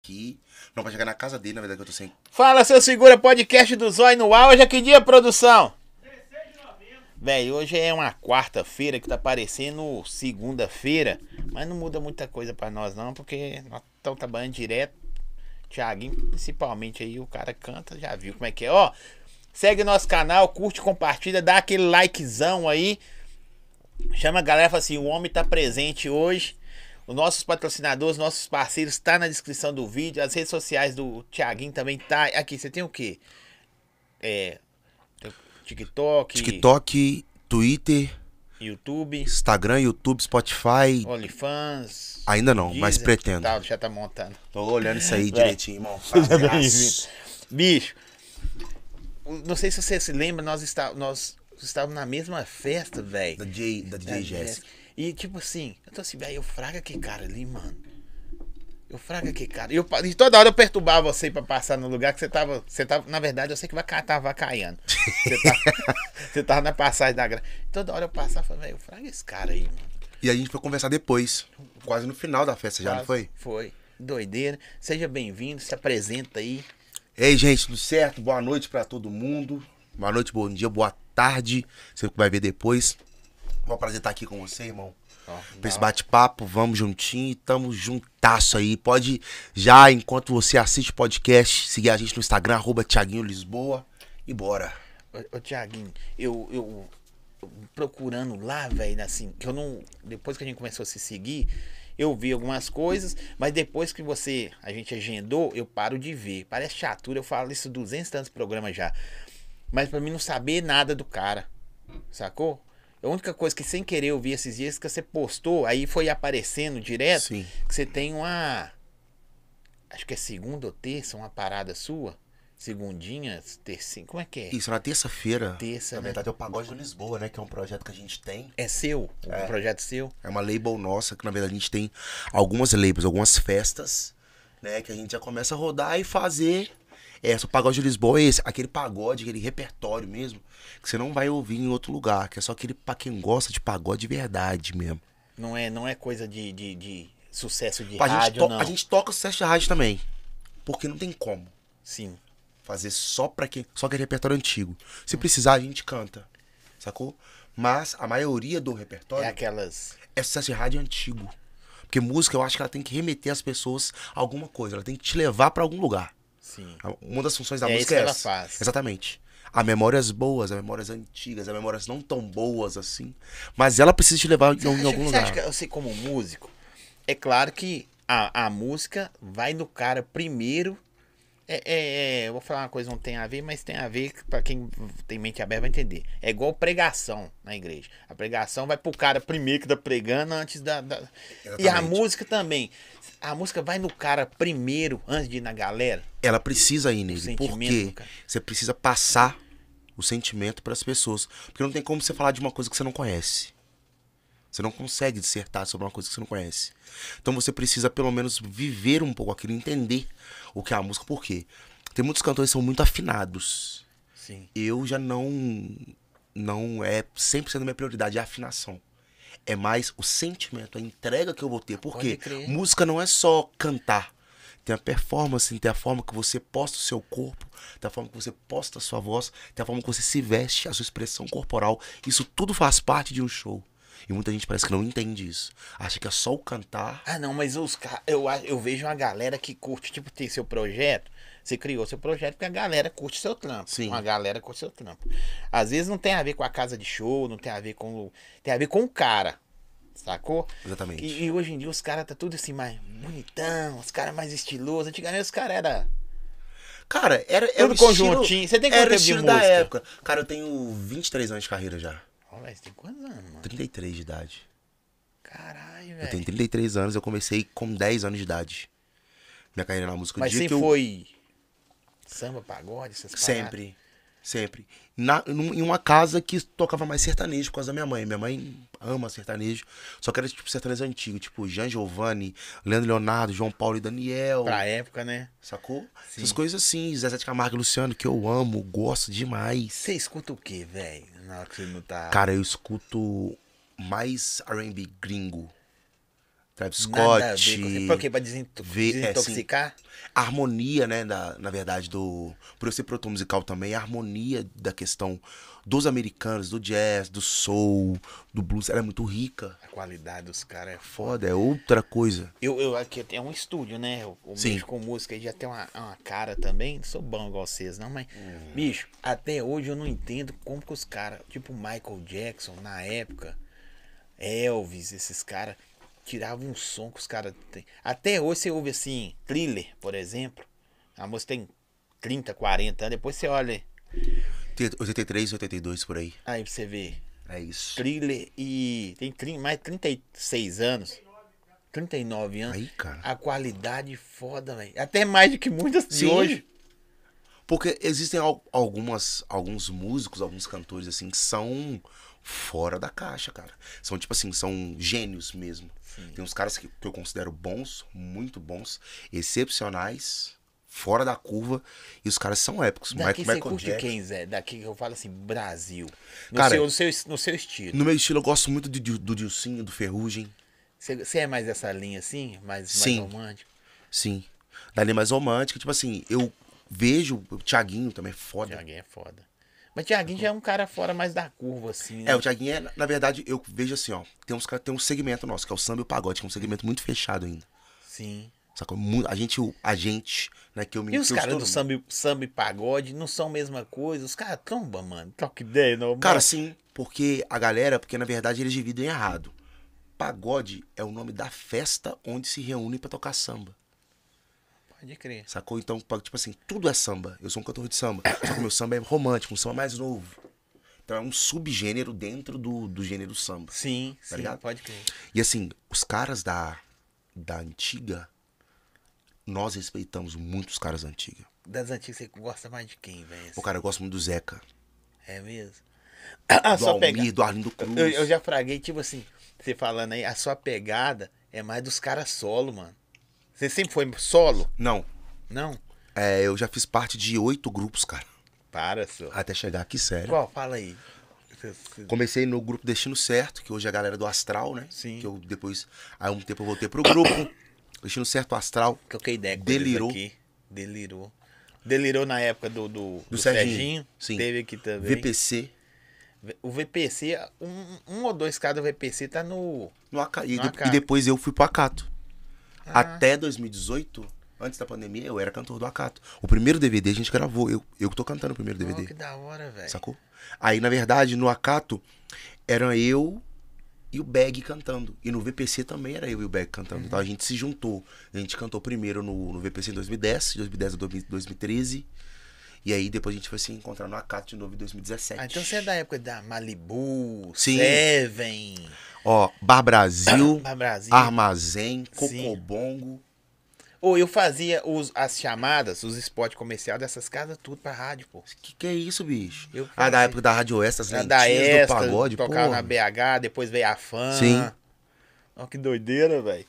aqui. Não, pra chegar na casa dele, na verdade, que eu tô sem. Fala, seu segura, podcast do Zóio no ar. Hoje é que dia, produção? 16 de novembro. Véi, hoje é uma quarta-feira que tá parecendo segunda-feira. Mas não muda muita coisa pra nós não, porque nós estamos trabalhando direto. Thiaguinho, principalmente aí, o cara canta, já viu como é que é. Ó, segue nosso canal, curte, compartilha, dá aquele likezão aí. Chama a galera e fala assim, o homem tá presente hoje. Os nossos patrocinadores, nossos parceiros, tá na descrição do vídeo. As redes sociais do Thiaguinho também tá. Aqui, você tem o quê? TikTok. TikTok, Twitter, YouTube. Instagram, YouTube, Spotify. OnlyFans. Ainda não, mas pretendo. Tá, já tá montando. Tô olhando isso aí direitinho, irmão. Seja bem-vindo. Bicho, não sei se você se lembra, nós estávamos na mesma festa, velho. Da DJ Jéssica. E tipo assim, eu tô assim, velho, eu fraga que cara ali, mano. Eu fraga que cara. E toda hora eu perturbava você pra passar no lugar que você tava. Na verdade, eu sei que tava caindo. Você tava na passagem da graça. Toda hora eu passava e falava, velho, eu fraga esse cara aí, mano. E a gente foi conversar depois. Quase no final da festa já, não foi? Foi. Doideira. Seja bem-vindo, se apresenta aí. Ei, gente, tudo certo? Boa noite pra todo mundo. Boa noite, bom dia, boa tarde. Você vai ver depois. É um prazer estar aqui com você, irmão. Pra esse bate-papo, vamos juntinho, tamo juntasso aí. Pode já, enquanto você assiste o podcast, seguir a gente no Instagram, @Thiaguinho Lisboa. E bora. Ô Thiaguinho, eu procurando lá, velho, assim, que eu não. Depois que a gente começou a se seguir, eu vi algumas coisas, mas depois que a gente agendou, eu paro de ver. Parece chatura, eu falo isso 200 tantos programas já. Mas pra mim não saber nada do cara, sacou? A única coisa que sem querer eu vi esses dias que você postou, aí foi aparecendo direto, Sim. que você tem uma. Acho que é segunda ou terça, uma parada sua. Segundinha, tercinha, como é que é? Isso, na terça-feira. Terça, Na né? verdade é o Pagode do Lisboa, né? Que é um projeto que a gente tem. É seu? Um projeto seu? É uma label nossa, que na verdade a gente tem algumas labels, algumas festas, né? Que a gente já começa a rodar e fazer. O Pagode de Lisboa é esse, aquele pagode, aquele repertório mesmo, que você não vai ouvir em outro lugar, que é só aquele pra quem gosta de pagode de verdade mesmo. Não é coisa de sucesso de A rádio, não. A gente toca sucesso de rádio também, porque não tem como Sim. fazer só aquele repertório antigo. Se precisar, a gente canta, sacou? Mas a maioria do repertório É aquelas. é sucesso de rádio antigo. Porque música, eu acho que ela tem que remeter as pessoas a alguma coisa, ela tem que te levar pra algum lugar. Sim. Uma das funções da É música isso é que essa. ela faz. Exatamente. Há memórias boas, há memórias antigas, há memórias não tão boas assim. Mas ela precisa te levar em algum Você lugar. acha que eu sei como músico? É claro que a música vai no cara primeiro. Eu vou falar uma coisa que não tem a ver, mas tem a ver, pra quem tem mente aberta vai entender. É igual pregação na igreja. A pregação vai pro cara primeiro que tá pregando antes da... E a música também. A música vai no cara primeiro antes de ir na galera. Ela precisa ir nele, sentimento, porque cara. você precisa passar o sentimento para as pessoas. Porque não tem como você falar de uma coisa que você não conhece. Você não consegue dissertar sobre uma coisa que você não conhece. Então você precisa pelo menos viver um pouco aquilo, entender o que é a música. Por quê? Tem muitos cantores que são muito afinados. Sim. Eu já não é 100% da minha prioridade, é a afinação. É mais o sentimento, a entrega que eu vou ter. Porque música não é só cantar. Tem a performance, tem a forma que você posta o seu corpo, tem a forma que você posta a sua voz, tem a forma que você se veste, a sua expressão corporal. Isso tudo faz parte de um show. E muita gente parece que não entende isso. Acha que é só o cantar. Ah, não, mas eu vejo uma galera que curte, tipo, ter seu projeto. Você criou seu projeto porque a galera curte seu trampo. Sim. Uma galera curte seu trampo. Às vezes não tem a ver com a casa de show, não tem a ver com... Tem a ver com o cara, sacou? Exatamente. E hoje em dia os caras tá tudo assim mais bonitão, os caras mais estilosos. Antigamente os caras eram... Cara, era Tudo o conjuntinho. estilo, Você tem quanto era o tempo de estilo da música? época. Cara, eu tenho 23 anos de carreira já. Ó, velho, você tem quantos anos, mano? 33 de idade. Caralho, Eu tenho velho. 33 anos, eu comecei com 10 anos de idade. Minha carreira na música. Mas O dia sempre que eu... foi samba, pagode, essas paradas? Sempre. Sempre. Em uma casa que tocava mais sertanejo por causa da minha mãe. Minha mãe ama sertanejo. Só que era tipo sertanejo antigo. Tipo Jean Giovanni, Leandro Leonardo, João Paulo e Daniel. Pra época, né? Sacou? Sim. Essas coisas assim. Zezé de Camargo e Luciano, que eu amo, gosto demais. Você escuta o que, velho? Na hora que você não tá... Cara, eu escuto mais R&B gringo. Travis Nada a Scott. ver com você. Por quê? Pra desintoxicar? Assim, a harmonia, né, na verdade, por eu ser produtor musical também, a harmonia da questão dos americanos, do jazz, do soul, do blues, ela é muito rica. A qualidade dos caras é Foda, é outra coisa. Eu aqui tem um estúdio, né? O Sim. bicho com música já tem uma cara também. Não sou bom igual vocês, não, mas. Bicho, até hoje eu não entendo como que os caras, tipo Michael Jackson, na época, Elvis, esses caras, tiravam um som que os caras têm. Até hoje você ouve assim, Thriller, por exemplo. A música tem 30, 40 anos. Depois você olha. 83, 82 por aí. Aí você vê. É isso. Thriller e tem mais de 36 anos. 39 anos. Aí, cara. A qualidade foda, velho. Até mais do que muitas de Sim. hoje. Porque existem alguns músicos, alguns cantores, assim, que são fora da caixa, cara. São, tipo assim, são gênios mesmo. Sim. Tem uns caras que eu considero bons, muito bons, excepcionais, fora da curva, e os caras são épicos. Daqui você Michael curte Jackson. quem, Zé? Daqui que eu falo assim, Brasil. Cara, No seu estilo. No meu estilo, eu gosto muito do Dilcinho, do Ferrugem. Você é mais dessa linha assim? Mais Sim. romântico? Sim. Da linha mais romântica, tipo assim, eu vejo o Thiaguinho também é foda. Thiaguinho é foda. Mas Thiaguinho já é um cara fora mais da curva, assim, né? É, o Thiaguinho é, na verdade, eu vejo assim, ó. Tem um segmento nosso, que é o samba e o pagode, que é um segmento muito fechado ainda. Sim. Sacou? A gente, né, que eu me E os que eu caras estou do samba e pagode não são a mesma coisa? Os caras trombam, mano. Troca ideia, não. Cara, sim, porque na verdade eles dividem errado. Pagode é o nome da festa onde se reúne pra tocar samba. Pode crer. Sacou? Então, tipo assim, tudo é samba. Eu sou um cantor de samba. Só que o meu samba é romântico, um samba mais novo. Então é um subgênero dentro do gênero samba. Sim, Tá sim, ligado? pode crer. E assim, os caras da antiga, nós respeitamos muito os caras da antiga. Das antigas, você gosta mais de quem, velho? O cara, eu gosto muito do Zeca, É mesmo? do Almir, do Arlindo Cruz. Eu já fraguei, tipo assim, você falando aí, a sua pegada é mais dos caras solo, mano. Você sempre foi solo? Não, Não? eu já fiz parte de 8 grupos, cara. Para, só. Até chegar aqui, sério. Qual? Fala aí. Comecei no grupo Destino Certo, que hoje é a galera do Astral, né? Sim. Que eu depois, aí um tempo eu voltei pro grupo. Destino Certo, Astral. Troquei ideia com Delirou. eles aqui. Delirou. Delirou na época do Serginho. Sim. Teve aqui também. VPC. O VPC, um ou dois caras do VPC tá no... No AK, e, No de- AK. e depois eu fui pro Acato. Ah. Até 2018, antes da pandemia, eu era cantor do Acato. O primeiro DVD a gente gravou. Eu que tô cantando o primeiro Oh, DVD. que da hora, velho. Sacou? Aí, na verdade, no Acato, era eu e o Bag cantando. E no VPC também era eu e o Bag cantando. Então a gente se juntou. A gente cantou primeiro no VPC em 2010, 2010 a 2013. E aí depois a gente foi se encontrar no Acato de novo em 2017. Ah, então você é da época da Malibu, Sim. Seven, Ó, Bar Brasil, Bar Brasil. Armazém, Sim. Cocobongo. Ou eu fazia as chamadas, os spots comerciais dessas casas, tudo pra rádio, pô. Que é isso, bicho? Eu Da fazia. época da Rádio Extra, as Era da lentinhas do Extra, pagode, tocava na pô. BH, depois veio a Fã. Sim. Ó, que doideira, velho.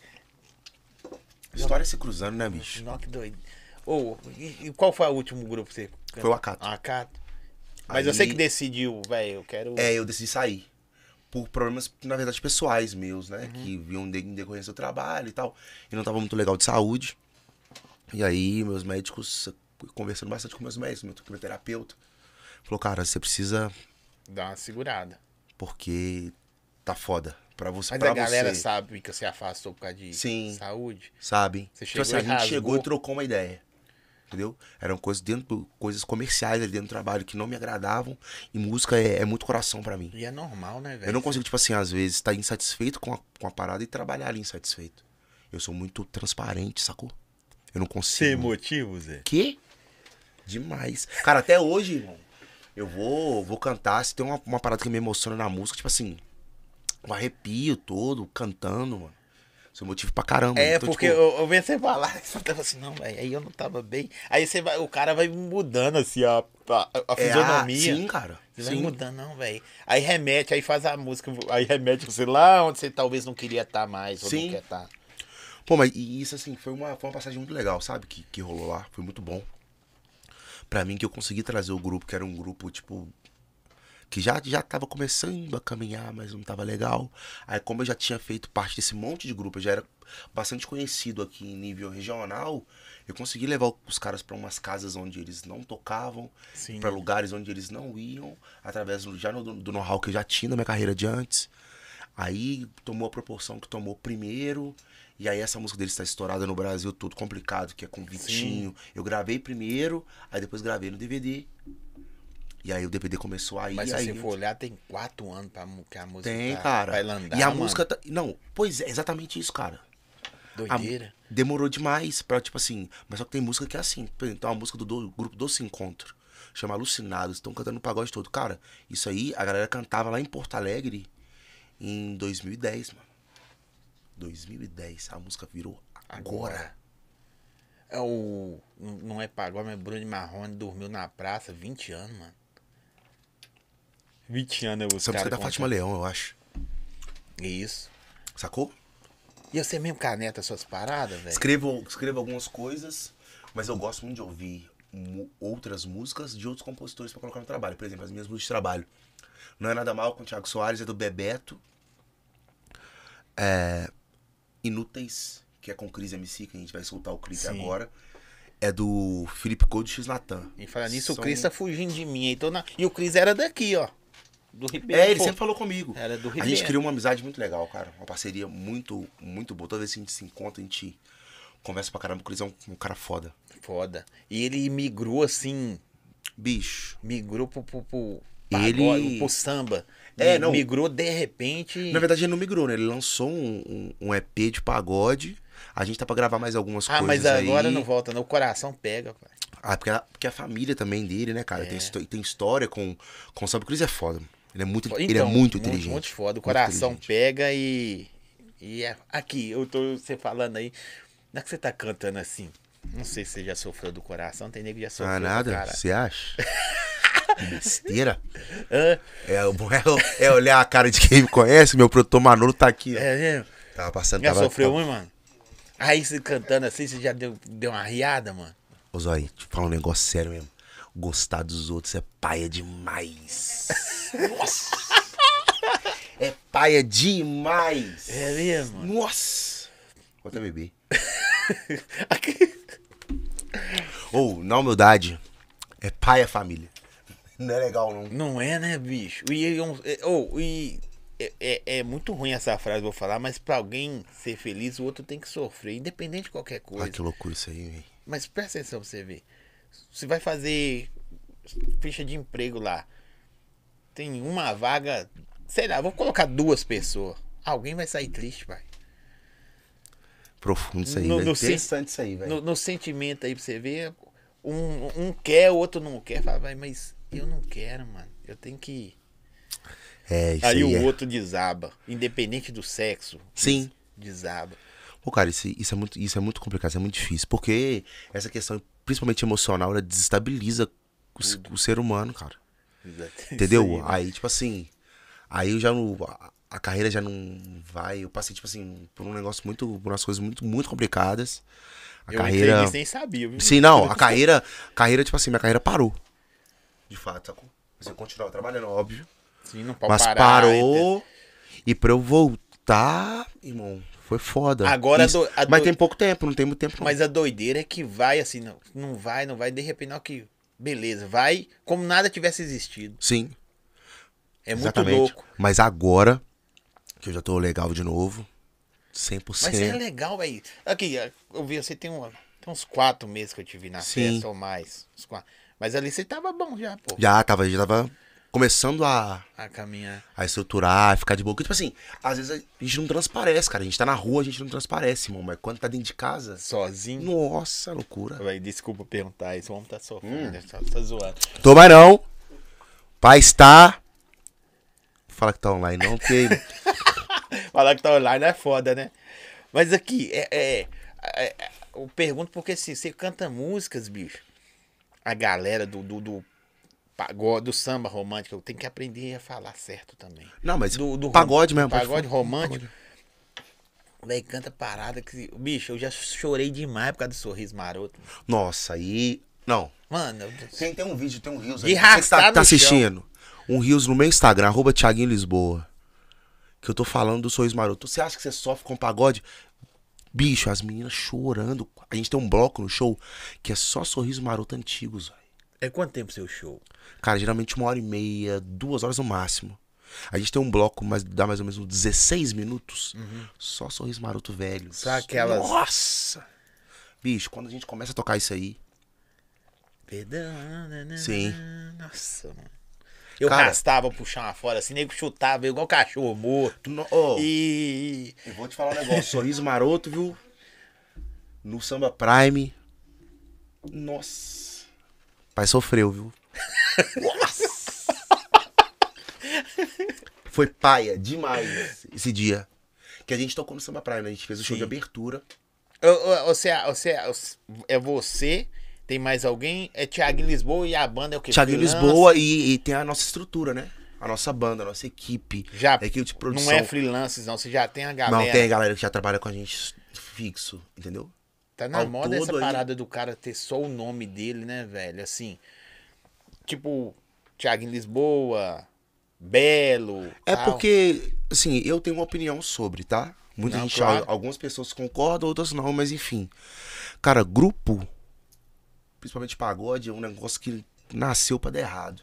História se cruzando, né, bicho? Ó, que doideira. Ô, e qual foi o último grupo que você cantou? Foi o Acato. Acato. Mas Aí- você que decidiu, velho, eu quero... É, eu decidi sair. Por problemas, na verdade, pessoais meus, né? Que vinham em decorrência do trabalho e tal. E não tava muito legal de saúde. E aí, meus médicos, conversando bastante com meus médicos, meu terapeuta, falou, cara, você precisa, Dá uma segurada. porque tá foda. Pra você, Mas pra a galera você, sabe que você afastou por causa de Sim. saúde. sabe? Você Tipo chegou assim, e a gente rasgou. chegou e trocou uma ideia. Entendeu? Eram coisas comerciais ali dentro do trabalho que não me agradavam. E música é muito coração pra mim. E é normal, né, velho? Eu não consigo, tipo assim, às vezes, estar insatisfeito com a parada e trabalhar ali insatisfeito. Eu sou muito transparente, sacou? Eu não consigo. Ser motivo, Zé? Que? Demais. Cara, até hoje, irmão, eu vou cantar. Se tem uma parada que me emociona na música, tipo assim, um arrepio todo, cantando, mano. Isso é motivo pra caramba. É, Então, porque tipo, eu vi você falar, você tava assim, não, velho, aí eu não tava bem. Aí você vai, o cara vai mudando, assim, a fisionomia. Sim, cara. Você vai Sim. mudando, não, velho. Aí remete, aí faz a música, aí remete você lá onde você talvez não queria estar mais, ou Sim. não quer estar. Pô, mas e isso, assim, foi uma passagem muito legal, sabe? Que rolou lá. Foi muito bom. Pra mim, que eu consegui trazer o grupo, que era um grupo, tipo, que já tava começando a caminhar, mas não tava legal. Aí como eu já tinha feito parte desse monte de grupo, eu já era bastante conhecido aqui em nível regional, eu consegui levar os caras pra umas casas onde eles não tocavam, pra lugares onde eles não iam, através já do know-how que eu já tinha na minha carreira de antes. Aí tomou a proporção que tomou primeiro, e aí essa música deles está estourada no Brasil, tudo complicado, que é com Vitinho. Sim. Eu gravei primeiro, aí depois gravei no DVD. E aí o DVD começou a ir. Mas se aí você for olhar, tem 4 anos que a música tem, cara. Vai landar, e a mano. música tá... Não, pois é, exatamente isso, cara. Doideira. Demorou demais pra, tipo assim... Mas só que tem música que é assim. Por exemplo, tem uma música do grupo Doce Encontro. Chama Alucinados. Estão cantando o pagode todo. Cara, isso aí a galera cantava lá em Porto Alegre em 2010, mano. 2010. A música virou agora. É o... Não é pagode, mas Bruno Marrone dormiu na praça 20 anos, mano. 20 anos eu essa música é da Fátima Leão, eu acho. Isso. Sacou? E você mesmo caneta suas paradas, velho? Escrevo algumas coisas, mas eu gosto muito de ouvir outras músicas de outros compositores pra colocar no trabalho. Por exemplo, as minhas músicas de trabalho. Não é Nada Mal com o Thiago Soares, é do Bebeto. Inúteis, que é com o Cris MC, que a gente vai soltar o clipe agora. É do Felipe Code X Natan. E falar nisso, o Cris tá fugindo de mim aí. E o Cris era daqui, ó. Do Ribeiro. Ele sempre falou comigo. Era do Ribeiro. A gente criou uma amizade muito legal, cara. Uma parceria muito, muito boa. Toda vez que a gente se encontra, a gente conversa pra caramba. O Cris é um cara foda. Foda. E ele migrou assim. Bicho. Migrou pro ele... pro samba. Não. Migrou de repente. Na verdade, ele não migrou, né? Ele lançou um EP de pagode. A gente tá pra gravar mais algumas coisas. Mas agora não volta, não. O coração pega, pai. Porque a família também dele, né, cara? Tem história com o samba. O Cris é foda. Ele é muito, ele é muito inteligente. Muito foda. O coração pega e aqui, você falando aí. Não é que você tá cantando assim. Não sei se você já sofreu do coração. Tem nego que já sofreu. Ah, nada? Você acha? Que besteira. É olhar a cara de quem me conhece. Meu produtor Manolo tá aqui, ó. É mesmo? Tava passando. Já sofreu muito, mano? Aí você cantando assim, você já deu uma riada, mano? Ô Zói, te falar um negócio sério mesmo. Gostar dos outros é paia demais. Nossa! É paia demais. É mesmo? Nossa! Vou até beber. Na humildade, é paia família. Não é legal, não. Não é, né, bicho? É muito ruim essa frase, vou falar, mas pra alguém ser feliz, o outro tem que sofrer, independente de qualquer coisa. Ah, que loucura isso aí, velho. Mas presta atenção pra você ver. Você vai fazer ficha de emprego lá. Tem uma vaga, sei lá, vou colocar 2 pessoas. Alguém vai sair triste, pai. Profundo isso aí, velho. Interessante isso aí, velho. No sentimento aí pra você ver, um quer, o outro não quer. Fala, mas eu não quero, mano. Eu tenho que ir. Isso aí o outro desaba, independente do sexo. Sim. Desaba. Pô, cara, isso é muito complicado, isso é muito difícil. Porque essa questão, principalmente emocional, ela desestabiliza o ser humano, cara. Entendeu? Aí, né? Aí, tipo assim, aí eu já não... A carreira já não vai... Eu passei, tipo assim, por um negócio por umas coisas muito, muito complicadas. Eu carreira... nem sabia, viu? Sim, não, a carreira, tipo assim, minha carreira parou. De fato, sacou? Você continuava trabalhando, óbvio. Sim, não pode mas parar. Mas parou. E pra eu voltar, irmão, foi foda. Agora, mas tem pouco tempo, não tem muito tempo. Não. Mas a doideira é que vai assim, não vai, de repente, não, que beleza, vai como nada tivesse existido. Sim. É exatamente. Muito louco. Mas agora, que eu já tô legal de novo, 100%. Mas é legal, velho. Aqui, eu vi, você tem uns 4 meses que eu te vi na festa ou mais. Uns 4. Mas ali você tava bom já, pô. Já tava começando a caminhar. A estruturar, a ficar de boa. Porque, tipo assim, às vezes a gente não transparece, cara. A gente tá na rua, a gente não transparece, irmão. Mas quando tá dentro de casa... Sozinho? Nossa, loucura. Véi, desculpa perguntar isso. O homem tá sofrendo, né? Tá zoando. Tô mais não. Pai está... Fala que tá online não, porque... Falar que tá online é foda, né? Mas aqui, eu pergunto porque assim, você canta músicas, bicho. A galera do pagode, do samba romântico, tem que aprender a falar certo também. Não, mas do pagode mesmo. Pagode romântico. Véi, canta parada que... Bicho, eu já chorei demais por causa do Sorriso Maroto. Nossa, aí... Não. Mano... Tem um vídeo, tem um Reels aí. De arrastar tá assistindo. um Reels no meu Instagram, @Thiaguinho Lisboa. Que eu tô falando do Sorriso Maroto. Você acha que você sofre com pagode? Bicho, as meninas chorando. A gente tem um bloco no show que é só Sorriso Maroto antigos, velho. É quanto tempo seu show? Cara, geralmente 1h30, 2 horas no máximo. A gente tem um bloco, mas dá mais ou menos uns 16 minutos. Só Sorriso Maroto velho. Só aquelas... Nossa! Bicho, quando a gente começa a tocar isso aí... Perdão. Sim. Nossa, mano. Eu Cara, arrastava, puxava fora assim, nego chutava igual cachorro morto. Eu vou te falar um negócio. Sorriso Maroto, viu? No Samba Prime. Nossa. Pai sofreu, viu? Nossa. Foi paia demais esse dia. Que a gente tocou no Samba Prime, né? A gente fez o show de abertura. É você, tem mais alguém? É Thiaguinho Lisboa e a banda é o quê? Thiaguinho Lisboa e tem a nossa estrutura, né? A nossa banda, a nossa equipe. Já, a equipe de produção. não é freelances, não. Você já tem a galera. Não, tem a galera que já trabalha com a gente fixo, entendeu? Tá na moda essa aí... parada do cara ter só o nome dele, né, velho? Assim, tipo, Thiaguinho Lisboa, Belo. É tal. porque, assim, eu tenho uma opinião sobre, tá? Muita gente, claro. algumas pessoas concordam, outras não, mas enfim. Cara, grupo, principalmente pagode, é um negócio que nasceu pra dar errado.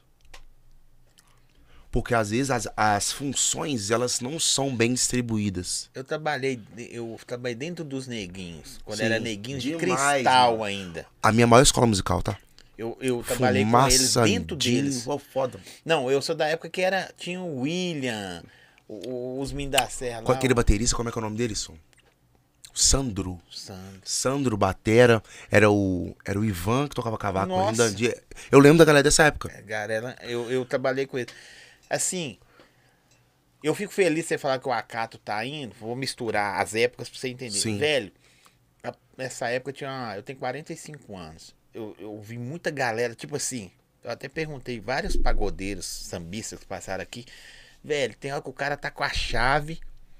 Porque às vezes as funções, elas não são bem distribuídas. Eu trabalhei dentro dos neguinhos, quando Sim, era neguinho de demais, cristal mano. ainda. A minha maior escola musical, tá? Eu trabalhei com eles dentro deles. Foda. Não, eu sou da época que tinha o William, os Min da Serra Com lá. aquele baterista, como é que é o nome dele, Som? Sandro. Sandro. Sandro Batera. Era o Ivan que tocava cavaco. Nossa. Ainda. Eu lembro da galera dessa época. Galera, eu trabalhei com ele. Assim, eu fico feliz de você falar que o Acato tá indo. Vou misturar as épocas pra você entender. Sim. Velho, nessa época eu tenho 45 anos. Eu vi muita galera, tipo assim, eu até perguntei vários pagodeiros, sambistas que passaram aqui. Velho, tem hora que o cara tá com a chave,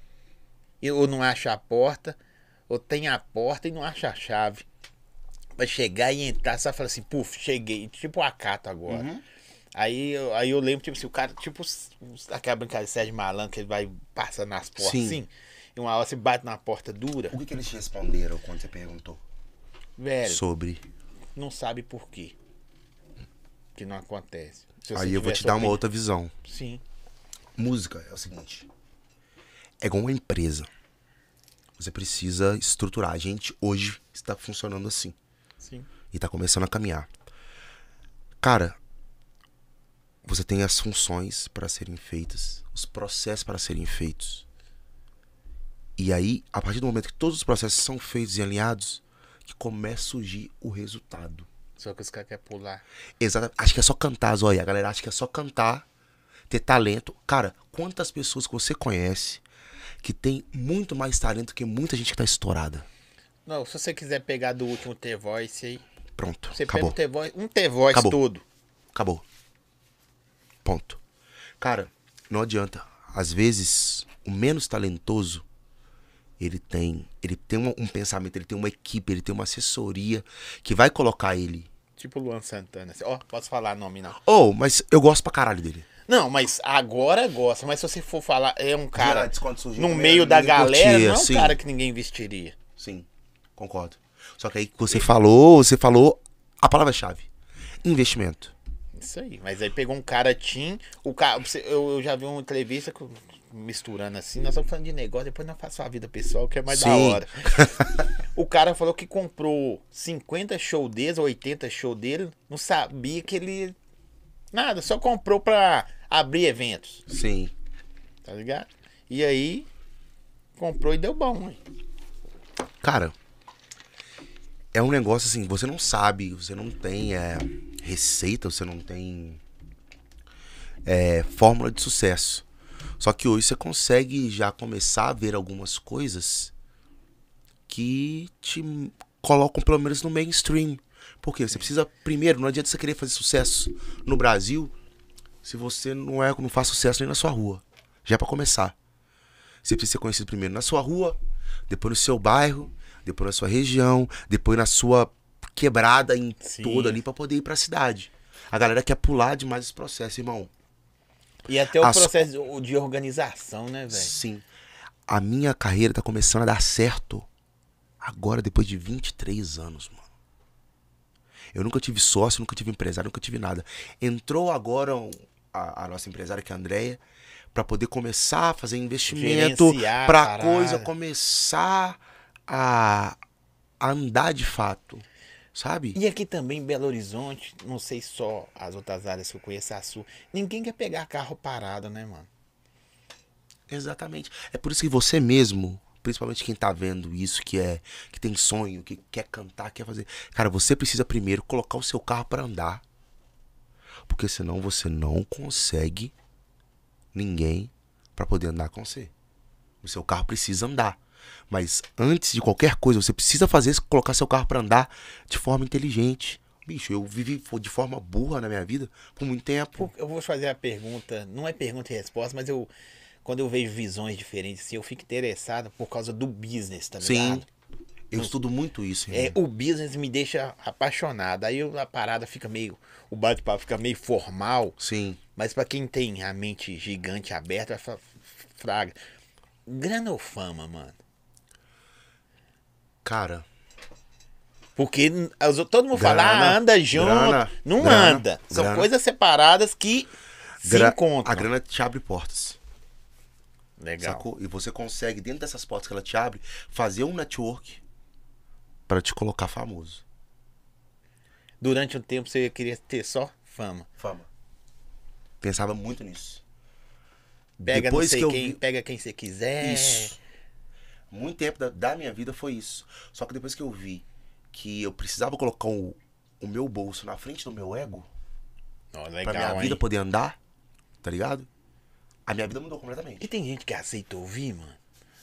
ou não acha a porta, ou tem a porta e não acha a chave. Vai chegar e entrar, você vai falar assim, puf, cheguei. Tipo o Acato agora. Uhum. Aí eu lembro, tipo assim, o cara, tipo aquela brincadeira de Sérgio Malandro, que ele vai passando nas portas Sim. assim, e uma hora você bate na porta dura. O que eles te responderam quando você perguntou? Velho, Sobre. não sabe por quê que não acontece. Se você Aí eu vou tivesse te dar uma opinião- outra visão. Sim, Música é o seguinte. É igual uma empresa. Você precisa estruturar. A gente hoje está funcionando assim. sim. E tá começando a caminhar. Cara, você tem as funções para serem feitas, os processos para serem feitos. E aí, a partir do momento que todos os processos são feitos e alinhados, que começa a surgir o resultado. Só que os caras querem pular. Exatamente. Acho que é só cantar, Zóia. A galera acha que é só cantar, ter talento. Cara, quantas pessoas que você conhece que tem muito mais talento que muita gente que tá estourada? Não, se você quiser pegar do último T-Voice aí, Pronto, você acabou. pega um T-Voice Acabou. todo. Acabou. Ponto. Cara, não adianta. Às vezes, o menos talentoso, ele tem um pensamento, ele tem uma equipe, ele tem uma assessoria que vai colocar ele. Tipo o Luan Santana. Assim, ó, posso falar nome não. Mas eu gosto pra caralho dele. Não, mas agora gosta. Mas se você for falar, é um cara Antes, quando surgiu, no também meio da ninguém galera, curtia, não é um sim. cara que ninguém investiria. Sim, concordo. Só que aí que você falou a palavra-chave. Investimento. Isso aí. Mas aí pegou um cara o cara, eu já vi uma entrevista misturando assim, nós estamos falando de negócio, depois nós façamos a vida pessoal, que é mais da Sim. hora. O cara falou que comprou 50 show deles, 80 show dele, não sabia que ele... Nada, só comprou pra abrir eventos, Sim. tá ligado? E aí, comprou e deu bom, hein? Cara, é um negócio assim, você não sabe, você não tem receita, você não tem fórmula de sucesso. Só que hoje você consegue já começar a ver algumas coisas que te colocam pelo menos no mainstream. Por quê? Você precisa, primeiro, não adianta você querer fazer sucesso no Brasil se você não faz sucesso nem na sua rua. Já é pra começar. Você precisa ser conhecido primeiro na sua rua, depois no seu bairro, depois na sua região, depois na sua quebrada em Sim. toda ali pra poder ir pra cidade. A galera quer pular demais esse processo, irmão. E até o processo de organização, né, velho? Sim. A minha carreira tá começando a dar certo agora, depois de 23 anos, mano. Eu nunca tive sócio, nunca tive empresário, nunca tive nada. Entrou agora a nossa empresária, que é a Andrea, pra poder começar a fazer investimento, pra coisa começar a andar de fato, sabe? E aqui também em Belo Horizonte, não sei só as outras áreas que eu conheço, a sua, ninguém quer pegar carro parado, né, mano? Exatamente. É por isso que você mesmo, principalmente quem tá vendo isso, que tem sonho, que quer cantar, quer fazer. Cara, você precisa primeiro colocar o seu carro pra andar. Porque senão você não consegue ninguém pra poder andar com você. O seu carro precisa andar. Mas antes de qualquer coisa, você precisa colocar seu carro pra andar de forma inteligente. Bicho, eu vivi de forma burra na minha vida por muito tempo. Eu vou fazer a pergunta, não é pergunta e resposta, mas quando eu vejo visões diferentes, assim, eu fico interessado por causa do business, tá ligado? Sim, eu estudo muito isso. O business me deixa apaixonado. Aí a parada fica meio, o bate-papo fica meio formal. Sim. Mas pra quem tem a mente gigante aberta, fraga. Grana ou fama, mano? Cara, porque todo mundo fala, anda junto. Não anda. São coisas separadas que se encontram. A grana te abre portas. Legal. Sacou? E você consegue, dentro dessas portas que ela te abre, fazer um network pra te colocar famoso. Durante um tempo você queria ter só fama. Fama. Pensava muito nisso. Pega depois não sei quem, pega quem você quiser. Isso. Muito tempo da minha vida foi isso. Só que depois que eu vi que eu precisava colocar o meu bolso na frente do meu ego, legal, pra minha vida poder andar, tá ligado? A minha vida mudou completamente. E tem gente que aceita ouvir, mano?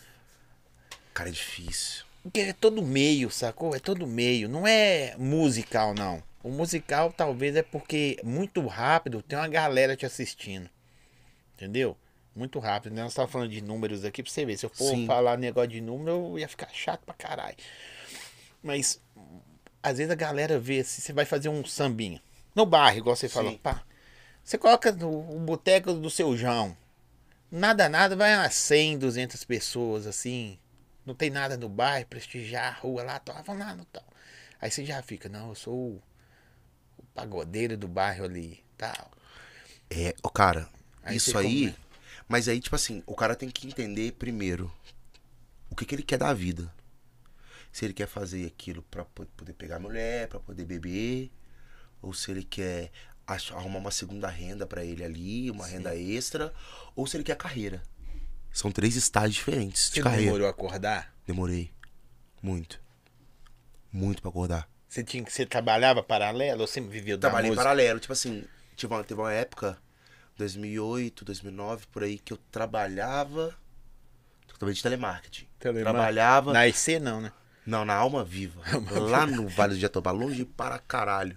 Cara, é difícil. Porque é todo meio, sacou? É todo meio. Não é musical, não. O musical talvez é porque muito rápido tem uma galera te assistindo. Entendeu? Muito rápido, né? Nós estávamos falando de números aqui pra você ver. Se eu for falar negócio de número, eu ia ficar chato pra caralho. Mas, às vezes a galera vê, se você vai fazer um sambinha. No bairro, igual você falou. Pá, você coloca o boteco do seu João. Nada, vai umas 100, 200 pessoas, assim. Não tem nada no bairro, prestigiar a rua lá, vamos lá no tal. Aí você já fica, não, eu sou o pagodeiro do bairro ali, tal. Cara, aí isso aí... Mas aí, tipo assim, o cara tem que entender primeiro o que ele quer da vida. Se ele quer fazer aquilo pra poder pegar mulher, pra poder beber, ou se ele quer arrumar uma segunda renda pra ele ali, uma renda extra, ou se ele quer carreira. São 3 estágios diferentes de carreira. Você demorou a acordar? Demorei. Muito. Muito pra acordar. Você trabalhava paralelo ou sempre vivia da música? Trabalhei paralelo. Tipo assim, teve uma época... 2008, 2009, por aí, que eu trabalhava... Trabalhei de telemarketing. Trabalhava... Na IC não, né? Não, na Alma Viva. Lá no Vale do Jatobá, longe para caralho.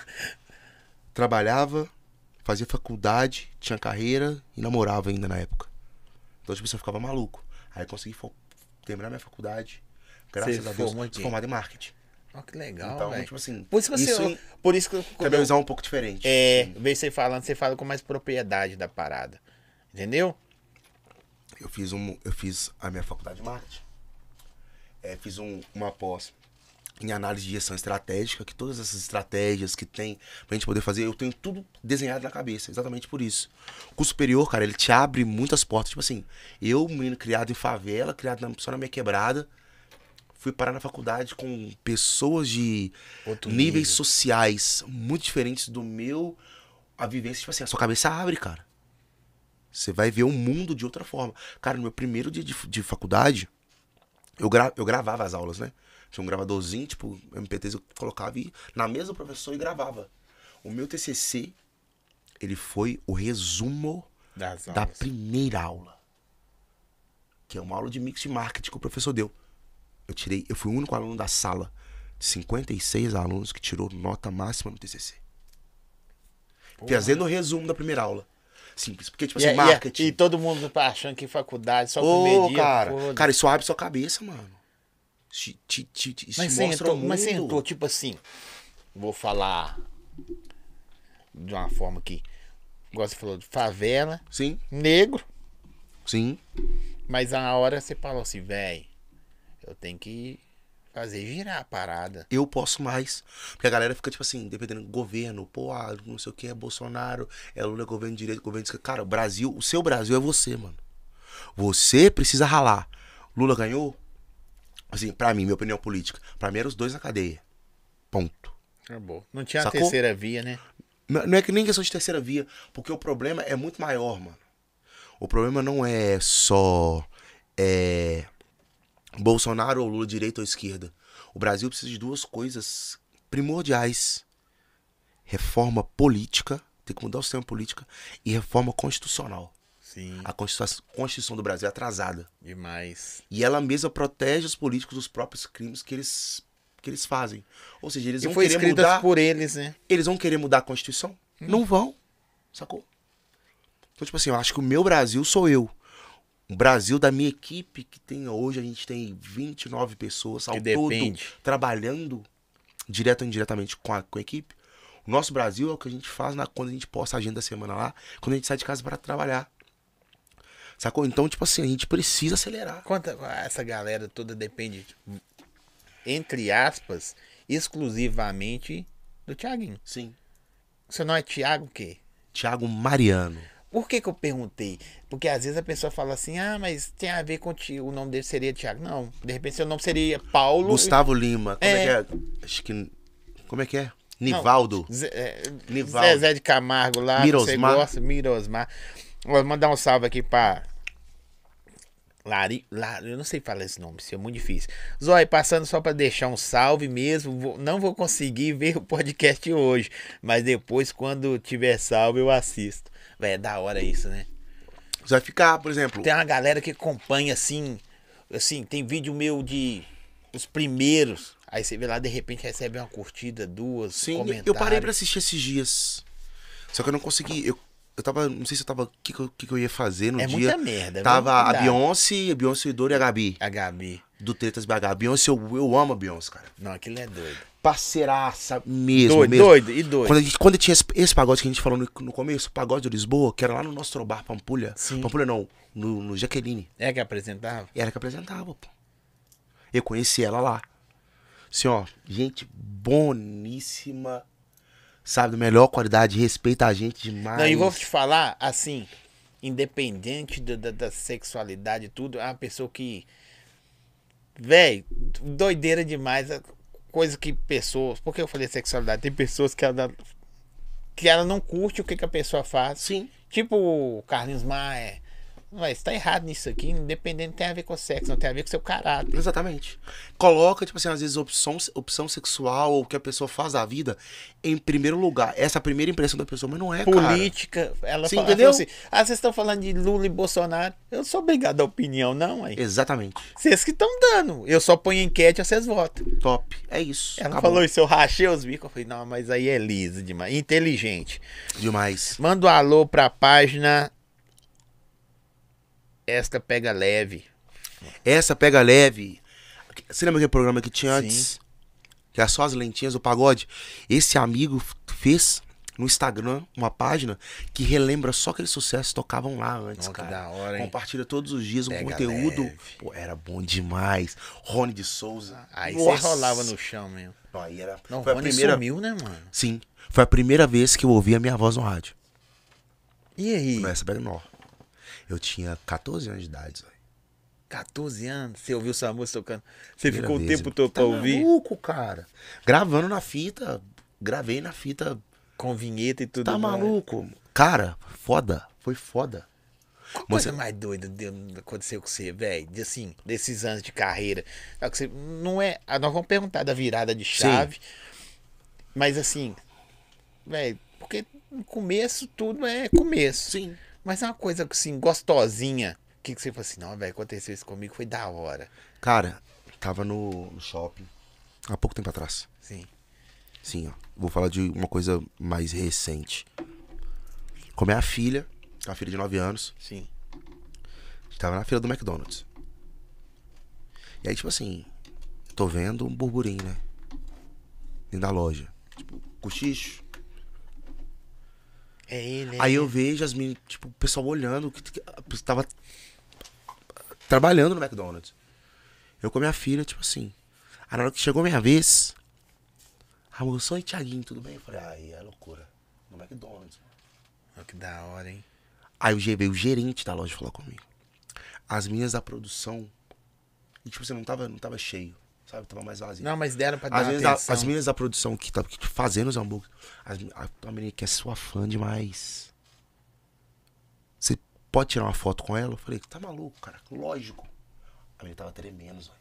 Trabalhava, fazia faculdade, tinha carreira e namorava ainda na época. Então, tipo, eu ficava maluco. Aí eu consegui terminar minha faculdade. Graças a Deus, sou formado em marketing. Que legal, então, véio. Tipo assim... Por isso que eu... Também usar um pouco diferente. Vejo você falando, você fala com mais propriedade da parada. Entendeu? Eu fiz a minha faculdade de marketing. Fiz uma pós em análise de gestão estratégica, que todas essas estratégias que tem pra gente poder fazer, eu tenho tudo desenhado na cabeça, exatamente por isso. O curso superior, cara, ele te abre muitas portas. Tipo assim, eu, menino criado em favela, só na minha quebrada, fui parar na faculdade com pessoas de níveis sociais muito diferentes do meu. A vivência, tipo assim, a sua cabeça abre, cara. Você vai ver o mundo de outra forma. Cara, no meu primeiro dia de faculdade, eu gravava as aulas, né? Tinha um gravadorzinho, tipo, MP3, eu colocava na mesa do professor e gravava. O meu TCC, ele foi o resumo da primeira aula. Que é uma aula de mix de marketing que o professor deu. Eu fui o único aluno da sala de 56 alunos que tirou nota máxima no TCC. Fazendo o resumo da primeira aula. Simples, porque tipo assim, marketing... E todo mundo achando que faculdade, só o primeiro dia... Cara, isso abre sua cabeça, mano. Te mostra o mundo. Mas você entrou, tipo assim, vou falar de uma forma que igual você falou, de favela, Sim. negro. Sim. Mas na hora você falou assim, velho, eu tenho que fazer girar a parada. Eu posso mais. Porque a galera fica, tipo assim, dependendo do governo, pô, não sei o que, é Bolsonaro, é Lula, governo de direita, governo de esquerda. Cara, o Brasil, o seu Brasil é você, mano. Você precisa ralar. Lula ganhou? Assim, pra mim, minha opinião política. Pra mim eram os dois na cadeia. Ponto. Acabou. Não tinha a Sacou? terceira via, né? Não é que nem questão de terceira via, porque o problema é muito maior, mano. O problema não é só Bolsonaro ou Lula, direita ou esquerda. O Brasil precisa de duas coisas primordiais. Reforma política, tem que mudar o sistema político, e reforma constitucional. Sim. A Constituição do Brasil é atrasada. Demais. E ela mesma protege os políticos dos próprios crimes que eles fazem. Ou seja, eles E vão foi querer escrita mudar. por eles, né? Eles vão querer mudar a Constituição? Não vão. Sacou? Então, tipo assim, eu acho que o meu Brasil sou eu. O Brasil da minha equipe, que tem hoje, a gente tem 29 pessoas ao Que todo depende. trabalhando direto ou indiretamente com a equipe. O nosso Brasil é o que a gente faz quando a gente posta a agenda da semana lá, quando a gente sai de casa para trabalhar. Sacou? Então, tipo assim, a gente precisa acelerar. Essa galera toda depende, entre aspas, exclusivamente do Thiaguinho. Sim. Você não é Thiago o quê? Thiago Mariano. Por que eu perguntei? Porque às vezes a pessoa fala assim, mas tem a ver com o nome dele seria Thiago. Não, de repente seu nome seria Paulo. Gustavo Lima. Como é que é? Acho que... Como é que é? Nivaldo. Nivaldo. Zezé de Camargo lá, Mirosmar. que você gosta, Mirosmar. Vou mandar um salve aqui pra eu não sei falar esse nome, isso é muito difícil. Zói, passando só pra deixar um salve mesmo, não vou conseguir ver o podcast hoje, mas depois, quando tiver salve, eu assisto. Véi, é da hora isso, né? Você vai ficar, por exemplo... Tem uma galera que acompanha assim, tem vídeo meu de os primeiros, aí você vê lá, de repente recebe uma curtida, duas, Sim, comentários. eu parei pra assistir esses dias. Só que eu não consegui. Eu tava. Não sei se eu tava. O que eu ia fazer no dia. Muita merda. Tava vamos a cuidar. Beyoncé Idor e a Gabi. A Gabi. Do Tretas BH. A Beyoncé, eu amo a Beyoncé, cara. Não, aquilo é doido. Parceiraça mesmo. Doido, mesmo. doido e doido. Quando tinha esse pagode que a gente falou no começo, o pagode de Lisboa, que era lá no nosso bar Pampulha. Sim. Pampulha não, no Jaqueline. É que apresentava? Ela que apresentava, pô. Eu conheci ela lá. Assim, ó, gente boníssima. Sabe, da melhor qualidade, respeita a gente demais. Não, e vou te falar, assim, independente da sexualidade e tudo, é uma pessoa que, véi, doideira demais, coisa que pessoas, por que eu falei sexualidade? Tem pessoas que ela não curte o que a pessoa faz. Sim. Tipo o Carlinhos Maia. Mas tá errado nisso aqui, independente, não tem a ver com sexo, não tem a ver com seu caráter. Exatamente. Coloca, tipo assim, às vezes opção sexual ou o que a pessoa faz da vida em primeiro lugar. Essa é a primeira impressão da pessoa, mas não é, política, cara. ela Sim, fala entendeu? assim, vocês estão falando de Lula e Bolsonaro, eu não sou obrigado a opinião, não, aí. Exatamente. Vocês que estão dando, eu só ponho enquete e vocês votam. Top. É isso. Ela Acabou. falou isso, eu rachei os bicos, eu falei, não, mas aí é lisa demais, inteligente. Demais. Manda um alô pra página Esta Pega Leve. Essa pega leve. Você lembra aquele programa que tinha Sim. antes? Que era só as lentinhas do pagode? Esse amigo fez no Instagram uma página que relembra só aqueles sucessos que tocavam lá antes, Nossa, que cara. da hora, hein? Compartilha todos os dias um Pega conteúdo. leve. Pô, era bom demais. Rony de Souza. Aí Nossa. você rolava no chão mesmo. Não, aí era... Não, Foi a Rony primeira... sumiu, né, mano? Sim. Foi a primeira vez que eu ouvi a minha voz no rádio. E aí? Nessa pega nó. Eu tinha 14 anos de idade, Zói. 14 anos, você ouviu sua música tocando. Você Primeira ficou o vez, tempo irmão. todo pra Tá ouvir? maluco, cara. Gravando na fita. Gravei na fita. Com vinheta e tudo Tá mais. maluco? Cara, foda. Foi foda. Qual Mas coisa mais doida aconteceu com você, velho? Assim, desses anos de carreira. É que você não é. Nós vamos perguntar da virada de chave. Mas assim, velho, porque no começo tudo é começo. Sim. Mas é uma coisa assim, gostosinha. Que você falou assim, não, velho, aconteceu isso comigo, foi da hora. Cara, tava no shopping há pouco tempo atrás. Sim. Sim, ó. Vou falar de uma coisa mais recente. Com minha filha, uma filha de 9 anos. Sim. A gente tava na fila do McDonald's. E aí, tipo assim, tô vendo um burburinho, né? Dentro da loja. Tipo, cochicho. É ele, Aí eu vejo as meninas, tipo, o pessoal olhando, que tava trabalhando no McDonald's. Eu com a minha filha, tipo assim. Aí na hora que chegou a minha vez, a moça, oi, Thiaguinho, tudo bem? Eu falei, aí é loucura. No McDonald's. Olha que da hora, hein? Aí veio o gerente da loja falar comigo. As meninas da produção, e tipo, você não tava cheio, sabe? Tava mais vazio. Não, mas deram pra dar atenção. As meninas da produção que tava fazendo os hambúrgueres, a menina que é sua fã demais. Você pode tirar uma foto com ela? Eu falei, tá maluco, cara? Lógico. A menina tava tremendo, velho.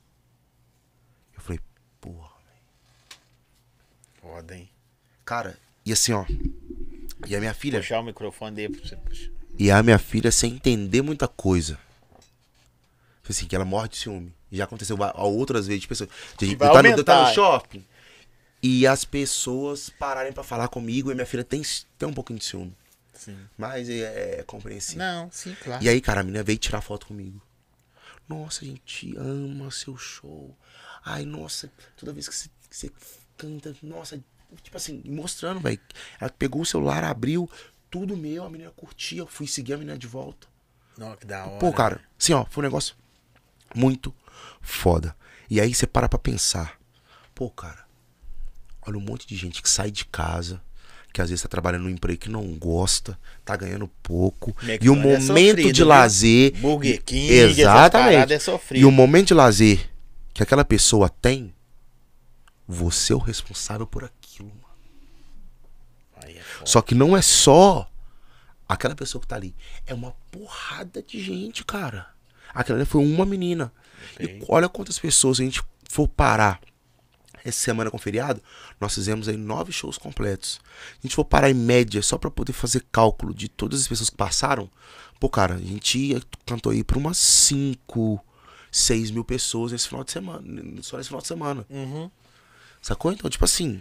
Eu falei, porra, velho. Foda, hein? Cara, e assim, ó. E a minha filha. Puxar o microfone dele pra você puxar. E a minha filha, sem entender muita coisa. Assim, que ela morre de ciúme. Já aconteceu outras vezes de pessoas. De eu tá no shopping. E as pessoas pararem pra falar comigo e minha filha tem um pouquinho de ciúme. Sim. Mas é compreensível. Não, sim, claro. E aí, cara, a menina veio tirar foto comigo. Nossa, a gente ama seu show. Ai, nossa, toda vez que você canta, nossa, tipo assim, mostrando, velho. Ela pegou o celular, abriu, tudo meu, a menina curtia, eu fui seguir a menina de volta. Nossa, que da hora. Pô, cara, assim, ó, foi um negócio muito foda. E aí você para pra pensar. Pô, cara, olha um monte de gente que sai de casa, que às vezes tá trabalhando num emprego que não gosta, tá ganhando pouco. E o momento de lazer. Burger King, exatamente. É sofrido. E o momento de lazer que aquela pessoa tem, você é o responsável por aquilo, mano. Aí é só que não é só aquela pessoa que tá ali. É uma porrada de gente, cara. Aquela ali foi uma menina. Okay. E olha quantas pessoas, se a gente for parar. Essa semana com feriado, nós fizemos aí 9 shows completos. Se a gente for parar em média, só pra poder fazer cálculo de todas as pessoas que passaram, pô, cara, a gente cantou aí pra umas 5, 6 mil pessoas nesse final de semana. Só nesse final de semana. Uhum. Sacou? Então, tipo assim.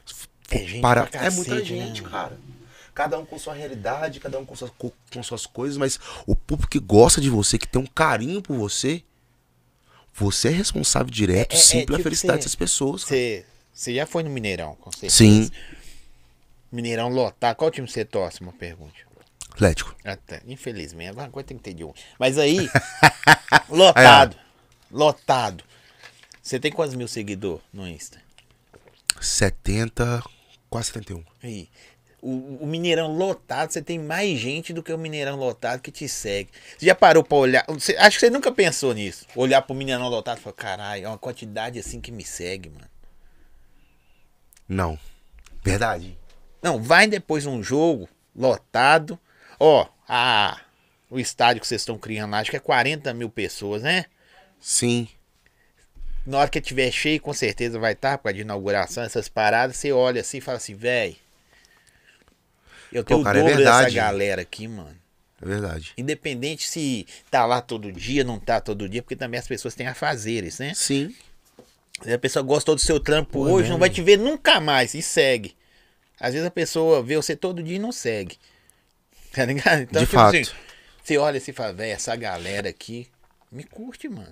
É muita gente, né, cara. Cada um com sua realidade, cada um com suas coisas, mas o público que gosta de você, que tem um carinho por você. Você é responsável direto, sim, pela felicidade dessas pessoas. Você já foi no Mineirão, com certeza. Sim. Mineirão lotado. Qual time você torce? Uma pergunta. Atlético. Até, infelizmente. Agora tem que ter de um. Mas aí, lotado. Lotado. Você tem quantos mil seguidores no Insta? 70, quase 71. Aí. O Mineirão lotado, você tem mais gente do que o Mineirão lotado que te segue. Você já parou pra olhar? Acho que você nunca pensou nisso. Olhar pro Mineirão lotado e falar, caralho, é uma quantidade assim que me segue, mano. Não. Verdade. Não, vai depois um jogo lotado. Ó, o estádio que vocês estão criando lá, acho que é 40 mil pessoas, né? Sim. Na hora que tiver cheio, com certeza vai estar, por causa de inauguração, essas paradas, você olha assim e fala assim, velho. Eu tenho o dobro dessa galera aqui, mano. É verdade. Independente se tá lá todo dia, não tá todo dia, porque também as pessoas têm afazeres, né? Sim. Se a pessoa gostou do seu trampo hoje, não vai te ver nunca mais e segue. Às vezes a pessoa vê você todo dia e não segue. Tá ligado? Então, de fato. Assim, você olha assim e fala, velho, essa galera aqui me curte, mano.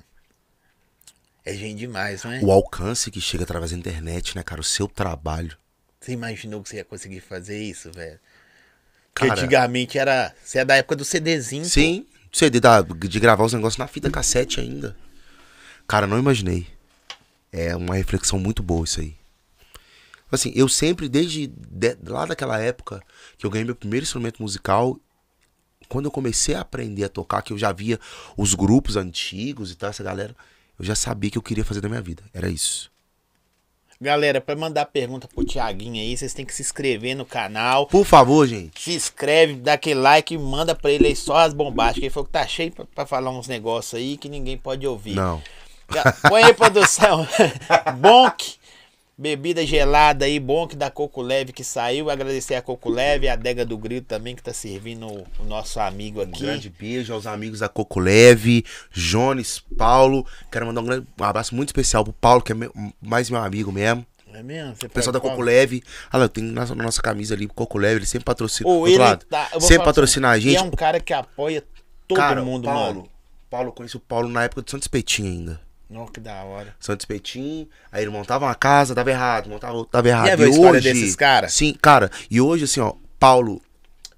É gente demais, não é? O alcance que chega através da internet, né, cara? O seu trabalho. Você imaginou que você ia conseguir fazer isso, velho? Porque antigamente era... Você é da época do CDzinho. Sim, pô. CD de gravar os negócios na fita cassete ainda. Cara, não imaginei. É uma reflexão muito boa isso aí. Assim, eu sempre, desde lá daquela época, que eu ganhei meu primeiro instrumento musical, quando eu comecei a aprender a tocar, que eu já via os grupos antigos e tal, essa galera, eu já sabia que eu queria fazer da minha vida. Era isso. Galera, pra mandar pergunta pro Thiaguinho aí, vocês têm que se inscrever no canal. Por favor, gente. Se inscreve, dá aquele like e manda pra ele aí só as bombásticas. Ele falou que tá cheio pra falar uns negócios aí que ninguém pode ouvir. Não. Põe aí, produção. Bonk, bebida gelada aí, Bonk da Coco Leve que saiu. Agradecer a Coco Leve, a Adega do Grito também que tá servindo o nosso amigo aqui. Um grande beijo aos amigos da Coco Leve, Jones, Paulo. Quero mandar um abraço muito especial pro Paulo, que é mais meu amigo mesmo. É mesmo? O pessoal da Coco Leve. Olha lá, tem na nossa camisa ali, Coco Leve, ele sempre patrocina. Sempre patrocina a gente. E é um cara que apoia todo mundo, mano. Paulo, eu conheci o Paulo na época do Santos Espetinho ainda. Nossa, que da hora. Santos Espetinho, aí ele montava uma casa, dava errado, montava outra, dava errado. E a história desses caras? Sim, cara, e hoje assim, ó, Paulo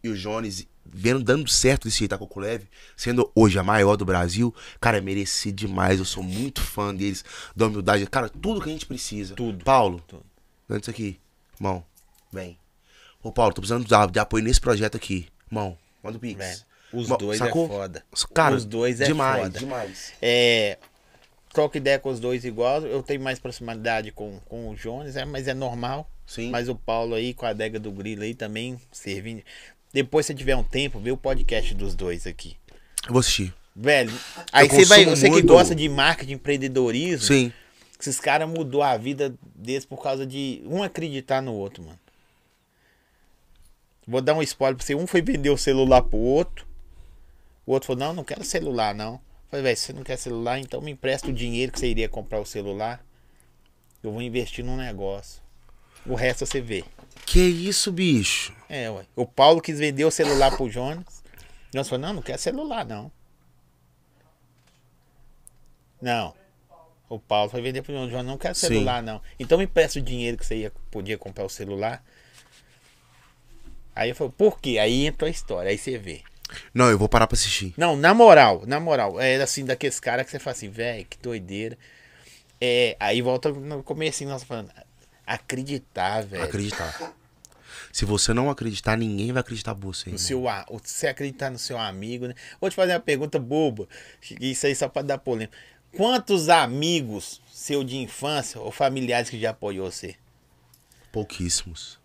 e o Jones vendo dando certo desse jeito da Coco Leve, sendo hoje a maior do Brasil, cara, é merecido demais. Eu sou muito fã deles, da humildade. Cara, tudo que a gente precisa. Tudo. Paulo, Tudo. antes aqui, irmão, vem. Ô, Paulo, tô precisando de apoio nesse projeto aqui. Irmão, manda o Pix. Velho, os Irmão, dois sacou? é foda. Cara, os dois é demais, foda. demais. Troca ideia com os dois igual. Eu tenho mais proximidade com o Jones, mas é normal. Sim. Mas o Paulo aí, com a adega do Grilo aí também servindo. Depois, se tiver um tempo, vê o podcast dos dois aqui. Eu vou assistir. Velho, aí você que muito... gosta de marketing, empreendedorismo. Sim. Esses caras mudou a vida deles por causa de um acreditar no outro, mano. Vou dar um spoiler pra você. Um foi vender o celular pro outro. O outro falou, não quero celular, não. Eu falei, velho, se você não quer celular, então me empresta o dinheiro que você iria comprar o celular. Eu vou investir num negócio. O resto você vê. Que isso, bicho? Ué. O Paulo quis vender o celular pro Jonas. O Jonas falou, não quero celular, não. Não. O Paulo foi vender pro Jonas, não quero celular, não. Então me empresta o dinheiro que você podia comprar o celular. Aí eu falei, por quê? Aí entrou a história, aí você vê. Não, eu vou parar pra assistir. Não, na moral, era assim, daqueles caras que você fala assim, velho, que doideira. Aí volta no comecinho, nós falando, acreditar, velho. Acreditar. Se você não acreditar, ninguém vai acreditar em você. Você acreditar no seu amigo, né? Vou te fazer uma pergunta boba, isso aí só pra dar polêmica. Quantos amigos seu de infância ou familiares que já apoiou você? Pouquíssimos.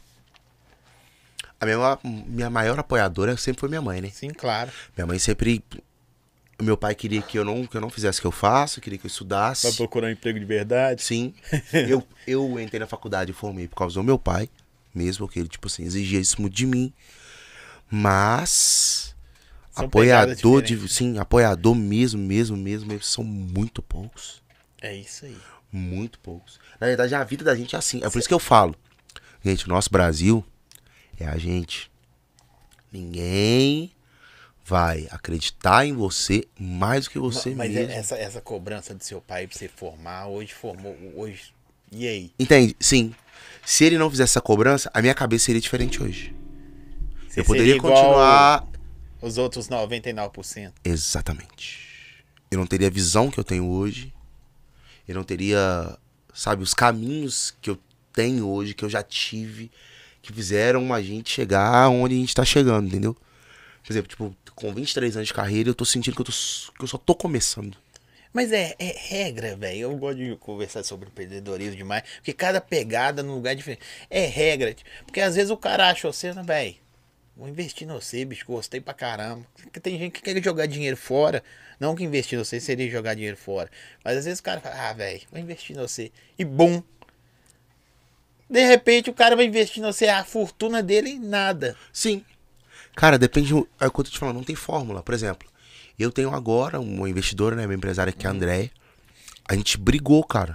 A minha maior apoiadora sempre foi minha mãe, né? Sim, claro. Minha mãe sempre... Meu pai queria que eu não fizesse o que eu faço, queria que eu estudasse. Vai procurar um emprego de verdade? Sim. eu entrei na faculdade e formei por causa do meu pai, mesmo, porque ele, tipo assim, exigia isso muito de mim. Mas... São apoiador mesmo, são muito poucos. É isso aí. Muito poucos. Na verdade, a vida da gente é assim. É por isso que eu falo. Gente, o nosso Brasil é a gente. Ninguém vai acreditar em você mais do que você mas mesmo. Mas essa cobrança do seu pai pra você formar, hoje formou, hoje... E aí? Entende? Sim. Se ele não fizesse essa cobrança, a minha cabeça seria diferente hoje. Você eu poderia continuar... Os outros 99%. Exatamente. Eu não teria a visão que eu tenho hoje. Eu não teria, sabe, os caminhos que eu tenho hoje, que eu já tive, que fizeram a gente chegar onde a gente tá chegando, entendeu? Por exemplo, tipo, com 23 anos de carreira, eu tô sentindo que eu só tô começando. Mas é regra, velho. Eu gosto de conversar sobre empreendedorismo demais, porque cada pegada num lugar diferente. É regra. Porque às vezes o cara acha você, né, velho? Vou investir em você, bicho, gostei pra caramba. Porque tem gente que quer jogar dinheiro fora. Não que investir em você seria jogar dinheiro fora. Mas às vezes o cara fala, velho, vou investir em você. E bum. De repente o cara vai investir em você, a fortuna dele em nada. Sim. Cara, depende, é o que eu tô te falando, não tem fórmula. Por exemplo, eu tenho agora uma investidora, né, minha empresária que é a Andréia. A gente brigou, cara.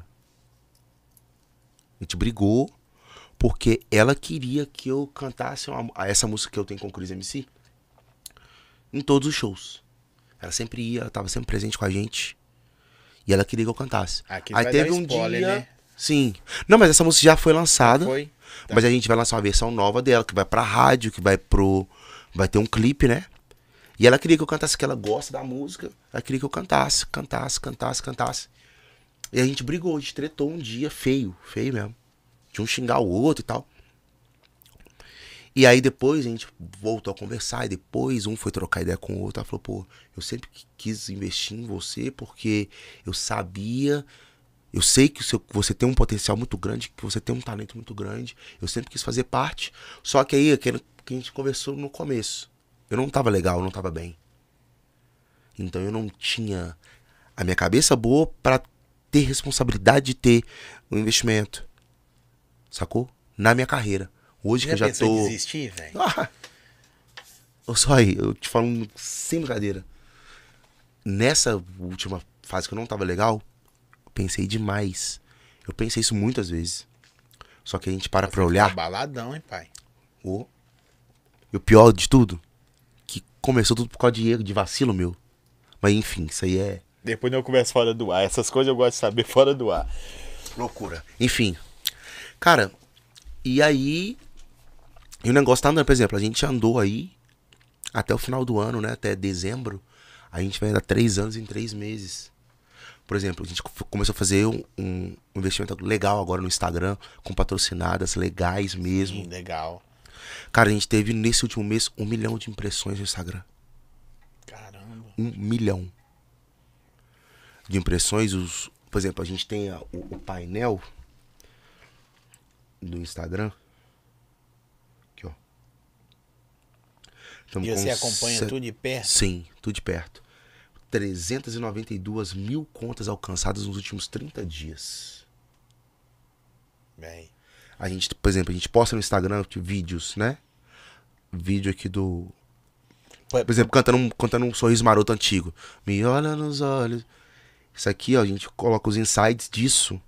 A gente brigou porque ela queria que eu cantasse essa música que eu tenho com o Chris MC em todos os shows. Ela sempre ia, ela tava sempre presente com a gente. E ela queria que eu cantasse. Aqui aí teve um spoiler, dia... né? Sim. Não, mas essa música já foi lançada. Foi? Tá. Mas a gente vai lançar uma versão nova dela, que vai pra rádio, que vai vai ter um clipe, né? E ela queria que eu cantasse, que ela gosta da música. Ela queria que eu cantasse. E a gente brigou, a gente tretou um dia feio mesmo. De um xingar o outro e tal. E aí depois a gente voltou a conversar. E depois um foi trocar ideia com o outro. Ela falou, pô, eu sempre quis investir em você porque eu sabia... Eu sei que você tem um potencial muito grande, que você tem um talento muito grande. Eu sempre quis fazer parte. Só que aí, aquilo que a gente conversou no começo. Eu não tava legal, eu não tava bem. Então eu não tinha a minha cabeça boa pra ter responsabilidade de ter um investimento. Sacou? Na minha carreira. Hoje que eu já tô... Em desistir, velho? Só aí, eu te falo sem brincadeira. Nessa última fase que eu não tava legal, eu pensei demais. Eu pensei isso muitas vezes. Só que a gente pra olhar... Baladão, hein, pai? E o pior de tudo, que começou tudo por causa de erro, de vacilo meu. Mas enfim, isso aí é... Depois eu converso fora do ar. Essas coisas eu gosto de saber fora do ar. Loucura. Enfim. Cara, e aí E o negócio tá andando, por exemplo, a gente andou aí até o final do ano, né? Até dezembro. A gente vai dar 3 anos em 3 meses. Por exemplo, a gente começou a fazer um investimento legal agora no Instagram, com patrocinadas legais mesmo. Sim, legal. Cara, a gente teve nesse último mês 1 milhão de impressões no Instagram. Caramba. 1 milhão de impressões. Por exemplo, a gente tem o painel do Instagram. Aqui, ó. E você acompanha tudo de perto? Sim, tudo de perto. 392 mil contas alcançadas nos últimos 30 dias. Bem. A gente, por exemplo, a gente posta no Instagram vídeos, né? Vídeo aqui do... Por exemplo, cantando um sorriso maroto antigo. Me olha nos olhos. Isso aqui, ó, a gente coloca os insights disso.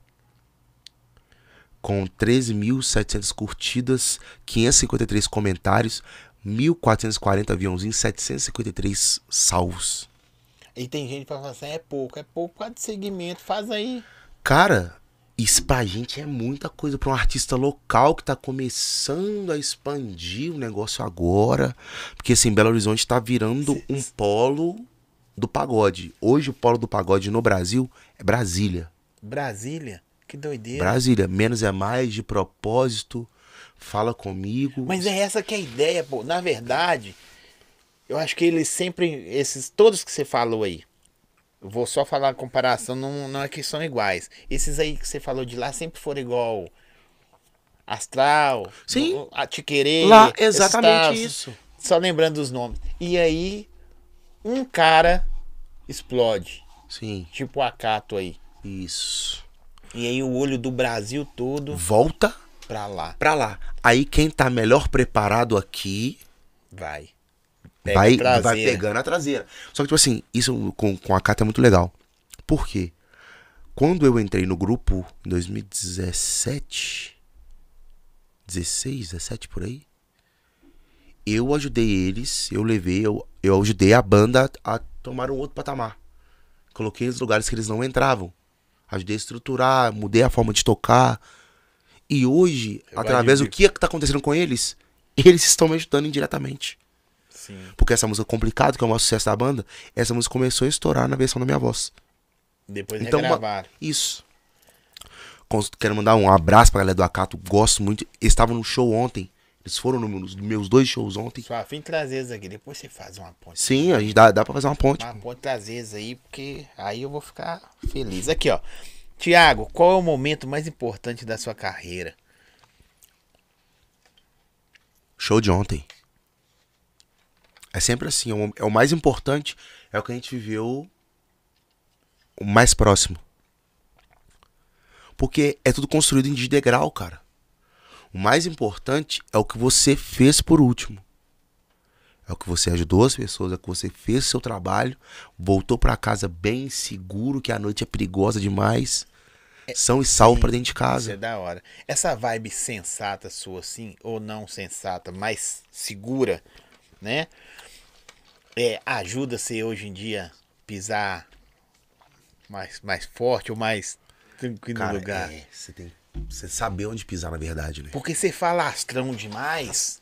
Com 13.700 curtidas, 553 comentários, 1.440 aviãozinhos, 753 salvos. E tem gente que fala assim, é pouco por causa de segmento, faz aí. Cara, isso pra gente é muita coisa pra um artista local que tá começando a expandir o negócio agora. Porque assim, Belo Horizonte tá virando um polo do pagode. Hoje o polo do pagode no Brasil é Brasília. Brasília? Que doideira. Brasília, menos é mais, de propósito, fala comigo. Mas é essa que é a ideia, pô. Na verdade, eu acho que eles sempre, todos que você falou aí, eu vou só falar a comparação, não é que são iguais. Esses aí que você falou de lá sempre foram igual Astral, Sim. A Tiquerê. Lá, exatamente isso. Só lembrando dos nomes. E aí, um cara explode. Sim. Tipo o Acato aí. Isso. E aí o olho do Brasil todo volta pra lá. Pra lá. Aí quem tá melhor preparado aqui vai pegando a traseira. Só que, tipo assim, isso com a Cata é muito legal. Por quê? Quando eu entrei no grupo em 2017, 16, 17 por aí, eu ajudei eles, eu ajudei a banda a tomar um outro patamar. Coloquei nos lugares que eles não entravam. Ajudei a estruturar, mudei a forma de tocar. E hoje, através do que tá acontecendo com eles, eles estão me ajudando indiretamente. Sim. Porque essa música Complicado, que é o maior sucesso da banda, essa música começou a estourar na versão da minha voz. Depois então, regravaram. Isso. Quero mandar um abraço pra galera do Acato, gosto muito. Eles estavam no show ontem. Eles foram nos meus 2 shows ontem. Só a fim de trazer eles aqui. Depois você faz uma ponte. Sim, a gente dá pra fazer uma ponte. Uma ponte trazer eles aí, porque aí eu vou ficar feliz. Aqui, ó. Thiago, qual é o momento mais importante da sua carreira? Show de ontem. É sempre assim. É o mais importante. É o que a gente viveu o mais próximo. Porque é tudo construído em de degrau, cara. O mais importante é o que você fez por último. É o que você ajudou as pessoas, é o que você fez o seu trabalho, voltou pra casa bem seguro, que a noite é perigosa demais, são e salvo pra dentro de casa. Isso é da hora. Essa vibe sensata sua, assim, ou não sensata, mais segura, né? Ajuda você hoje em dia pisar mais forte ou mais tranquilo no lugar. Você tem você saber onde pisar, na verdade, né? Porque você fala astrão demais.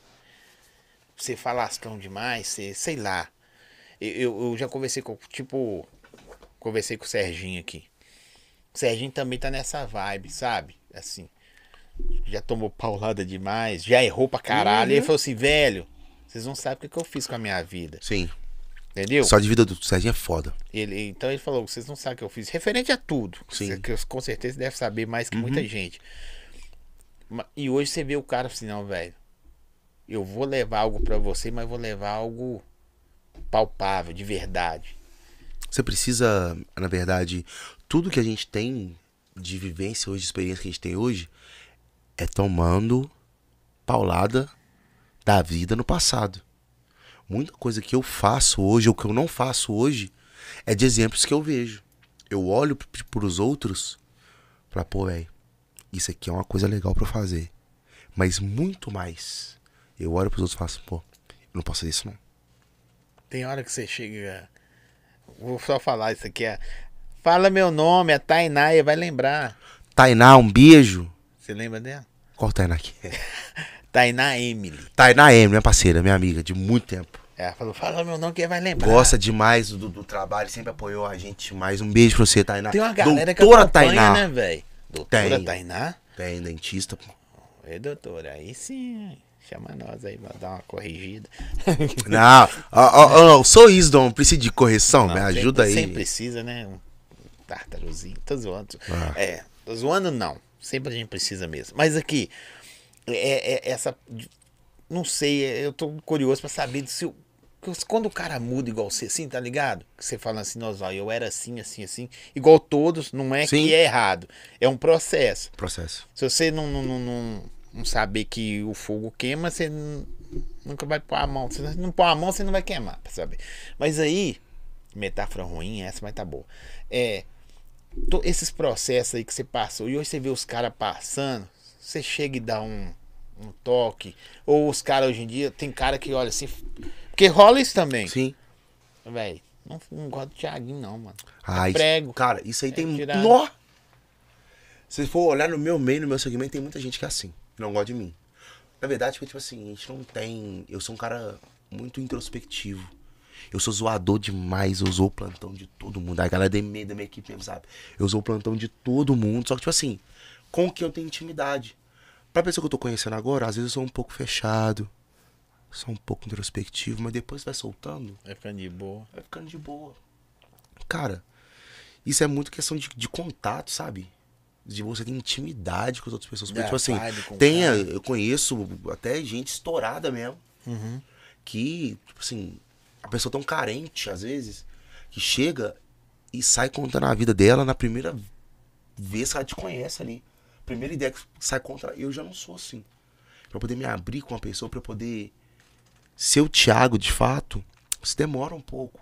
Você, sei lá. Eu já conversei com o Serginho aqui. O Serginho também tá nessa vibe, sabe? Assim, já tomou paulada demais, já errou pra caralho. E ele falou assim, velho, vocês não sabem o que eu fiz com a minha vida. Sim. Entendeu? Só de vida do Serginho é foda. Então ele falou, vocês não sabem o que eu fiz. Referente a tudo. Sim. Que com certeza deve saber mais que muita gente. E hoje você vê o cara assim, não, velho. Eu vou levar algo pra você, mas vou levar algo palpável, de verdade. Você precisa, na verdade, tudo que a gente tem de vivência hoje, de experiência que a gente tem hoje, é tomando paulada da vida no passado. Muita coisa que eu faço hoje, ou que eu não faço hoje, é de exemplos que eu vejo. Eu olho pros outros pra, pô, velho, isso aqui é uma coisa legal pra eu fazer. Mas muito mais, eu olho pros outros e falo assim, pô, eu não posso fazer isso não. Tem hora que você chega... Vou só falar isso aqui. Fala meu nome, a Tainá, vai lembrar. Tainá, um beijo. Você lembra dela? Qual Tainá que é? Tainá Emily. Tainá Emily, minha parceira, minha amiga, de muito tempo. Ela falou, fala meu nome que vai lembrar. Gosta demais do trabalho, sempre apoiou a gente mais. Um beijo pra você, Tainá. Tem uma galera doutora que acompanha, Tainá. né, velho? Doutora Tem. Tainá? Tem, dentista, pô. Oi, doutora, aí sim, chama nós aí pra dar uma corrigida. Não, sou isso, não preciso de correção, me ajuda aí. Sempre precisa, né? Um tartaruzinho, tô zoando. Tô zoando não, sempre a gente precisa mesmo. Mas aqui, essa, não sei, eu tô curioso pra saber se quando o cara muda igual você, assim, tá ligado? Que você fala assim, nossa, eu era assim, assim, assim. Igual todos, não é Sim. que é errado. É um processo. Processo. Se você não saber que o fogo queima, você nunca vai pôr a mão. Se você não pôr a mão, você não vai queimar, pra saber. Mas aí, metáfora ruim, essa mas tá boa. Esses processos aí que você passou, e hoje você vê os caras passando, você chega e dá um toque. Ou os caras hoje em dia, tem cara que olha assim. Porque rola isso também. Sim. Velho, não gosto do Thiaguinho, não, mano. Prego. Cara, isso aí tem muito. Se for olhar no meu meio, no meu segmento, tem muita gente que é assim. Não gosta de mim. Na verdade, tipo assim, a gente não tem. Eu sou um cara muito introspectivo. Eu sou zoador demais. Eu zoo o plantão de todo mundo. A galera da minha equipe mesmo, sabe? Eu zoo o plantão de todo mundo. Só que, tipo assim, com quem eu tenho intimidade. Pra pessoa que eu tô conhecendo agora, às vezes eu sou um pouco fechado. Sou um pouco introspectivo, mas depois vai soltando. Vai ficando de boa. Vai ficando de boa. Cara, isso é muito questão de contato, sabe? De você ter intimidade com as outras pessoas. Porque, tipo assim, eu conheço até gente estourada mesmo. Uhum. Que, tipo assim, a pessoa tão carente, às vezes, que chega e sai contando a vida dela na primeira vez que ela te conhece ali. Primeira ideia que sai contra. Eu já não sou assim. Pra poder me abrir com uma pessoa, pra eu poder ser o Thiago de fato, isso demora um pouco.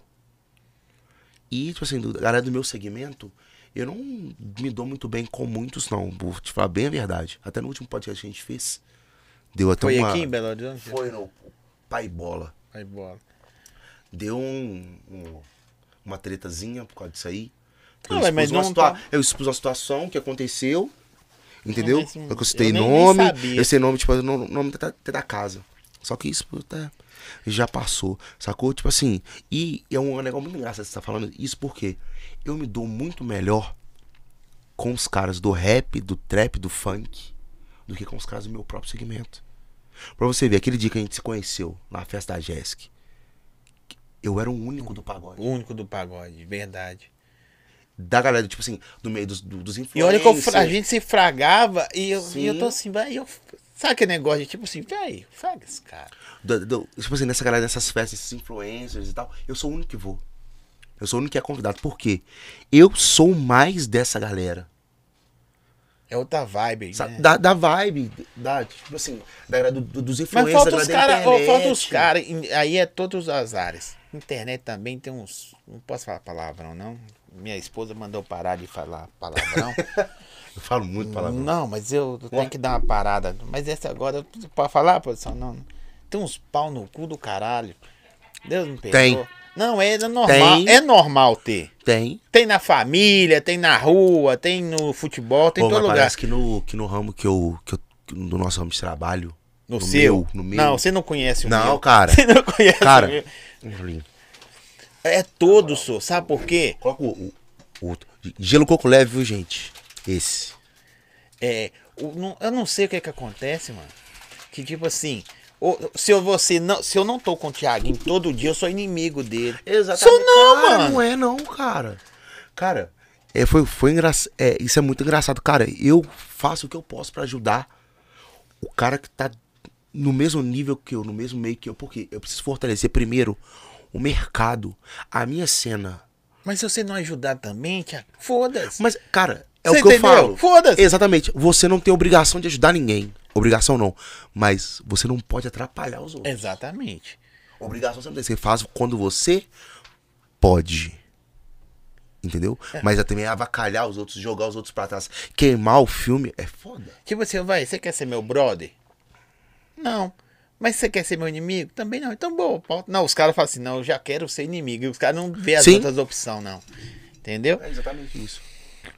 E, tipo assim, a galera do meu segmento, eu não me dou muito bem com muitos, não. Vou te falar bem a verdade. Até no último podcast que a gente fez, deu até Foi aqui em Belo Horizonte? Foi no Pai Bola. Pai Bola. Deu uma tretazinha por causa disso aí. Eu expus uma situação que aconteceu, entendeu? Eu citei nome, eu sei nome, tipo, o nome da casa. Só que isso até já passou, sacou? Tipo assim, e é um negócio muito engraçado você tá falando isso porque eu me dou muito melhor com os caras do rap, do trap, do funk, do que com os caras do meu próprio segmento. Pra você ver, aquele dia que a gente se conheceu na festa da Jéssica, eu era o único do pagode. O único do pagode, verdade. Da galera, tipo assim, do meio dos influencers. E olha que a gente se fragava e eu tô assim, vai, sabe aquele negócio de tipo assim, velho, fraga esse cara. Tipo assim, nessa galera, nessas festas, esses influencers e tal, eu sou o único que vou. Eu sou o único que é convidado. Por quê? Eu sou mais dessa galera. É outra vibe, né? Da vibe, tipo assim, da galera dos influencers. Mas falta os caras, aí é todas as áreas. Internet também tem uns, não posso falar palavrão, não. Minha esposa mandou parar de falar palavrão. Eu falo muito palavrão. Não, mas eu tenho que dar uma parada. Mas essa agora, pode falar, produção? Não. Tem uns pau no cu do caralho. Deus me perdoa. Tem. Não, é normal. É normal ter. Tem. Tem na família, tem na rua, tem no futebol, tem em todo lugar. Parece que no ramo que eu no nosso ramo de trabalho. No seu? No meu. Não, você não conhece o meu. Não, cara. Você não conhece cara, o meu. É todo, só. Sabe por quê? Coloca o gelo coco leve, viu, gente? Esse. Eu não sei o que acontece, mano. Que tipo assim, se eu não tô com o Thiaguinho todo dia, eu sou inimigo dele. Exatamente. Sou não, cara, mano. Não é não, cara. Cara, foi engraçado. Isso é muito engraçado. Cara, eu faço o que eu posso pra ajudar o cara que tá no mesmo nível que eu, no mesmo meio que eu. Porque eu preciso fortalecer primeiro o mercado, a minha cena. Mas se você não ajudar também, Thiago, foda-se. Mas, cara, é você o que entendeu? eu falo. Foda-se. Exatamente. Você não tem obrigação de ajudar ninguém. Obrigação não. Mas você não pode atrapalhar os outros. Exatamente. Obrigação você não tem. Você faz quando você pode. Entendeu? Mas é também avacalhar os outros, jogar os outros pra trás. Queimar o filme é foda. Tipo assim, você quer ser meu brother? Não. Mas você quer ser meu inimigo? Também não. Então, boa. Não, os caras falam assim, não, eu já quero ser inimigo. E os caras não vê as outras opções, não. Entendeu? É exatamente isso.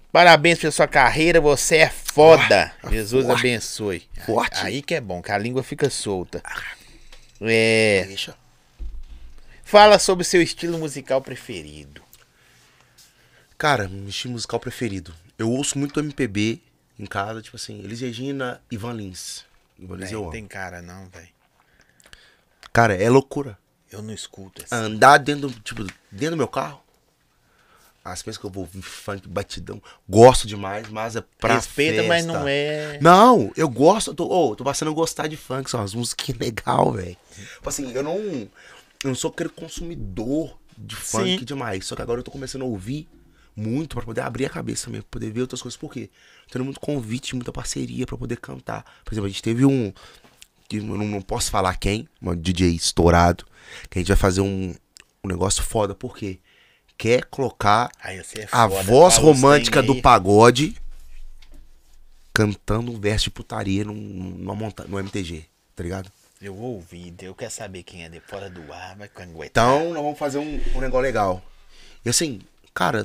Parabéns pela sua carreira, você é foda. Jesus forte. abençoe. Forte. Aí que é bom, que a língua fica solta. É. Deixa. Fala sobre o seu estilo musical preferido. Cara, meu estilo musical preferido. Eu ouço muito MPB em casa, tipo assim, Elis Regina, Ivan Lins. Ivan Lins eu Não amo. tem cara não, velho. Cara, é loucura. Eu não escuto assim. Andar dentro do meu carro. As vezes que eu vou ouvir funk, batidão. Gosto demais, mas é pra Respeita, festa. mas não é. Não, eu gosto. Tô passando a gostar de funk. São umas músicas legal, velho. Tipo assim, eu não sou aquele consumidor de funk Sim. demais. Só que agora eu tô começando a ouvir muito pra poder abrir a cabeça mesmo, pra poder ver outras coisas. Por quê? Tendo muito convite, muita parceria pra poder cantar. Por exemplo, a gente teve eu não posso falar quem, um DJ estourado, que a gente vai fazer um negócio foda. Por quê? Quer colocar Aí você é a foda, voz fala os romântica trem do aí. pagode cantando um verso de putaria no MTG, tá ligado? Eu ouvi, eu quero saber quem é de fora do ar, vai canguetar. Então, nós vamos fazer um negócio legal. E assim, cara,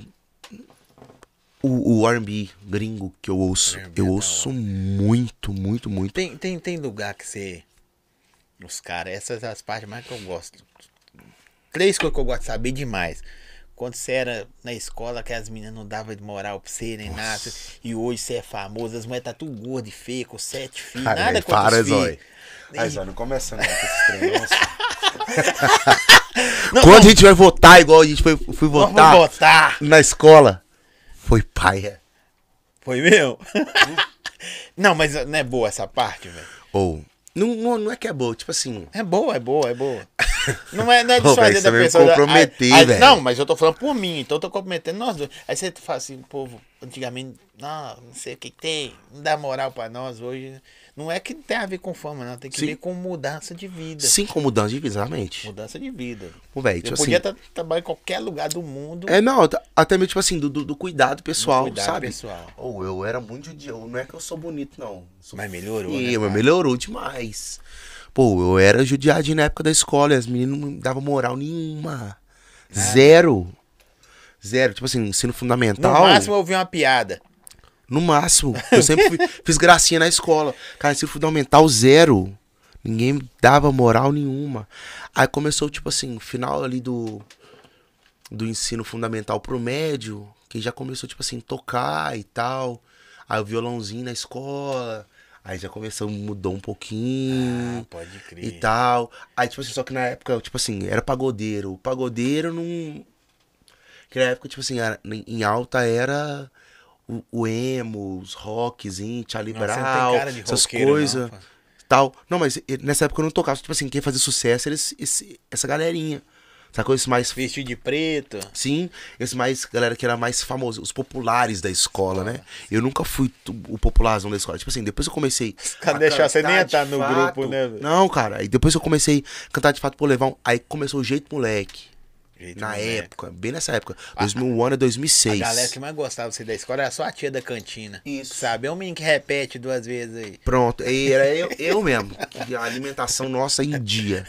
o R&B gringo que eu ouço, R&B eu é da ouço muito, muito, muito. Tem lugar que você. Os caras, essas são as partes mais que eu gosto. 3 coisas que eu gosto de saber demais. Quando você era na escola, que as meninas não davam moral pra você, nem nada. E hoje você é famoso, as mulheres tá tudo gordas e feia, com 7 filhos, Cara, nada aí, contra para, os Zói. filhos. Aí, Zói, não começa não com esses treinos. Não, Quando não, a gente vai votar, igual a gente fui vamos votar votar. na escola, foi paia. Foi meu? Não, mas não é boa essa parte, velho. Ou, não é que é boa, tipo assim... É boa, é boa, é boa. Não é Ô, desfazer velho, da você vai me pessoa. comprometer, Aí, velho. não, mas eu tô falando por mim, então eu tô comprometendo nós dois. Aí você fala assim, povo, antigamente, não sei o que tem, não dá moral pra nós hoje. Não é que tem a ver com fama, não. Tem que Sim. ver com mudança de vida. Sim, com mudança de vida, exatamente. Mudança de vida. Ô, velho, Eu tipo podia assim... trabalhar em qualquer lugar do mundo. Não, até mesmo, tipo assim, do cuidado pessoal, cuidado sabe? pessoal. Ou eu era muito judiado. Não é que eu sou bonito, não. Sou Mas melhorou, feio, né, mas pai? melhorou demais. Pô, eu era judiadinho na época da escola e as meninas não me davam moral nenhuma. Zero. Tipo assim, ensino No fundamental. máximo eu ouvi uma piada. No máximo. Eu sempre fiz gracinha na escola. Cara, ensino fundamental, zero. Ninguém me dava moral nenhuma. Aí começou, tipo assim, final ali do ensino fundamental pro médio, que já começou, tipo assim, tocar e tal. Aí o violãozinho na escola. Aí já começou, mudou um pouquinho. Pode crer. E tal. Aí, tipo assim, só que na época, tipo assim, era pagodeiro. O pagodeiro não... Que na época, tipo assim, em alta era o emo, os rockzinho, Charlie Não, você não tem Brown, cara de essas roqueiro, coisas, não, pá. tal. Não, mas nessa época eu não tocava. Tipo assim, quem fazia sucesso era essa galerinha. Sacou? Esse mais... Vestido de preto. Sim, esse mais, galera que era mais famoso, os populares da escola, né? Eu nunca fui o popularzão da escola. Tipo assim, depois eu comecei. Cara, a deixar você cantar nem de entrar no fato. grupo, né, velho? Não, cara. Aí depois eu comecei a cantar de fato por levar um. Aí começou o Jeito Moleque. Jeito Na moleque. época, bem nessa época. 2001 a 2006. A galera que mais gostava de você da escola era só a tia da cantina. Isso. Sabe? É um menino que repete 2 vezes aí. Pronto, aí era eu mesmo. A alimentação nossa em dia.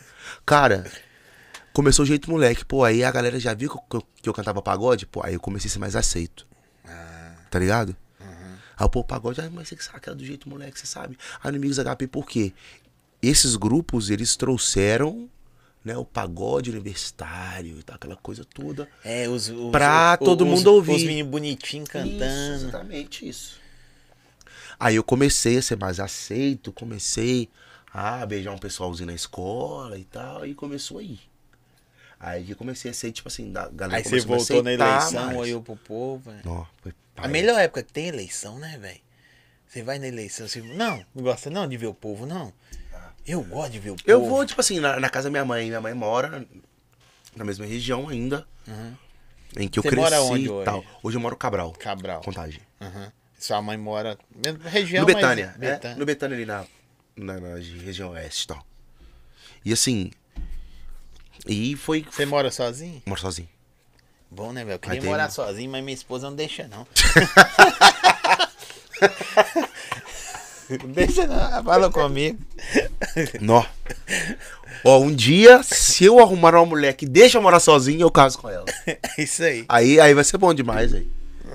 Cara, começou o Jeito Moleque. Pô, aí a galera já viu que eu cantava pagode. Pô, aí eu comecei a ser mais aceito. Tá ligado? Aí pô, o pagode, mas você que sabe que era do Jeito Moleque, você sabe. Aí no Amigos HP, por quê? Esses grupos, eles trouxeram, né, o pagode universitário e tal, aquela coisa toda. É, Pra todo mundo ouvir. Os meninos bonitinhos Isso, cantando. exatamente isso. Aí eu comecei a ser mais aceito, comecei a beijar um pessoalzinho na escola e tal, e começou aí. Aí que eu comecei a ser, tipo assim, da galera Aí você começou a me voltou na aceitar eleição, mais. olhou pro povo. Né? Ó, foi A paia. melhor época que tem eleição, né, velho? Você vai na eleição, você... Não gosta não de ver o povo, não? Eu gosto de ver o povo. Eu vou, tipo assim, na casa da minha mãe. Minha mãe mora na mesma região ainda. Em que eu Você cresci mora onde e hoje? tal. Hoje eu moro em Cabral. Cabral. Contagem. Uhum. Sua mãe mora... Mesma região, No Betânia. mas... Betânia. No Betânia ali na região oeste e tal. E assim... E foi... Você mora sozinho? Moro sozinho. Bom, né, velho? Eu queria Aí tem- morar sozinho, mas minha esposa não deixa, não. Não deixa, não. Fala comigo. Nó. Ó, um dia, se eu arrumar uma mulher que deixa eu morar sozinho, eu caso com ela. É isso aí. Aí vai ser bom demais, aí.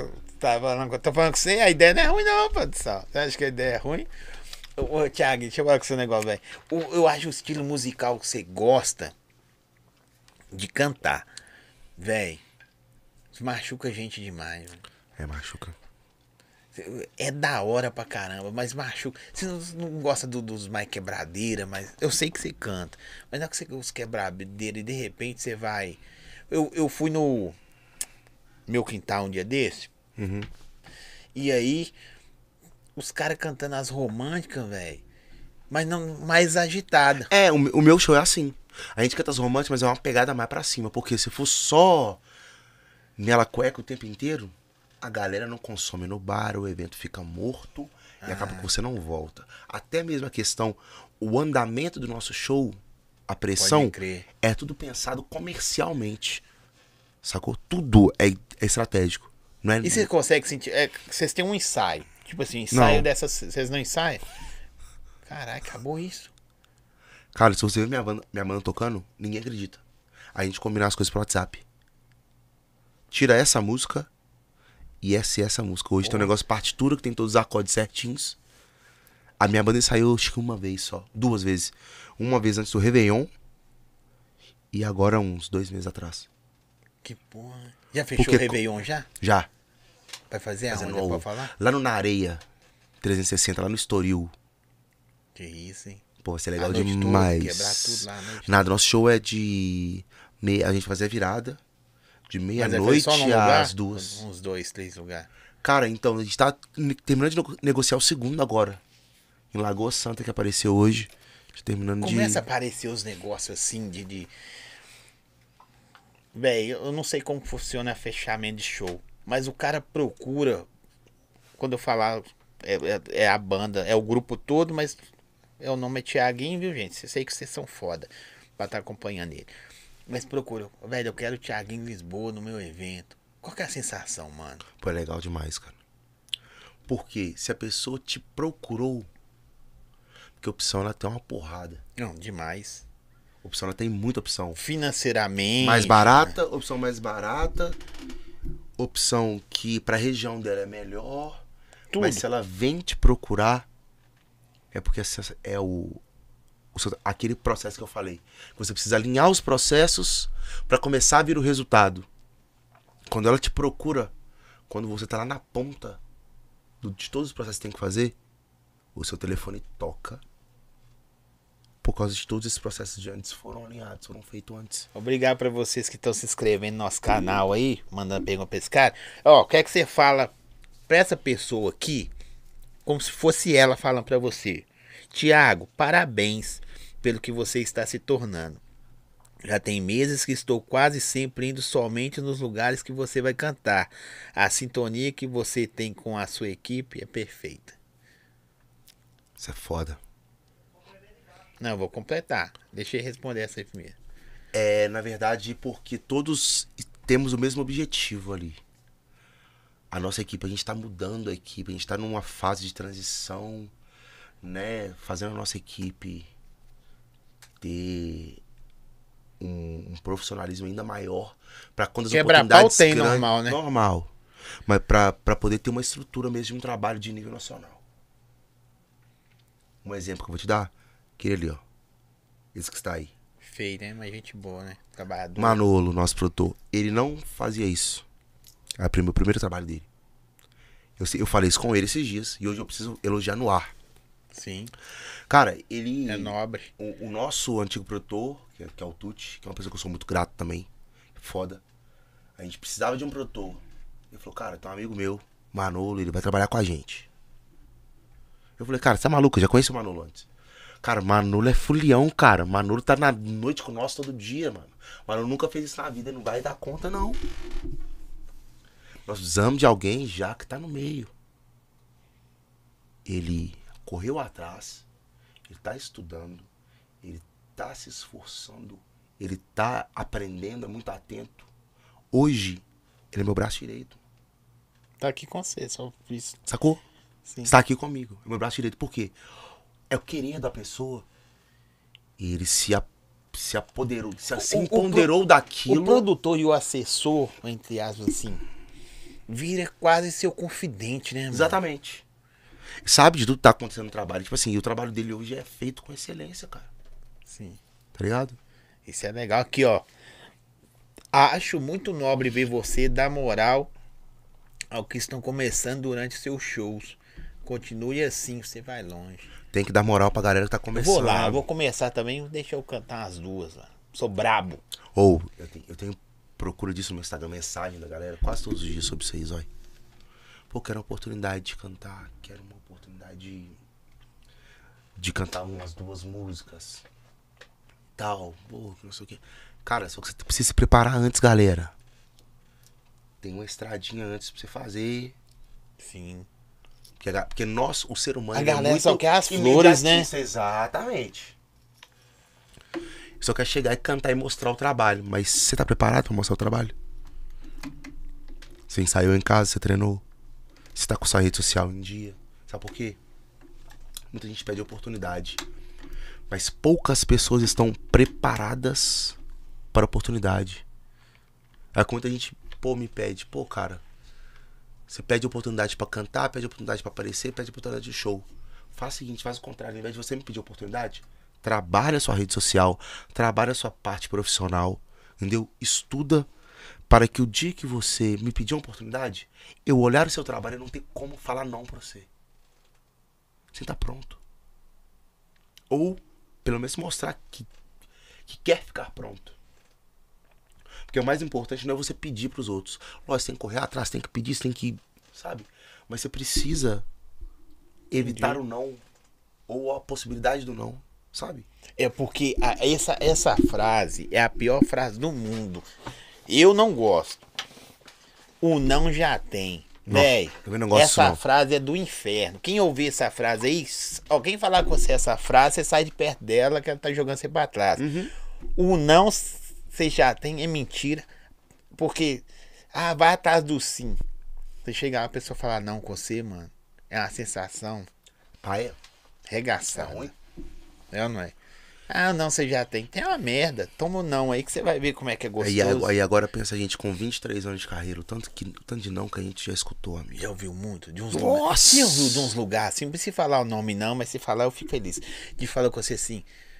tô falando com você, a ideia não é ruim não, produção. Você acha que a ideia é ruim? Ô, Thiago, deixa eu falar com seu negócio, velho. Eu acho o estilo musical que você gosta de cantar, velho, machuca a gente demais, velho. Machuca. É da hora pra caramba, mas machuca. Você não gosta dos mais quebradeira, mas eu sei que você canta. Mas não é que você os quebradeira e de repente você vai. Eu fui no meu quintal um dia desse. Uhum. E aí, os caras cantando as românticas, velho. Mas não mais agitada. O meu show é assim. A gente canta as românticas, mas é uma pegada mais pra cima. Porque se for só nela cueca o tempo inteiro, a galera não consome no bar, o evento fica morto e acaba que você não volta. Até mesmo a questão, o andamento do nosso show, a pressão, é tudo pensado comercialmente. Sacou? Tudo é estratégico. Não é... E você consegue sentir... vocês têm um ensaio. Tipo assim, ensaio dessas... Vocês não ensaiam? Caralho, acabou isso. Cara, se você ver minha banda tocando, ninguém acredita. A gente combina as coisas pro WhatsApp. Tira essa música e essa música. Hoje tem um negócio de partitura que tem todos os acordes certinhos. A minha banda ensaiou acho que uma vez só. 2 vezes. Uma vez antes do Réveillon e agora uns 2 meses atrás. Que porra. Já fechou o Réveillon já? Já. Vai fazer aonde? Pode falar? Lá no Na Areia 360, lá no Estoril. Que isso, hein? Pô, vai ser legal demais. Quebrar tudo lá, Nada, nosso show é de... A gente fazia virada. De meia-noite às 2. Uns 2, 3 lugares. Cara, então, a gente tá terminando de negociar o segundo agora. Em Lagoa Santa, que apareceu hoje. Começa a aparecer os negócios assim de... Véi, eu não sei como funciona fechamento de show. Mas o cara procura... Quando eu falar... É a banda, é o grupo todo, mas... O nome é Thiaguinho, viu, gente? Eu sei que vocês são foda pra estar acompanhando ele. Mas procura, velho, eu quero o Thiaguinho em Lisboa no meu evento. Qual que é a sensação, mano? Pô, é legal demais, cara. Porque se a pessoa te procurou, porque a opção ela tem uma porrada. Não, demais. A opção ela tem muita opção. Financeiramente. Mais barata, né? Opção mais barata. Opção que pra região dela é melhor. Tudo. Mas se ela vem te procurar, é porque é aquele processo que eu falei. Você precisa alinhar os processos para começar a vir o resultado. Quando ela te procura, quando você tá lá na ponta de todos os processos que tem que fazer, o seu telefone toca. Por causa de todos esses processos de antes foram alinhados, foram feitos antes. Obrigado para vocês que estão se inscrevendo no nosso canal aí, mandando pergunta pra esse cara. Ó, o que é que você fala pra essa pessoa aqui, como se fosse ela falando pra você? Thiago, parabéns pelo que você está se tornando. Já tem meses que estou quase sempre indo somente nos lugares que você vai cantar. A sintonia que você tem com a sua equipe é perfeita. Isso é foda. Não, eu vou completar. Deixa eu responder essa aí primeiro. Na verdade, porque todos temos o mesmo objetivo ali. A nossa equipe, a gente tá mudando a equipe, a gente tá numa fase de transição, né? Fazendo a nossa equipe ter um profissionalismo ainda maior para quando as oportunidades tem normal, né? Normal. Mas para poder ter uma estrutura mesmo de um trabalho de nível nacional. Um exemplo que eu vou te dar, aquele ali, ó. Esse que está aí. Feio, né? Mas gente boa, né? Trabalhador. Manolo, nosso produtor, ele não fazia isso. É o primeiro trabalho dele. Eu falei isso com ele esses dias e hoje eu preciso elogiar no ar. Sim. Cara, ele... É nobre. O nosso antigo produtor, que é o Tuti, que é uma pessoa que eu sou muito grato também. Foda. A gente precisava de um produtor. Ele falou, cara, tem um amigo meu, Manolo, ele vai trabalhar com a gente. Eu falei, cara, você é maluco? Eu já conheci o Manolo antes. Cara, Manolo é fulião, cara. Manolo tá na noite com nós todo dia, mano. Manolo nunca fez isso na vida, não vai dar conta, não. Nós precisamos de alguém já que tá no meio. Ele correu atrás, ele tá estudando, ele tá se esforçando, ele tá aprendendo, é muito atento. Hoje, ele é meu braço direito. Tá aqui com você, só isso. Sacou? Sim. Está aqui comigo, é meu braço direito. Por quê? É o querer da pessoa. E ele se apoderou, se empoderou daquilo. O produtor e o assessor, entre aspas, assim, vira quase seu confidente, né, mano? Exatamente. Sabe de tudo que tá acontecendo no trabalho. Tipo assim, e o trabalho dele hoje é feito com excelência, cara. Sim. Tá ligado? Isso é legal. Aqui, ó. Acho muito nobre ver você dar moral ao que estão começando durante seus shows. Continue assim, você vai longe. Tem que dar moral pra galera que tá Eu começando. vou lá, eu vou começar também. Deixa eu cantar as duas, mano. Sou brabo. Ou, eu tenho procura disso no meu Instagram, mensagem da galera, quase todos os dias sobre isso aí, Zói. Pô, quero uma oportunidade de cantar, quero uma oportunidade de cantar umas 2 músicas. Tal, pô, não sei o que. Cara, só que você precisa se preparar antes, galera. Tem uma estradinha antes pra você fazer. Sim. Porque nós, o ser humano, A ele galera é muito só quer as flores, né? imediatista. Exatamente. Só quer chegar e cantar e mostrar o trabalho. Mas você tá preparado pra mostrar o trabalho? Você ensaiou em casa, você treinou. Você tá com sua rede social em dia. Sabe por quê? Muita gente pede oportunidade. Mas poucas pessoas estão preparadas para a oportunidade. Aí muita gente, pô, me pede, pô, cara, você pede oportunidade pra cantar, pede oportunidade pra aparecer, pede oportunidade de show. Faz o seguinte, faz o contrário. Ao invés de você me pedir oportunidade, trabalha a sua rede social, trabalha a sua parte profissional, entendeu? Estuda para que o dia que você me pedir uma oportunidade, eu olhar o seu trabalho e não ter como falar não pra você. Você tá pronto. Ou, pelo menos, mostrar que quer ficar pronto. Porque o mais importante não é você pedir pros outros. Lógico, você tem que correr atrás, tem que pedir, você tem que... Sabe? Mas você precisa evitar o não. Ou a possibilidade do não. Sabe? É porque essa frase é a pior frase do mundo. Eu não gosto. O não já tem. Véi, também não gosto disso, essa não. frase é do inferno. Quem ouvir essa frase aí, alguém falar com você essa frase, você sai de perto dela que ela tá jogando você pra trás. O não você já tem é mentira. Porque, vai atrás do sim. Você chegar uma pessoa falar não com você, mano, é uma sensação Paia. regaçada. É ruim. É ou não é? Não, você já tem. Tem uma merda. Toma o não aí que você vai ver como é que é gostoso. Aí agora pensa a gente com 23 anos de carreira, o tanto de não que a gente já escutou, amigo. Já ouviu muito? De uns Nossa! lugares. Você já ouviu de uns lugares assim? Não precisa falar o nome não, mas se falar eu fico feliz. De falar com você assim,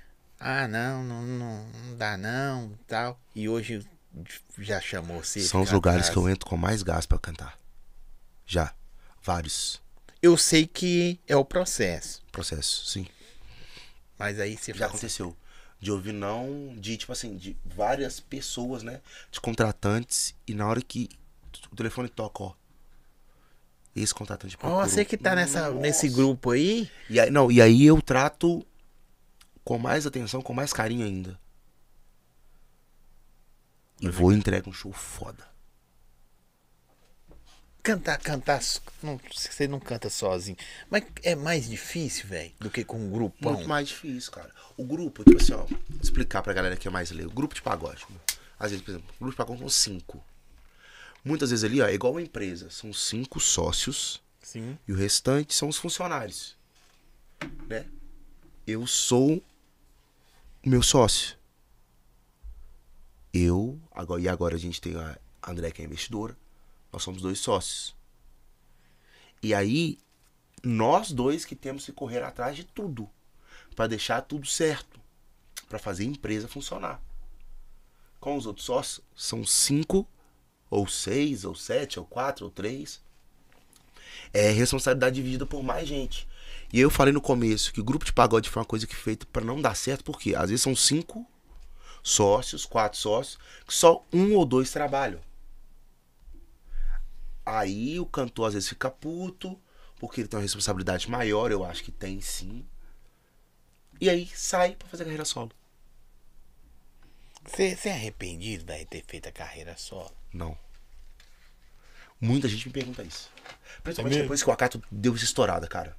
não dá não, tal. E hoje já chamou você. São os lugares que eu entro com mais gás pra cantar. Já. Vários. Eu sei que é o processo. Processo, sim. Mas aí você Já aconteceu. De ouvir não, de tipo assim, de várias pessoas, né? De contratantes. E na hora que o telefone toca, ó. Esse contratante procurou. Você que tá nesse grupo aí? E aí, não, e aí eu trato com mais atenção, com mais carinho ainda. E vou entregar um show foda. Cantar, você não canta sozinho. Mas é mais difícil, velho, do que com um grupão. Muito mais difícil, cara. O grupo, tipo assim, ó, explicar pra galera que é mais leigo. Grupo de pagode. Às vezes, por exemplo, grupo de pagode são 5. Muitas vezes ali, ó, é igual uma empresa. São 5 sócios. Sim. E o restante são os funcionários. Né? Eu sou o meu sócio. E agora a gente tem a André, que é investidora. Nós somos 2 sócios. E aí, nós 2 que temos que correr atrás de tudo. Pra deixar tudo certo. Pra fazer a empresa funcionar. Com os outros sócios, são 5, ou 6, ou 7, ou 4, ou 3. É responsabilidade dividida por mais gente. E eu falei no começo que o grupo de pagode foi uma coisa que feita pra não dar certo. Porque às vezes são 5 sócios, 4 sócios, que só 1 ou 2 trabalham. Aí o cantor às vezes fica puto, porque ele tem uma responsabilidade maior, eu acho que tem sim. E aí sai pra fazer carreira solo. Você é arrependido de ter feito a carreira solo? Não. Muita gente me pergunta isso. Principalmente depois que o Akato deu essa estourada, cara.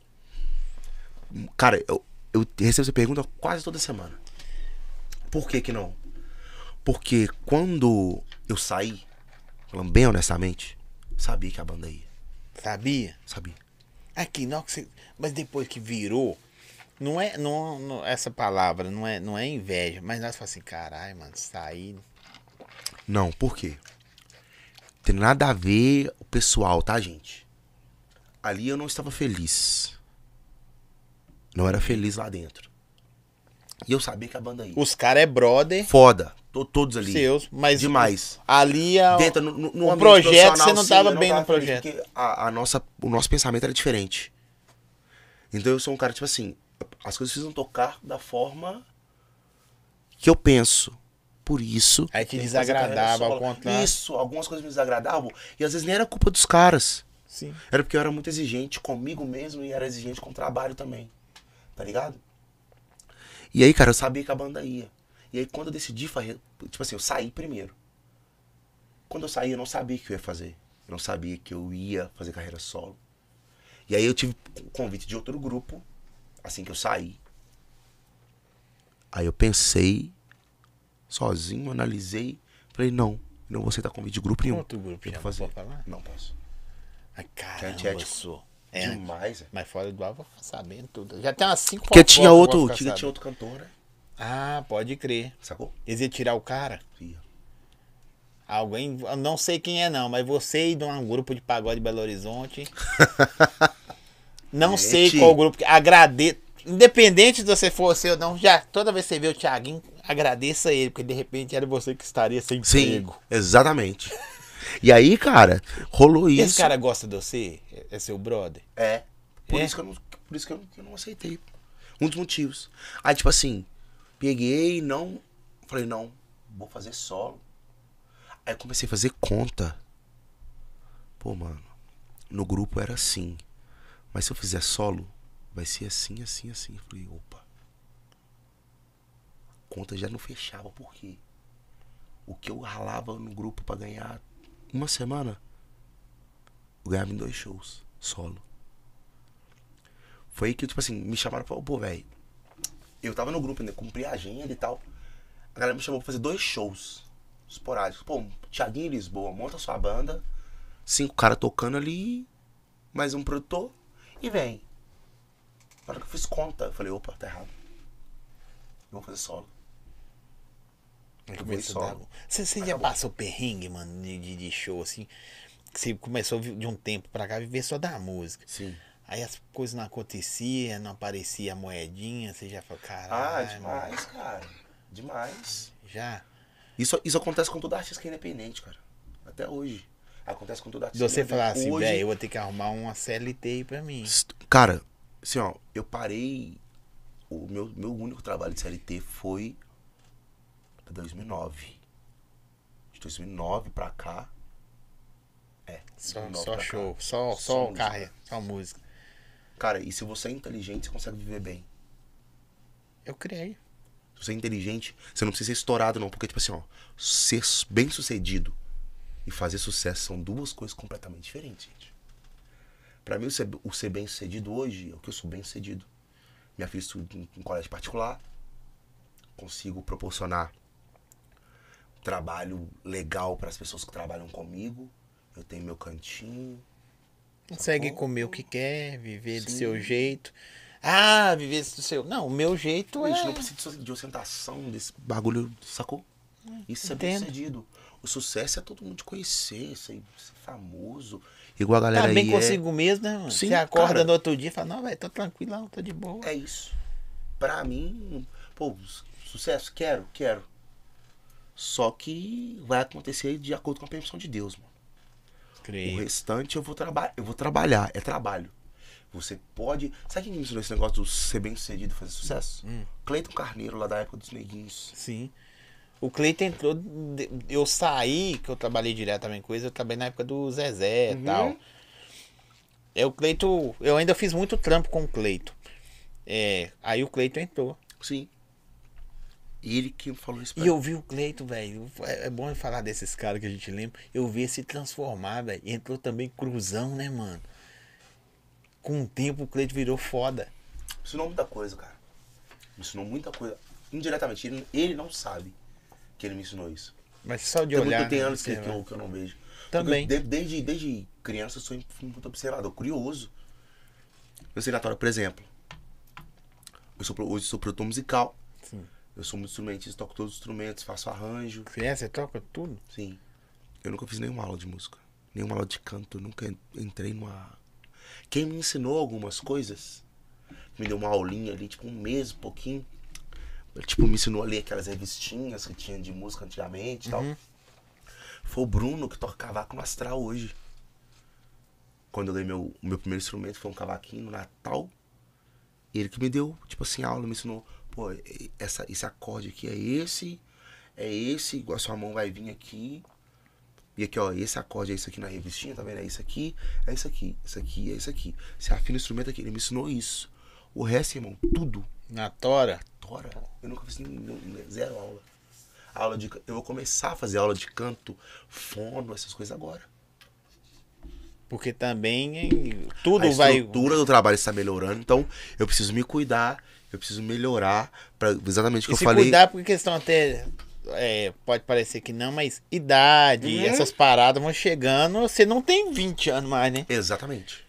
Cara, eu recebo essa pergunta quase toda semana. Por que não? Porque quando eu saí, falando bem honestamente, sabia que a banda ia. Sabia? Sabia. Aqui, não que você... Mas depois que virou, não é essa palavra, não é inveja, mas nós falamos assim, caralho, mano, saí. Não, por quê? tem nada a ver o pessoal, tá, gente? Ali eu não estava feliz. Não era feliz lá dentro. E eu sabia que a banda ia. Os caras é brother. Foda. Todos ali. Seus, mas demais. Ali dentro, no o projeto você não tava sim, bem não no projeto. Porque o nosso pensamento era diferente. Então eu sou um cara, tipo assim, as coisas precisam tocar da forma que eu penso. Por isso. Aí te desagradava ao contrário. Isso, algumas coisas me desagradavam. E às vezes nem era culpa dos caras. Sim. Era porque eu era muito exigente comigo mesmo e era exigente com o trabalho também. Tá ligado? E aí, cara, eu sabia que a banda ia. E aí quando eu decidi fazer, tipo assim, eu saí primeiro. Quando eu saí, eu não sabia o que eu ia fazer. Eu não sabia que eu ia fazer carreira solo. E aí eu tive o convite de outro grupo, assim que eu saí. Aí eu pensei, sozinho, analisei, falei, não vou aceitar convite de grupo nenhum. Outro grupo já não fazer. pode falar? Não posso. Ai, Que caramba, antiético. sou. Demais, Mas fora do ar, eu vou ficar sabendo tudo. Já tem umas 5 porque tinha outro cantor, né? Ah, pode crer. Sacou? Eles iam tirar o cara? Ia. Alguém, eu não sei quem é não, mas você e de um grupo de pagode de Belo Horizonte. Não sei qual grupo. Agradeço. Independente de você for ou não, já toda vez que você vê o Thiaguinho, agradeça ele, porque de repente era você que estaria sem emprego. Sim, exatamente. E aí, cara, rolou isso. Esse cara gosta de você? É seu brother? É. Por isso que eu não aceitei. Um dos motivos. Aí, tipo assim, peguei, falei, não, vou fazer solo. Aí comecei a fazer conta. Pô, mano, no grupo era assim. Mas se eu fizer solo, vai ser assim, assim, assim. Eu falei, opa. A conta já não fechava, por quê? O que eu ralava no grupo pra ganhar uma semana, eu ganhava em 2 shows, solo. Foi aí que, tipo assim, me chamaram e falaram, pô, velho, eu tava no grupo ainda, cumpri a agenda e tal. A galera me chamou pra fazer 2 shows esporádicos. Pô, Thiaguinho em Lisboa, monta sua banda, 5 caras tocando ali, mais um produtor, e vem. Na hora que eu fiz conta, eu falei, opa, tá errado. Eu vou fazer solo. Você já passou perrengue, mano, de show, assim? Que você começou de um tempo pra cá viver só da música. Sim. Aí as coisas não aconteciam, não aparecia a moedinha, você já falou, caralho. Demais, mano. Cara. Demais. Já? Isso acontece com todo artista que é independente, cara. Até hoje. Acontece com todo artista. Você falar assim, hoje, velho, eu vou ter que arrumar uma CLT aí pra mim. Cara, assim, ó, eu parei. O meu único trabalho de CLT foi 2009. De 2009 pra cá. Só show. Só carro, só música. Cara, e se você é inteligente, você consegue viver bem. Eu creio. Se você é inteligente, você não precisa ser estourado, não. Porque, tipo assim, ó, ser bem sucedido e fazer sucesso são 2 coisas completamente diferentes, gente. Pra mim, o ser bem sucedido hoje é o que eu sou bem sucedido. Minha filha estuda em colégio particular. Consigo proporcionar trabalho legal para as pessoas que trabalham comigo. Eu tenho meu cantinho. Consegue comer o que quer, viver do seu jeito. Ah, viver do seu... Não, o meu jeito A gente não precisa de ostentação, desse bagulho, sacou? Isso é bem sucedido. O sucesso é todo mundo te conhecer, ser famoso. Igual a galera aí. Tá bem consigo mesmo, né, mano? Sim, você acorda cara, no outro dia e fala, não, velho, tô tranquilão, tô de boa. É isso. Pra mim, pô, sucesso, quero. Só que vai acontecer de acordo com a permissão de Deus, mano. Creio. O restante eu vou trabalhar, é trabalho. Você pode... Sabe quem me ensinou esse negócio de ser bem sucedido e fazer sucesso? Cleiton Carneiro, lá da época dos Neguinhos. Sim. O Cleiton entrou... Eu saí, que eu trabalhei direto também com eu trabalhei na época do Zezé e tal. O Cleiton... Eu ainda fiz muito trampo com o Cleiton. Aí o Cleiton entrou. Sim. E ele que falou isso pra E eu vi o Cleiton, velho. É bom falar desses caras que a gente lembra. Eu vi ele se transformar, velho. Entrou também Cruzão, né, mano? Com o tempo o Cleiton virou foda. Me ensinou muita coisa, cara. Me ensinou muita coisa. Indiretamente, ele não sabe que ele me ensinou isso. Mas só de olhar... Tem anos que eu não vejo. Também. Desde criança eu sou muito observador, curioso. Eu sei na tora, por exemplo. Hoje sou produtor musical. Sim. Eu sou muito instrumentista, toco todos os instrumentos, faço arranjo. Você toca tudo? Sim. Eu nunca fiz nenhuma aula de música. Nenhuma aula de canto. Eu nunca entrei numa... Quem me ensinou algumas coisas, me deu uma aulinha ali, tipo um mês, um pouquinho. Tipo, me ensinou ali aquelas revistinhas que tinha de música antigamente e tal. Foi o Bruno que toca cavaco no Astral hoje. Quando eu ganhei o meu primeiro instrumento, foi um cavaquinho no Natal. Ele que me deu, tipo assim, aula, me ensinou, pô, esse acorde aqui é esse, igual a sua mão vai vir aqui. E aqui, ó, esse acorde é isso aqui na revistinha, tá vendo? É isso aqui, é isso aqui, isso aqui, é isso aqui. Você afina o instrumento aqui, ele me ensinou isso. O resto, irmão, tudo. Na tora? Tora. Eu nunca fiz zero aula. Eu vou começar a fazer aula de canto, fono, essas coisas agora. Porque também tudo a vai... A estrutura do trabalho está melhorando, então eu preciso me cuidar, eu preciso melhorar para exatamente o que eu falei. Cuidar porque questão até... pode parecer que não, mas idade, essas paradas vão chegando, você não tem 20 anos mais, né? Exatamente.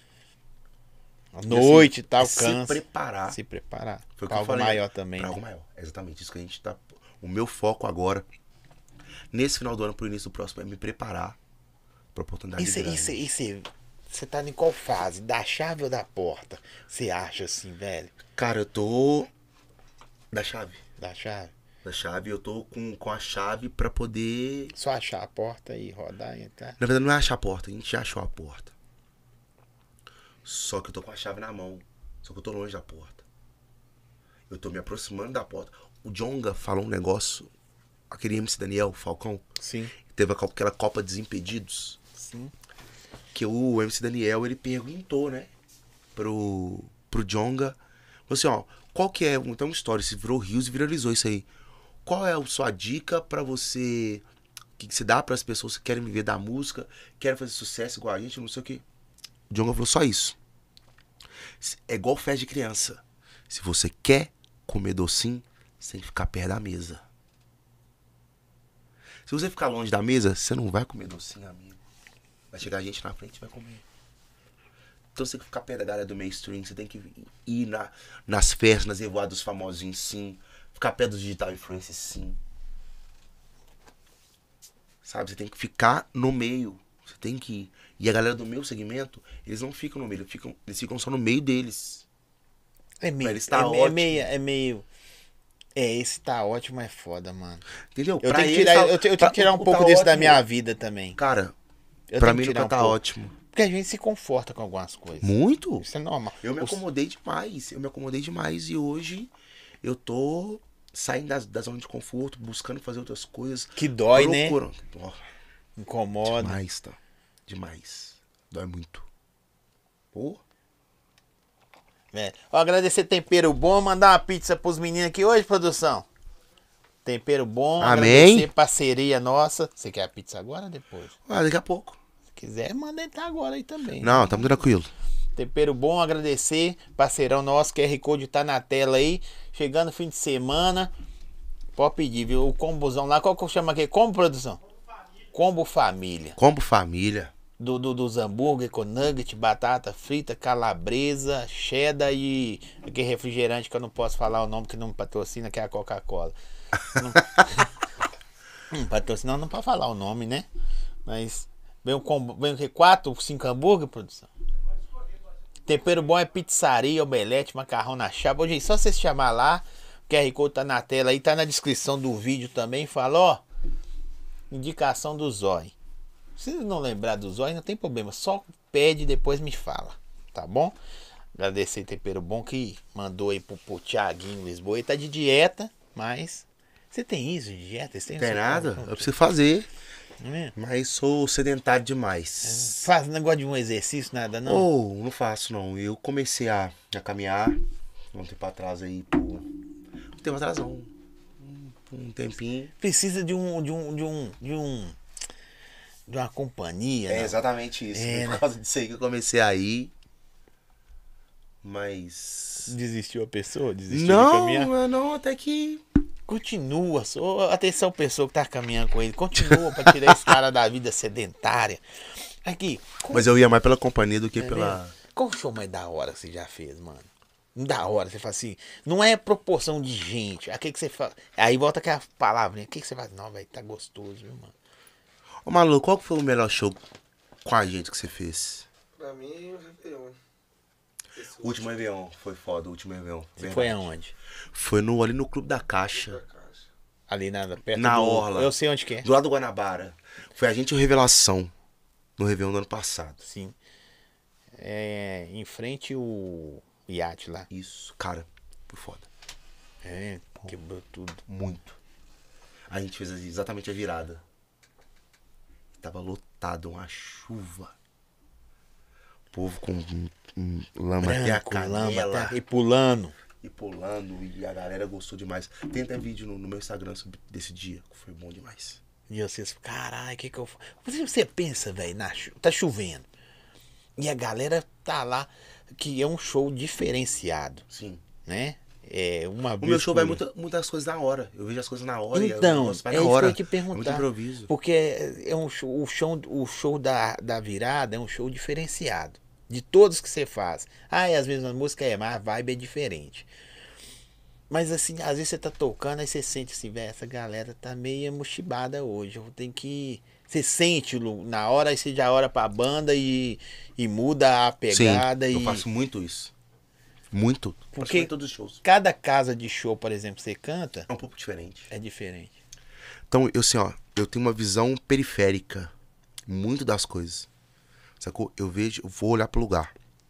À noite e assim, tal, cansa. Se preparar. Foi pra algo maior também. Pra algo maior, exatamente. Isso que a gente tá... O meu foco agora, nesse final do ano pro início do próximo, é me preparar pra oportunidade grande. E você tá em qual fase? Da chave ou da porta? Você acha assim, velho? Cara, eu tô... Da chave. Da chave? Da chave, eu tô com a chave pra poder... Só achar a porta e rodar e entrar? Na verdade não é achar a porta, a gente já achou a porta. Só que eu tô com a chave na mão. Só que eu tô longe da porta. Eu tô me aproximando da porta. O Djonga falou um negócio, aquele MC Daniel, Falcão. Sim. Teve aquela Copa Desimpedidos. Sim. Que o MC Daniel, ele perguntou, né, pro Djonga, assim, ó, qual que é, então, uma história, se virou rios e viralizou isso aí. Qual é a sua dica pra você, que se dá pras pessoas que querem viver da música, querem fazer sucesso igual a gente, não sei o quê. O Djonga falou só isso. É igual festa de criança. Se você quer comer docinho, você tem que ficar perto da mesa. Se você ficar longe da mesa, você não vai comer docinho, amigo. Vai chegar gente na frente e vai comer. Então você tem que ficar perto da galera do mainstream. Você tem que ir nas festas, nas revoadas dos famosinhos, sim. Ficar perto dos digital influencers, sim. Sabe? Você tem que ficar no meio. Você tem que ir. E a galera do meu segmento, eles não ficam no meio. Eles ficam só no meio deles. É meio... Eles tá ótimo. É meio... esse tá ótimo, é foda, mano. Entendeu? Eu tenho que tirar um pouco desse da minha vida também. Cara, pra mim nunca tá ótimo. Porque a gente se conforta com algumas coisas. Muito? Isso é normal. Eu me acomodei demais. E hoje eu tô saindo da zona de conforto, buscando fazer outras coisas. Que dói, né? Incomoda. Demais, tá? Demais. Dói muito. Pô. Agradecer Tempero Bom, mandar uma pizza pros meninos aqui hoje, produção. Tempero Bom, amém. Agradecer parceria nossa. Você quer a pizza agora ou depois? Daqui a pouco. Se quiser, manda entrar agora aí também. Não, né? tamo tranquilo. Tempero Bom, agradecer, parceirão nosso, QR Code tá na tela aí. Chegando fim de semana, pode pedir, viu? O combozão lá, qual que eu chamo aqui? Combo, produção? Combo Família. Combo Família. Dos hambúrguer com nugget, batata frita, calabresa, cheddar e aquele refrigerante que eu não posso falar o nome que não me patrocina, que é a Coca-Cola. Patrocinar não pode falar o nome, né? Mas vem o que? 4, 5 hambúrguer, produção? Tempero Bom é pizzaria, omelete, macarrão na chapa. Hoje, só você se chamar lá, o QR Code tá na tela aí, tá na descrição do vídeo também. Fala, ó, indicação do Zói. Se não lembrar do Zói, não tem problema. Só pede e depois me fala. Tá bom? Agradecer Tempero Bom que mandou aí pro Thiaguinho Lisboa. Ele tá de dieta, mas... Você tem isso de dieta? Você tem nada. Eu preciso fazer. É. Mas sou sedentário demais. Faz negócio de um exercício, nada não? Não faço não. Eu comecei a caminhar um tempo atrás aí. Um tempo atrás não. Um tempinho. Precisa de uma companhia, né? É exatamente isso. Por causa disso aí que eu comecei a ir. Mas... Desistiu a pessoa? Desistiu de caminhar? Não, até que... Continua. Atenção, pessoa que tá caminhando com ele. Continua pra tirar esse cara da vida sedentária. Aqui. Mas eu ia mais pela companhia do que pela... Mesmo? Qual show mais da hora que você já fez, mano? Da hora, você fala assim, não é proporção de gente. Aqui que você fala. Aí volta aquela palavrinha. O que você fala? Não, velho, tá gostoso, viu, mano? Ô, Malu, qual que foi o melhor show com a gente que você fez? Pra mim, o Réveillon. O último Réveillon foi foda, o último Réveillon. Você foi aonde? Foi ali no Clube da Caixa. Ali perto Na do... Orla. Eu sei onde que é. Do lado do Guanabara. Foi a gente e o Revelação. No Réveillon do ano passado. Sim. É, em frente o iate lá. Isso, cara, foi foda. É, quebrou tudo. Muito. A gente fez exatamente a virada. Tava lotado, uma chuva. O povo com lama até a canela. E pulando. E pulando, e a galera gostou demais. Tem até vídeo no meu Instagram desse dia, que foi bom demais. E vocês, caralho, o que eu faço? Você pensa, velho, tá chovendo. E a galera tá lá, que é um show diferenciado. Sim. Né? É uma O meu show vai muitas coisas na hora. Eu vejo as coisas na hora então, e vai é na isso hora. que eu ia te perguntar. É muito improviso. Porque é um show, o show da virada é um show diferenciado. De todos que você faz. Ah, é as mesmas músicas, mas a vibe é diferente. Mas assim, às vezes você tá tocando, aí você sente assim, velho, essa galera tá meio mochibada hoje. Eu tenho que. Você sente na hora, aí você já ora pra banda e muda a pegada. Sim, eu faço muito isso. Muito. Porque em todos os shows. cada casa de show, por exemplo, você canta. É um pouco diferente. É diferente. Então, eu tenho uma visão periférica. Muito das coisas. Sacou? Eu vou olhar pro lugar.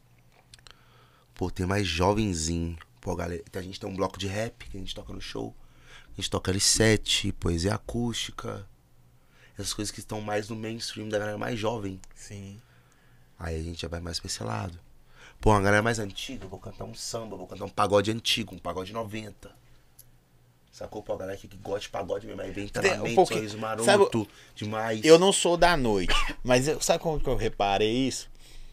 Pô, tem mais jovenzinho. Pô, galera, a gente tem um bloco de rap que a gente toca no show. A gente toca L7, poesia acústica. Essas coisas que estão mais no mainstream da galera mais jovem. Sim. Aí a gente já vai mais pra esse lado. Pô, uma galera mais antiga, eu vou cantar um samba, vou cantar um pagode antigo, um pagode 90. Sacou? Pô, a galera que gosta de pagode mesmo, aí vem Treinamento, Sorriso Maroto, demais. Eu não sou da noite, mas sabe como que eu reparei isso?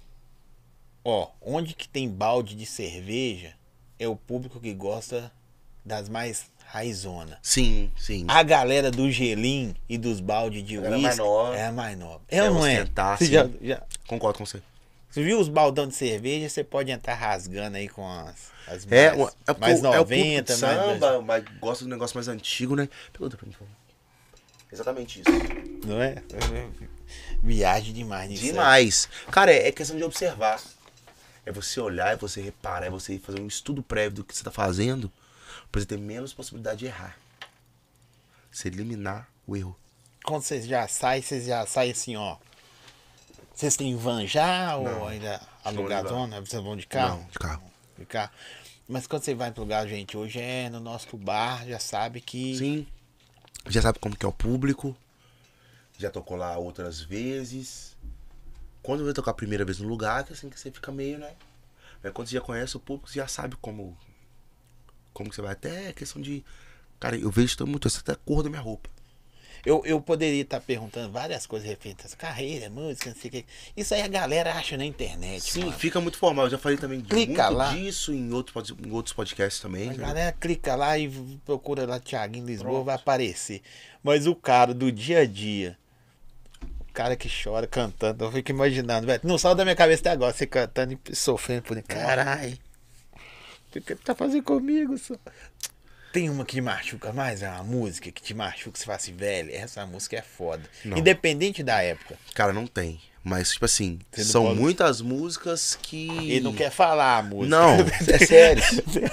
Ó, onde que tem balde de cerveja, é o público que gosta das mais raizona. Sim, sim. A galera do gelim e dos baldes de uísque é a mais nova. É ou não é? Você já... Concordo com você. Você viu os baldão de cerveja, você pode entrar rasgando aí com as mais 90, samba, mas gosta do negócio mais antigo, né? Pergunta pra mim, por favor. Exatamente isso. Não é? Viagem demais nisso. Demais. Cara, é questão de observar. É você olhar, é você reparar, é você fazer um estudo prévio do que você tá fazendo pra você ter menos possibilidade de errar. Você eliminar o erro. Quando vocês já saem assim, ó. Vocês têm van já ou ainda alugazona? Vocês vão de carro? Não, de carro. De carro. Mas quando você vai pro lugar, gente, hoje é no nosso bar, já sabe que... Sim. Já sabe como que é o público. Já tocou lá outras vezes. Quando vai tocar a primeira vez no lugar, que assim que você fica meio, né? Mas quando você já conhece o público, você já sabe como que você vai. Até questão de... Cara, eu vejo muito, até a cor da minha roupa. Eu poderia estar perguntando várias coisas referentes à carreira, música, não sei o que. Isso aí a galera acha na internet. Sim, mano. fica muito formal. Eu já falei também Clica muito lá. disso em outros podcasts também. A galera clica lá e procura lá Thiaguinho Lisboa, vai aparecer. Mas o cara do dia a dia, o cara que chora cantando, eu fico imaginando, velho. Não sai da minha cabeça até agora, você cantando e sofrendo por dentro. Caralho. O que tá fazendo comigo, só? Tem uma que te machuca mais? É uma música que te machuca, você fala assim, velho, essa música é foda. Não. Independente da época. Cara, não tem. Mas, tipo assim, Você não são pode... muitas músicas que... Ele não quer falar a música. Não, é sério.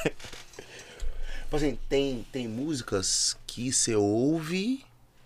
Tipo assim, tem músicas que você ouve...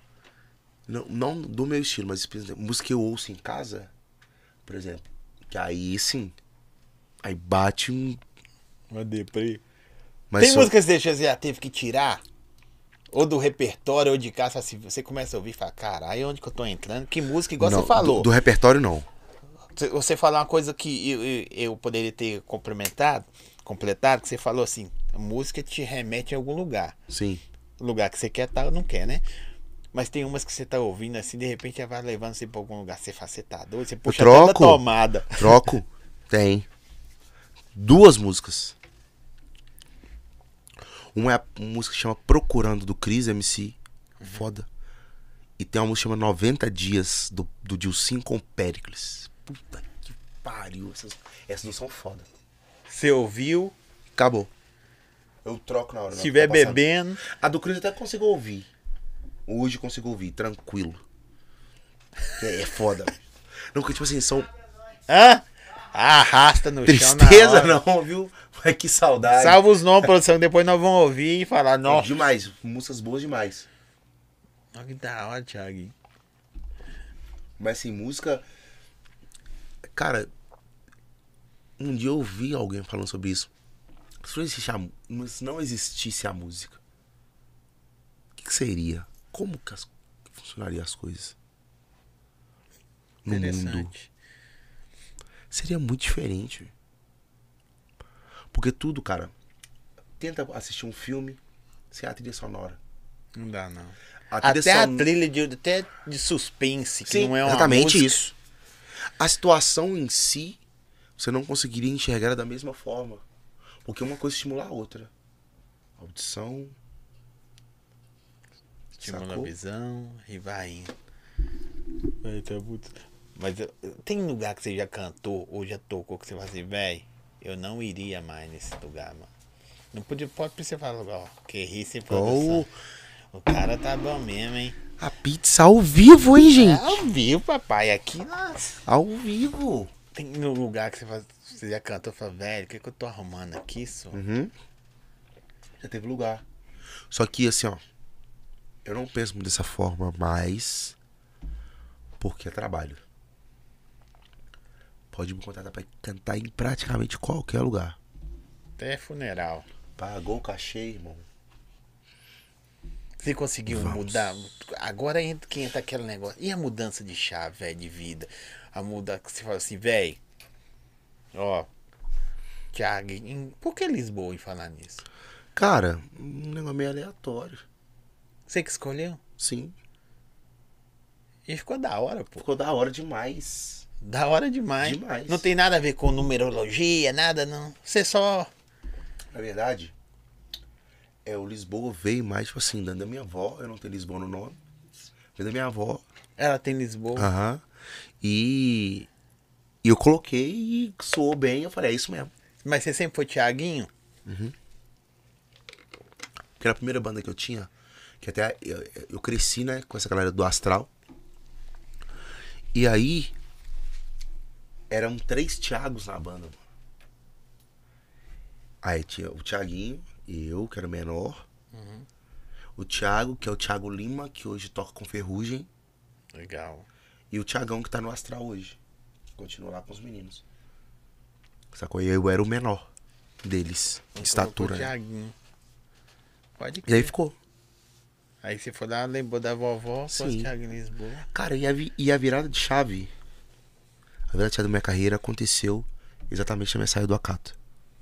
Não do meu estilo, mas por exemplo, música que eu ouço em casa, por exemplo, que aí sim, aí bate um... Uma deprê. Mas tem músicas que você já teve que tirar? Ou do repertório, ou de casa, assim, você começa a ouvir e fala, caralho, onde que eu tô entrando? Que música, igual não, você falou. Do repertório, não. Você falou uma coisa que eu poderia ter completado, que você falou assim, a música te remete a algum lugar. Sim. Lugar que você quer estar ou não quer, né? Mas tem umas que você tá ouvindo assim, de repente já vai levando você pra algum lugar. Você fala, você tá doido? Você puxa até da tomada. Troco. Tem. 2 músicas. Uma é uma música que chama Procurando, do Cris MC. Foda. E tem uma música que chama 90 Dias, do Dilcim com Péricles. Puta que pariu. Essas 2 são foda. Você ouviu? Acabou. Eu troco na hora. Se estiver bebendo. A do Cris até consigo ouvir. Hoje consigo ouvir, tranquilo. É foda. Não, porque, tipo assim, são... Hã? Arrasta no chão na Tristeza hora. não, viu? Mas que saudade. Salva os nomes, produção, depois nós vamos ouvir e falar, Não, nossa. demais. Músicas boas demais. Olha que da hora, Thiago. Mas assim, música... Cara, um dia eu ouvi alguém falando sobre isso. Se não existisse a música, o que seria? Como que funcionaria as coisas no mundo? Interessante. Seria muito diferente. Porque tudo, cara... Tenta assistir um filme sem a trilha sonora. Não dá, não. A trilha até de suspense, que Sim, não é uma exatamente música. isso. A situação em si, você não conseguiria enxergar ela da mesma forma. Porque uma coisa estimula a outra. Audição. Estimula Sacou? a visão e vai indo. Mas tem lugar que você já cantou ou já tocou que você fala assim, velho, eu não iria mais nesse lugar, mano. Não podia, pode você falar, ó, que ri sem produção. O cara tá bom mesmo, hein? A pizza ao vivo, hein, gente? É ao vivo, papai. Aqui, nossa. Ao vivo. Tem no lugar que você já cantou e fala, velho, o que eu tô arrumando aqui, só? Uhum. Já teve lugar. Só que assim, ó. Eu não penso dessa forma, mas... Porque é trabalho. Pode me contratar pra cantar em praticamente qualquer lugar. Até funeral. Pagou o cachê, irmão. Você conseguiu Vamos. mudar? Agora entra, que entra aquele negócio. E a mudança de chave, velho, de vida? A mudança que você fala assim, velho. Ó. Thiago, por que Lisboa em falar nisso? Cara, um negócio meio aleatório. Você que escolheu? Sim. E ficou da hora, pô. Ficou da hora demais. Da hora demais. Demais. Não tem nada a ver com numerologia, nada não. Você só. Na verdade, o Lisboa veio mais, tipo assim, da minha avó. Eu não tenho Lisboa no nome. Veio da minha avó. Ela tem Lisboa. Aham. E eu coloquei e soou bem. Eu falei, é isso mesmo. Mas você sempre foi Thiaguinho? Porque era a primeira banda que eu tinha. Que até eu cresci, né, com essa galera do Astral. E aí, eram 3 Thiagos na banda. Aí tinha o Thiaguinho, eu, que era o menor. O Thiago, que é o Thiago Lima, que hoje toca com Ferrugem. Legal. E o Thiagão, que tá no Astral hoje. Que continua lá com os meninos. Sacou? E eu era o menor deles, de estatura. Né? Thiaguinho. Pode E crer. aí ficou. Aí você foi lá, lembrou da vovó, Sim. pôs Thiago em Lisboa. Cara, e a virada de chave? A virada de chave da minha carreira aconteceu exatamente na minha saída do Acato.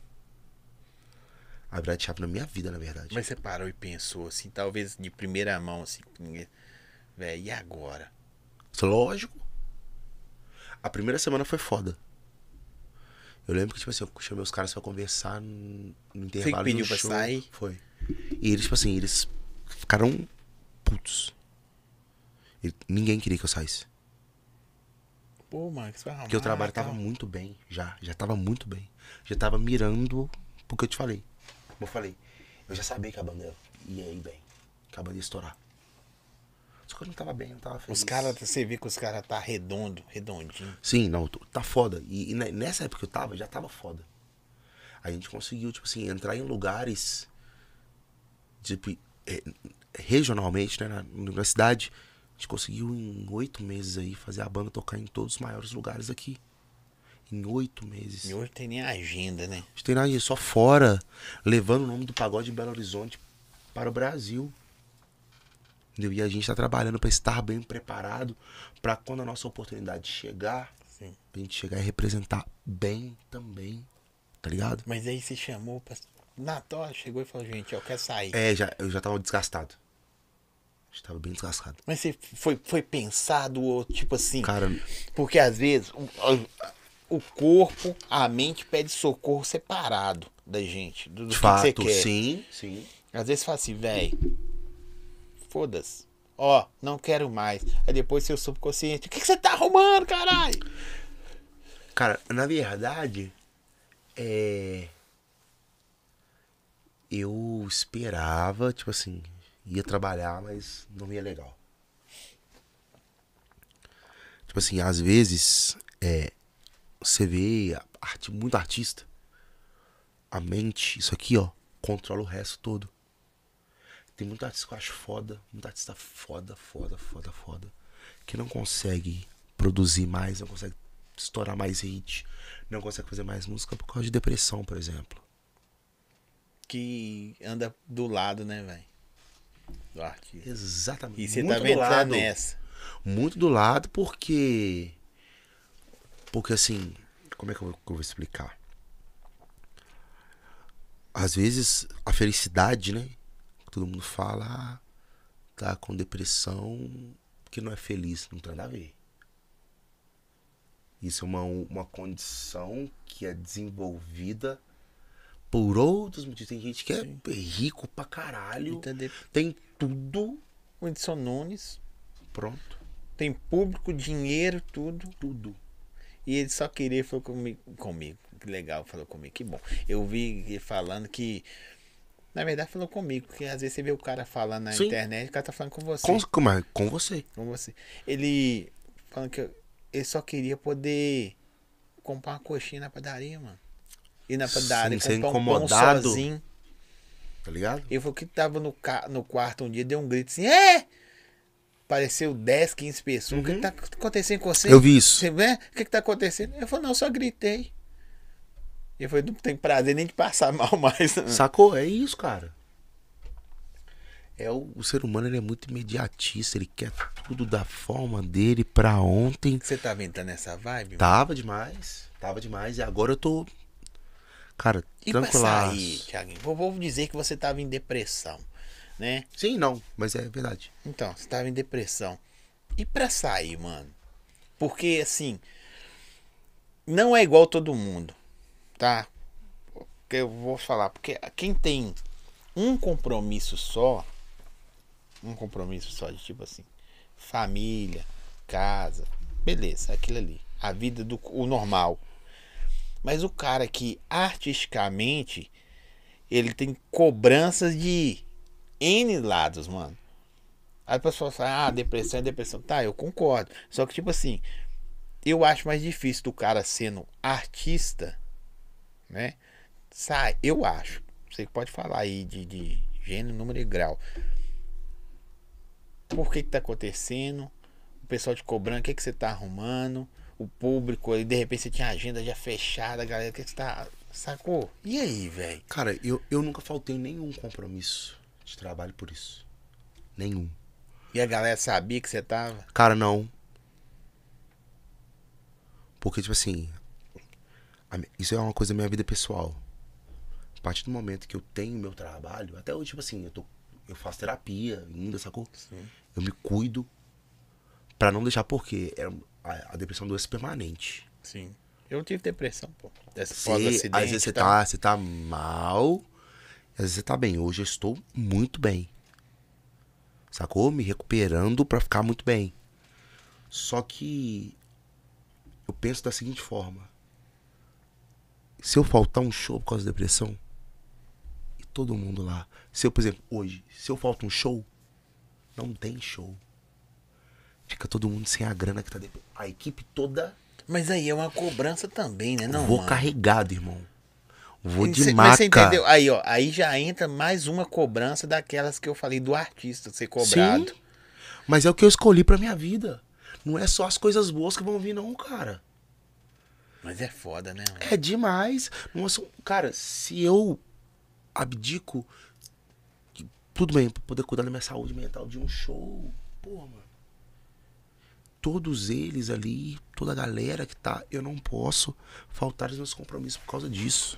A virada de chave na minha vida, na verdade. Mas você parou e pensou assim, talvez de primeira mão, assim, velho, e agora? Lógico. A primeira semana foi foda. Eu lembro que, tipo assim, eu chamei os caras pra conversar no intervalo pediu do pra show. sair? Foi. E eles, tipo assim, eles ficaram putos. Ninguém queria que eu saísse. Pô, mano, que você vai arrumar. Porque o trabalho tal. tava muito bem, já tava muito bem. Já tava mirando pro que eu te falei. Como eu falei, eu já sabia que a banda ia ir bem, que a banda ia estourar. Só que eu não tava bem, não tava feliz. Os caras, você vê que os caras tá redondinho. Sim, não, tá foda. E nessa época que eu tava, já tava foda. A gente conseguiu, tipo assim, entrar em lugares, tipo, regionalmente, né, na cidade. A gente conseguiu em 8 meses aí fazer a banda tocar em todos os maiores lugares aqui. Em 8 meses. E hoje tem nem agenda, né? A gente tem nada só fora, levando o nome do pagode de Belo Horizonte para o Brasil. Entendeu? E a gente tá trabalhando para estar bem preparado para quando a nossa oportunidade chegar, Sim. a gente chegar e representar bem também. Tá ligado? Mas aí você chamou pra. Natal chegou e falou, gente, eu quero sair. Eu já tava desgastado. Já tava bem desgastado. Mas você foi pensado, ou tipo assim. Cara, Porque às vezes o corpo, a mente pede socorro separado da gente. Do de que fato, você quer. sim, sim. Às vezes fala assim, velho. Foda-se. Ó, não quero mais. Aí depois seu subconsciente. O que você tá arrumando, caralho? Cara, na verdade, eu esperava, tipo assim, ia trabalhar, mas não ia legal. Tipo assim, às vezes, você vê muito artista, a mente, isso aqui, ó, controla o resto todo. Tem muito artista que eu acho foda, muito artista foda, que não consegue produzir mais, não consegue estourar mais hit, não consegue fazer mais música por causa de depressão, por exemplo. Que anda do lado, né, velho? Do artista. Exatamente. E você muito tá vendo do que tá lado, nessa. muito do lado porque assim, como é que eu vou explicar? Às vezes a felicidade, né? Todo mundo fala, tá com depressão porque não é feliz, não tem nada a ver. Isso é uma condição que é desenvolvida por outros motivos. Tem gente que é rico pra caralho, tem tudo. O Whindersson Nunes. Pronto. Tem público, dinheiro, tudo. Tudo. E ele só queria falar comigo. Que legal, falou comigo. Que bom. Eu vi ele falando que... Na verdade, falou comigo. Porque às vezes você vê o cara falando na internet, o cara tá falando com você. Com você. Com você. Ele falando que ele só queria poder comprar uma coxinha na padaria, mano. Ir na padaria, sem comprar incomodado, um pão sozinho. Tá ligado? Ele falou que tava no quarto um dia, deu um grito assim, Apareceu 10, 15 pessoas. O que tá acontecendo com você? Eu vi isso. Você vê? O que tá acontecendo? Ele falou, não, só gritei. Ele falou, não tem prazer nem de passar mal mais. Sacou? É isso, cara. O ser humano, ele é muito imediatista. Ele quer tudo da forma dele pra ontem. Você tá vendo nessa vibe? Tava demais. E agora eu tô... Cara, tranquilaço. E pra sair, Thiaguinho? Vou dizer que você tava em depressão, né? Sim, não. Mas é verdade. Então, você tava em depressão. E pra sair, mano? Porque, assim... Não é igual todo mundo, tá? Eu vou falar. Porque quem tem um compromisso só de tipo assim... Família, casa... Beleza, aquilo ali. A vida o normal. Mas o cara que artisticamente ele tem cobranças de N lados, mano. Aí a pessoa fala, depressão é depressão. Tá, eu concordo. Só que, tipo assim, eu acho mais difícil do cara sendo artista, né? Eu acho. Você pode falar aí de gênero, número e grau. Por que tá acontecendo? O pessoal te cobrando, o que você tá arrumando? O público, e de repente você tinha a agenda já fechada, galera, o que você tá... Sacou? E aí, velho? Cara, eu nunca faltei nenhum compromisso de trabalho por isso. Nenhum. E a galera sabia que você tava? Cara, não. Porque, tipo assim... Isso é uma coisa da minha vida pessoal. A partir do momento que eu tenho meu trabalho... Até hoje, tipo assim, eu faço terapia ainda, sacou? Sim. Eu me cuido pra não deixar, porque a depressão doença permanente. Sim. Eu tive depressão, pô. Às vezes você tá mal, às vezes você tá bem. Hoje eu estou muito bem. Sacou? Me recuperando pra ficar muito bem. Só que eu penso da seguinte forma. Se eu faltar um show por causa da depressão, e todo mundo lá. Por exemplo, hoje, se eu faltar um show, não tem show. Fica todo mundo sem a grana que tá depois. A equipe toda. Mas aí é uma cobrança também, né? Não, vou mano? Carregado, irmão. Vou de Mas maca. você entendeu? Aí, ó. Aí já entra mais uma cobrança daquelas que eu falei do artista ser cobrado. Sim, mas é o que eu escolhi pra minha vida. Não é só as coisas boas que vão vir, não, cara. Mas é foda, né, mano? É demais. Nossa, cara, se eu abdico... Tudo bem, pra poder cuidar da minha saúde mental de um show... Porra, mano. Todos eles ali, toda a galera que tá... Eu não posso faltar os meus compromissos por causa disso.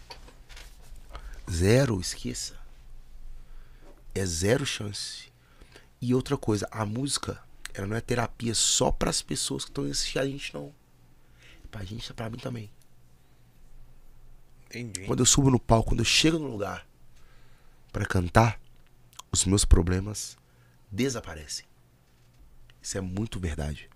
Zero, esqueça. É zero chance. E outra coisa, a música, ela não é terapia só pras pessoas que estão assistindo a gente, não. É pra gente, é pra mim também. Entendi. Quando eu subo no palco, quando eu chego no lugar pra cantar, os meus problemas desaparecem. Isso é muito verdade.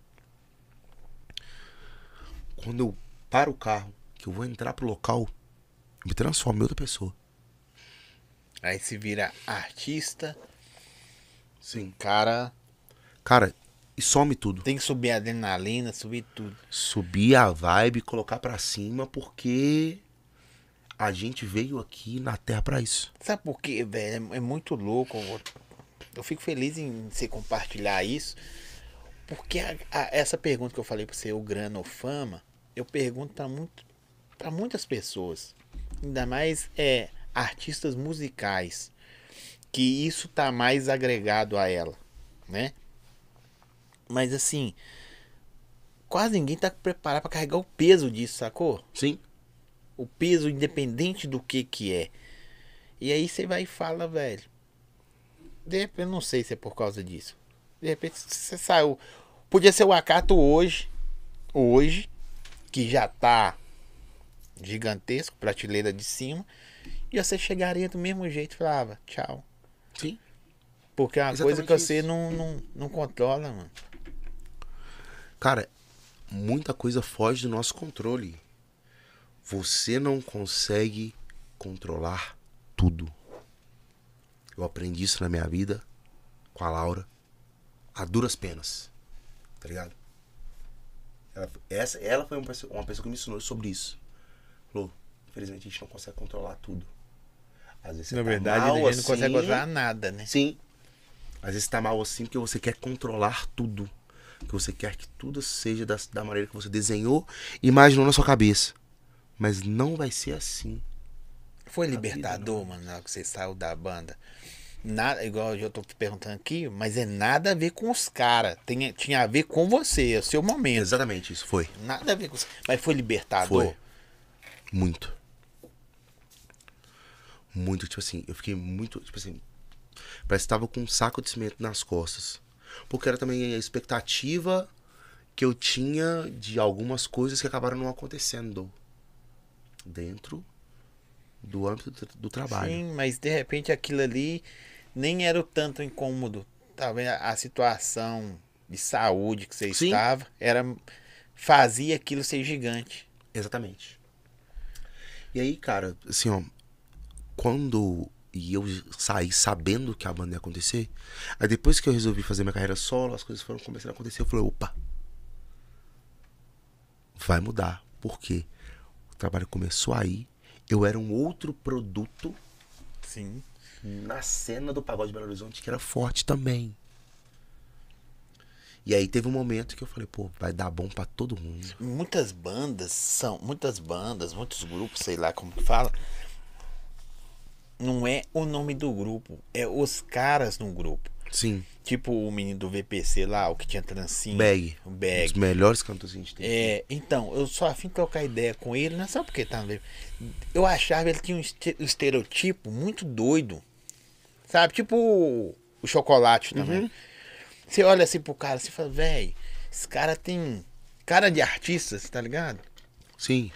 Quando eu paro o carro, que eu vou entrar pro local, eu me transformo em outra pessoa. Aí se vira artista. Sim. Cara, Cara, e some tudo. Tem que subir a adrenalina, subir tudo. Subir a vibe, colocar pra cima, porque a gente veio aqui na Terra pra isso. Sabe por quê, velho? É muito louco. Eu fico feliz em você compartilhar isso. Porque essa pergunta que eu falei pra você, o grana ou fama, eu pergunto pra muitas pessoas. Ainda mais artistas musicais. Que isso tá mais agregado a ela, né? Mas assim, quase ninguém tá preparado pra carregar o peso disso, sacou? Sim. O peso independente do que é. E aí você vai e fala, velho. De repente, eu não sei se é por causa disso. De repente você saiu. Podia ser o Acato hoje, que já tá gigantesco, prateleira de cima. E você chegaria do mesmo jeito e falava, tchau. Sim. Porque é uma Exatamente coisa que você isso. não controla, mano. Cara, muita coisa foge do nosso controle. Você não consegue controlar tudo. Eu aprendi isso na minha vida com a Laura a duras penas. Tá ligado? Ela foi uma pessoa que me ensinou sobre isso. Falou, infelizmente a gente não consegue controlar tudo. Às vezes você Na tá verdade, mal a gente assim, não consegue controlar nada, né? Sim. Às vezes você tá mal assim porque você quer controlar tudo. Que você quer que tudo seja da maneira que você desenhou e imaginou na sua cabeça. Mas não vai ser assim. Foi libertador, mano, na hora que você saiu da banda. Nada, igual eu tô te perguntando aqui, mas é nada a ver com os caras. Tinha a ver com você, é o seu momento. Exatamente isso, foi. Nada a ver com os... Mas foi libertador? Foi. Muito. Muito, tipo assim, eu fiquei muito, tipo assim, parece que tava com um saco de cimento nas costas. Porque era também a expectativa que eu tinha de algumas coisas que acabaram não acontecendo dentro do âmbito do trabalho. Sim, mas de repente aquilo ali nem era o tanto incômodo. Talvez a situação de saúde que você Sim. estava fazia aquilo ser gigante. Exatamente. E aí, cara, assim, ó, quando eu saí sabendo que a banda ia acontecer, aí depois que eu resolvi fazer minha carreira solo, as coisas foram começando a acontecer, eu falei, opa, vai mudar. Por quê? O trabalho começou aí, eu era um outro produto Sim. na cena do pagode de Belo Horizonte que era forte também. E aí teve um momento que eu falei, pô, vai dar bom pra todo mundo. Muitas bandas, muitos grupos, sei lá como que fala. Não é o nome do grupo, é os caras no grupo. Sim. Tipo o menino do VPC lá, o que tinha trancinha. Bag. O Um Bag. dos melhores cantores que a gente tem. Então, eu só afim de trocar ideia com ele, não é só porque tá no VPC. Eu achava ele tinha um estereotipo muito doido. Sabe? Tipo o Chocolate também. Uhum. Você olha assim pro cara, você fala, velho, esse cara tem cara de artista, você tá ligado? Sim.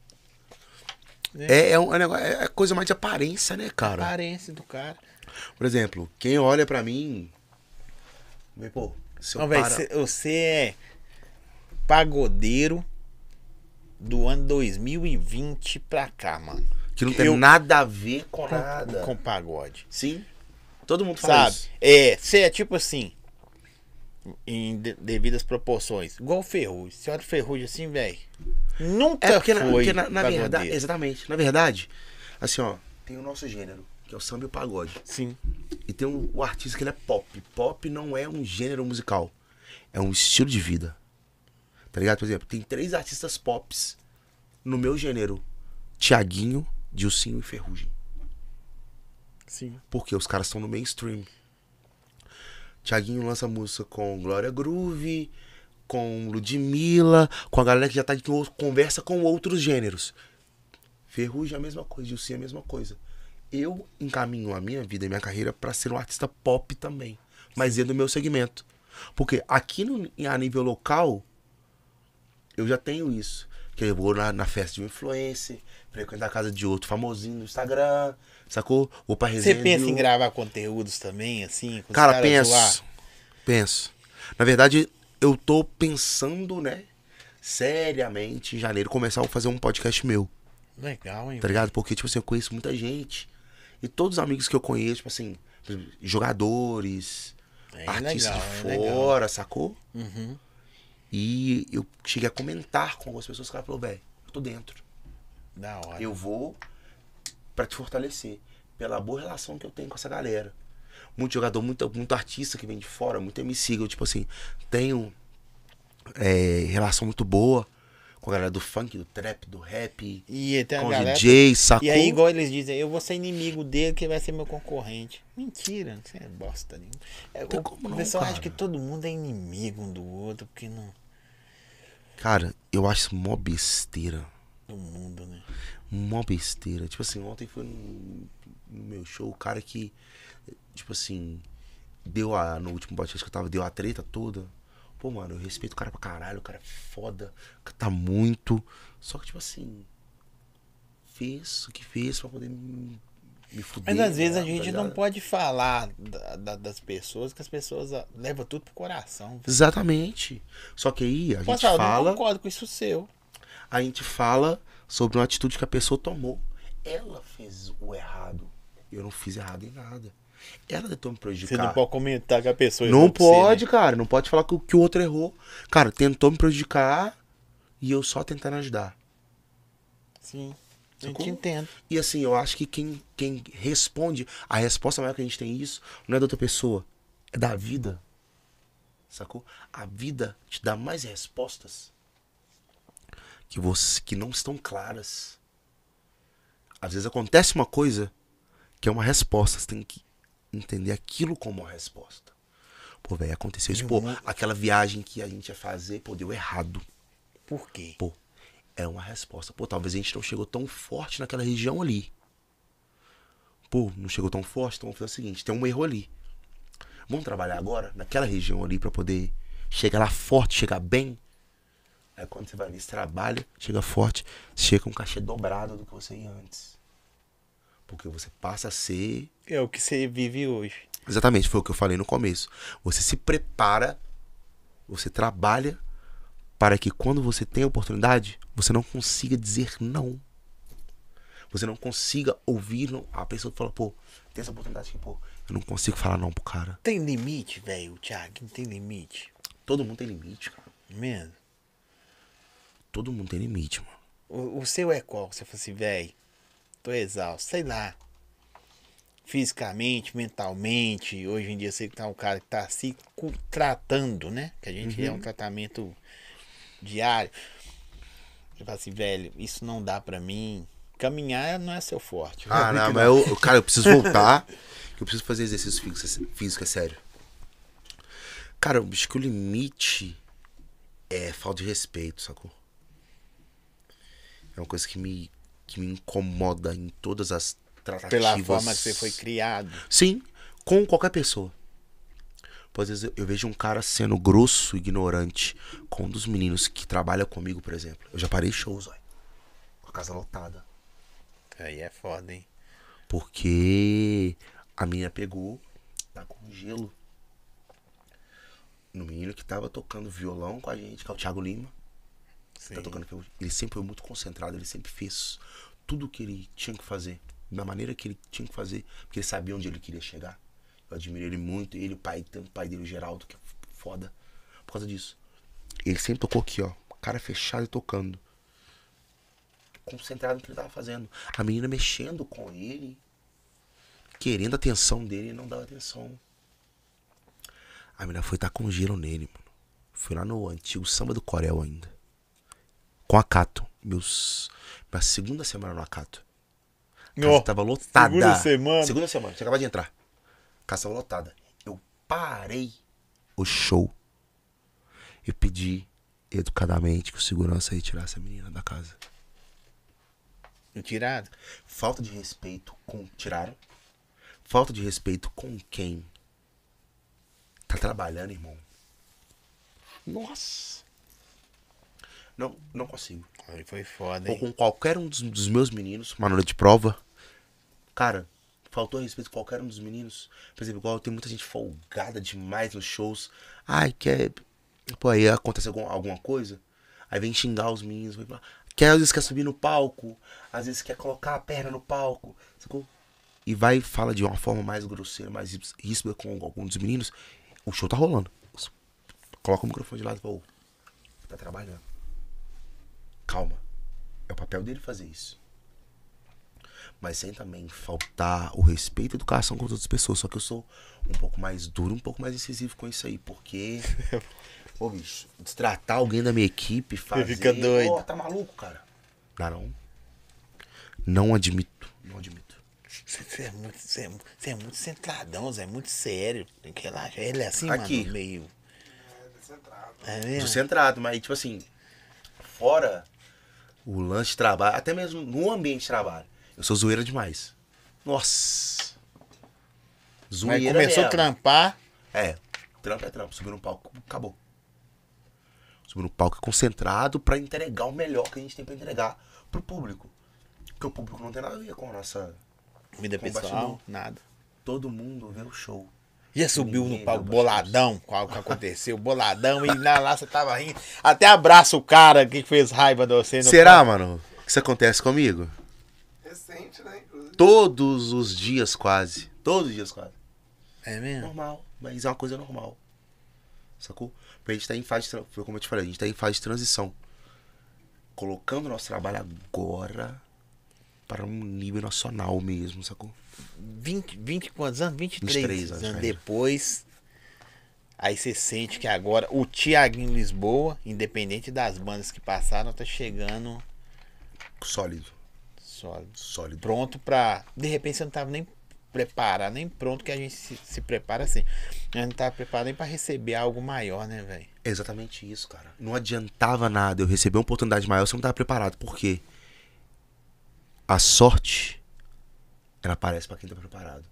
É um negócio, é coisa mais de aparência, né, cara? Aparência do cara. Por exemplo, quem olha pra mim, vê, pô, se eu Não, velho, para... você é pagodeiro do ano 2020 pra cá, mano. Que não tem nada a ver com Com nada. pagode. Sim. Todo mundo fala Sabe? isso. Você é tipo assim, em devidas proporções. Igual o Ferrugem. Você olha o Ferrugem assim, velho. Nunca É porque, foi na verdade, pagodeiro. exatamente, na verdade, assim, ó, tem o nosso gênero, que é o samba e o pagode. Sim. E tem o artista que ele é pop. Pop não é um gênero musical, é um estilo de vida. Tá ligado? Por exemplo, tem 3 artistas pops no meu gênero: Thiaguinho, Dilcinho e Ferrugem. Sim. Porque os caras estão no mainstream. Thiaguinho lança música com Glória Groove, com Ludmilla, com a galera que já tá de conversa com outros gêneros. Ferrugem é a mesma coisa, Dilcinho é a mesma coisa. Eu encaminho a minha vida e minha carreira pra ser um artista pop também, mas é do meu segmento. Porque aqui a nível local, eu já tenho isso. Que eu vou na festa de um influencer, frequentar a casa de outro famosinho no Instagram, sacou? Vou pra resenha. Você pensa em gravar conteúdos também, assim? Com os Cara, caras zoar? penso. Na verdade, eu tô pensando, né, seriamente, em janeiro, começar a fazer um podcast meu, Legal, hein? tá ligado? Porque, tipo assim, eu conheço muita gente. E todos os amigos que eu conheço, tipo assim, por exemplo, jogadores, artistas legal, de é fora, legal. sacou? Uhum. E eu cheguei a comentar com algumas pessoas que ela falou, velho, eu tô dentro. Da hora. Eu vou pra te fortalecer. Pela boa relação que eu tenho com essa galera. Muito jogador, muito artista que vem de fora, muito MC. Eu, tipo assim, tenho relação muito boa com a galera do funk, do trap, do rap, E tem a com galera. DJ, sacou? E aí, igual eles dizem, eu vou ser inimigo dele que vai ser meu concorrente. Mentira, isso é bosta nenhuma. Tem como O não, pessoal acha cara. que todo mundo é inimigo um do outro, porque não. Cara, eu acho isso mó besteira. Do mundo, né? Mó besteira. Tipo assim, ontem foi no meu show, o cara que, tipo assim, no último podcast que eu tava, deu a treta toda. Pô, mano, eu respeito o cara pra caralho, o cara é foda, canta muito. Só que, tipo assim, fez o que fez pra poder me fuder. Mas às vezes a tá gente não ligado? pode falar das pessoas, que as pessoas levam tudo pro coração. Exatamente. Só que aí a gente Posso falar, eu não fala. concordo com isso seu. A gente fala sobre uma atitude que a pessoa tomou. Ela fez o errado. Eu não fiz errado em nada. Ela tentou me Você prejudicar. não pode comentar que a pessoa Não errou com você, pode, né? cara. Não pode falar que o outro errou. Cara, tentou me prejudicar e eu só tentando ajudar. Sim, eu Sacou? te entendo. E assim, eu acho que quem responde, a resposta maior que a gente tem isso, não é da outra pessoa, é da vida. Sacou? A vida te dá mais respostas que não estão claras. Às vezes acontece uma coisa que é uma resposta. Você tem que entender aquilo como uma resposta. Pô, velho, aconteceu isso. Pô, aquela viagem que a gente ia fazer, pô, deu errado. Por quê? Pô, é uma resposta. Pô, talvez a gente não chegou tão forte naquela região ali. Pô, não chegou tão forte, então vamos fazer o seguinte, tem um erro ali. Vamos trabalhar agora naquela região ali pra poder chegar lá forte, chegar bem. Aí quando você vai ali, você trabalha, chega forte, chega com um cachê dobrado do que você ia antes. Porque você passa a ser... É o que você vive hoje. Exatamente, foi o que eu falei no começo. Você se prepara, você trabalha para que quando você tem a oportunidade, você não consiga dizer não. Você não consiga ouvir a pessoa que fala, pô, tem essa oportunidade aqui, pô, eu não consigo falar não pro cara. Tem limite, velho, Thiago? Não tem limite? Todo mundo tem limite, cara. Mesmo? Todo mundo tem limite, mano. O seu é qual? Você fala assim, velho, tô exausto, sei lá. Fisicamente, mentalmente, hoje em dia você tá um cara que tá se tratando, né? Que a gente é um tratamento diário. Você fala assim, velho, isso não dá pra mim. Caminhar não é seu forte. Ah, não, mas cara, eu preciso voltar. Eu preciso fazer exercício físico, é sério. Cara, eu acho que o limite é falta de respeito, sacou? É uma coisa que me incomoda em todas as tratativas. Pela forma que você foi criado. Sim, com qualquer pessoa. Pô, às vezes eu vejo um cara sendo grosso, ignorante com um dos meninos que trabalha comigo, por exemplo. Eu já parei shows, ó, com a casa lotada. Aí é foda, hein? Porque a menina pegou, tá com gelo no menino que tava tocando violão com a gente, que é o Thiago Lima. Sim. Tá tocando, ele sempre foi muito concentrado, ele sempre fez tudo o que ele tinha que fazer, da maneira que ele tinha que fazer, porque ele sabia onde ele queria chegar. Eu admiro ele muito, ele, tem o pai dele, o Geraldo, que é foda, por causa disso. Ele sempre tocou aqui, ó, cara fechado e tocando, concentrado no que ele tava fazendo. A menina mexendo com ele, querendo a atenção dele, e não dava atenção. A menina foi estar com gelo nele, mano. Fui lá no antigo Samba do Corel ainda. Com a Cato. Minha segunda semana no Acato. A casa tava lotada. Segunda semana, tinha acabado de entrar. A casa tava lotada. Eu parei o show. Eu pedi educadamente que o segurança retirasse a menina da casa. Tirado? Falta de respeito com... Tiraram. Falta de respeito com quem tá trabalhando, irmão. Nossa. Não consigo. Aí foi foda, Ou hein? com qualquer um dos meus meninos, uma noite de prova. Cara, faltou respeito com qualquer um dos meninos. Por exemplo, igual tem muita gente folgada demais nos shows. Ai, quer... Pô, aí acontece alguma coisa. Aí vem xingar os meninos. Às vezes quer subir no palco. Às vezes quer colocar a perna no palco. Sacou? E vai e fala de uma forma mais grosseira, mais ríspida com algum dos meninos. O show tá rolando. Coloca o microfone de lado e fala, tá trabalhando. Calma. É o papel dele fazer isso. Mas sem também faltar o respeito e educação com as outras pessoas. Só que eu sou um pouco mais duro, um pouco mais incisivo com isso aí. Porque, pô, bicho, destratar alguém da minha equipe, fazer... Você fica doido. Tá maluco, cara? Dá não. Não admito. Não admito. Você é muito centradão, Zé. É muito sério. Tem que relaxar. Ele é assim, Aqui. mano, meio... É Sou mesmo? centrado, mas tipo assim, fora o lance de trabalho, até mesmo no ambiente de trabalho, eu sou zoeira demais. Nossa. Mas Zoeira começou a mesmo. trampar. É, trampo é trampo. Subir no palco, acabou. Subir no palco concentrado pra entregar o melhor que a gente tem pra entregar pro público. Porque o público não tem nada a ver com a nossa... Vida com o pessoal, bastidor. nada. Todo mundo vê o show. Já subiu Ninguém no palco vê o bastidor. boladão? Qual que aconteceu? Boladão e lá você tava rindo. Até abraça o cara que fez raiva de você. No Será, palco. mano, que isso acontece comigo? Recente, né? Inclusive. Todos os dias quase. Todos os dias quase. É mesmo? Normal, mas é uma coisa normal. Sacou? Porque a gente tá em fase de, foi como eu te falei, a gente tá em fase de transição. Colocando nosso trabalho agora para um nível nacional mesmo, sacou? 20 quantos anos? 23, 23 anos anos, depois. Aí você sente que agora o Thiaguinho Lisboa, independente das bandas que passaram, tá chegando Sólido, sólido. sólido. Pronto pra. De repente você não tava nem preparado, nem pronto, que a gente se prepara assim. A gente não tava preparado nem pra receber algo maior, né, velho? É exatamente isso, cara. Não adiantava nada eu receber uma oportunidade maior se eu não tava preparado. Por quê? A sorte, ela aparece pra quem tá preparado.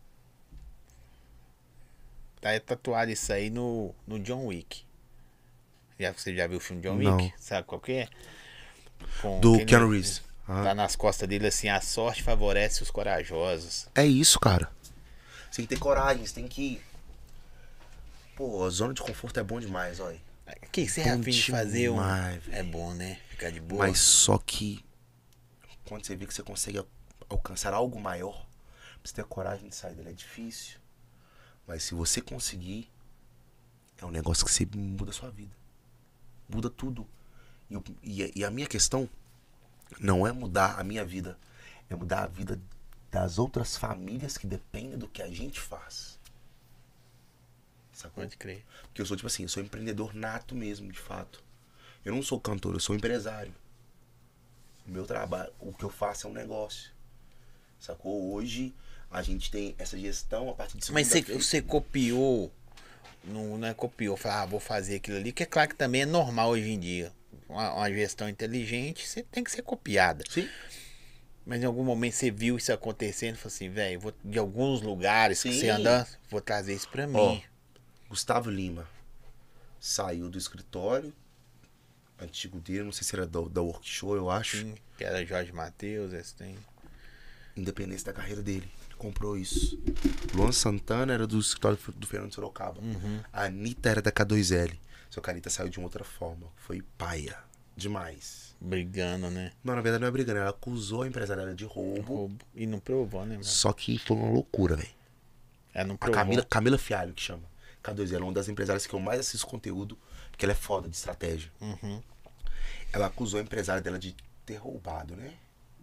Tá tatuado isso aí no John Wick. Você já viu o filme John Não. Wick? Sabe qual que é? Com Do aquele- Keanu Reeves. Tá nas costas dele assim, a sorte favorece os corajosos. É isso, cara. Você tem que ter coragem, você tem que... Pô, a zona de conforto é bom demais, olha. O que você é Bom afim de fazer? demais, velho. É bom, né? Ficar de boa. Mas só que quando você vê que você consegue alcançar algo maior, pra você ter a coragem de sair dele é difícil. Mas se você conseguir, é um negócio que você muda a sua vida. Muda tudo. E a minha questão não é mudar a minha vida, é mudar a vida das outras famílias que dependem do que a gente faz. Sacou? Pode crer. Porque eu sou, tipo assim, eu sou empreendedor nato mesmo, de fato. Eu não sou cantor, eu sou empresário. O meu trabalho, o que eu faço é um negócio. Sacou? Hoje a gente tem essa gestão a partir de Mas segunda-feira. você copiou, não é copiou, falou, vou fazer aquilo ali, que é claro que também é normal hoje em dia. Uma gestão inteligente, você tem que ser copiada. Sim. Mas em algum momento você viu isso acontecendo e falou assim, velho, vou de alguns lugares que Sim. você anda, vou trazer isso pra mim. Ó, Gustavo Lima saiu do escritório antigo dele, não sei se era da Workshow, eu acho. Sim, que era Jorge Matheus, esse tem. Independência da carreira dele. Ele comprou isso. Luan Santana era do escritório do Fernando Sorocaba. A Anitta era da K2L. Só que a Anitta saiu de uma outra forma. Foi paia. Demais. Brigando, né? Não, na verdade não é brigando. Ela acusou a empresária dela de roubo. Roubo. E não provou, né, mano? Só que foi uma loucura, velho. Ela não A provou. Camila Fialho, que chama. K2L é uma das empresárias que eu mais assisto conteúdo. Porque ela é foda de estratégia. Uhum. Ela acusou a empresária dela de ter roubado, né?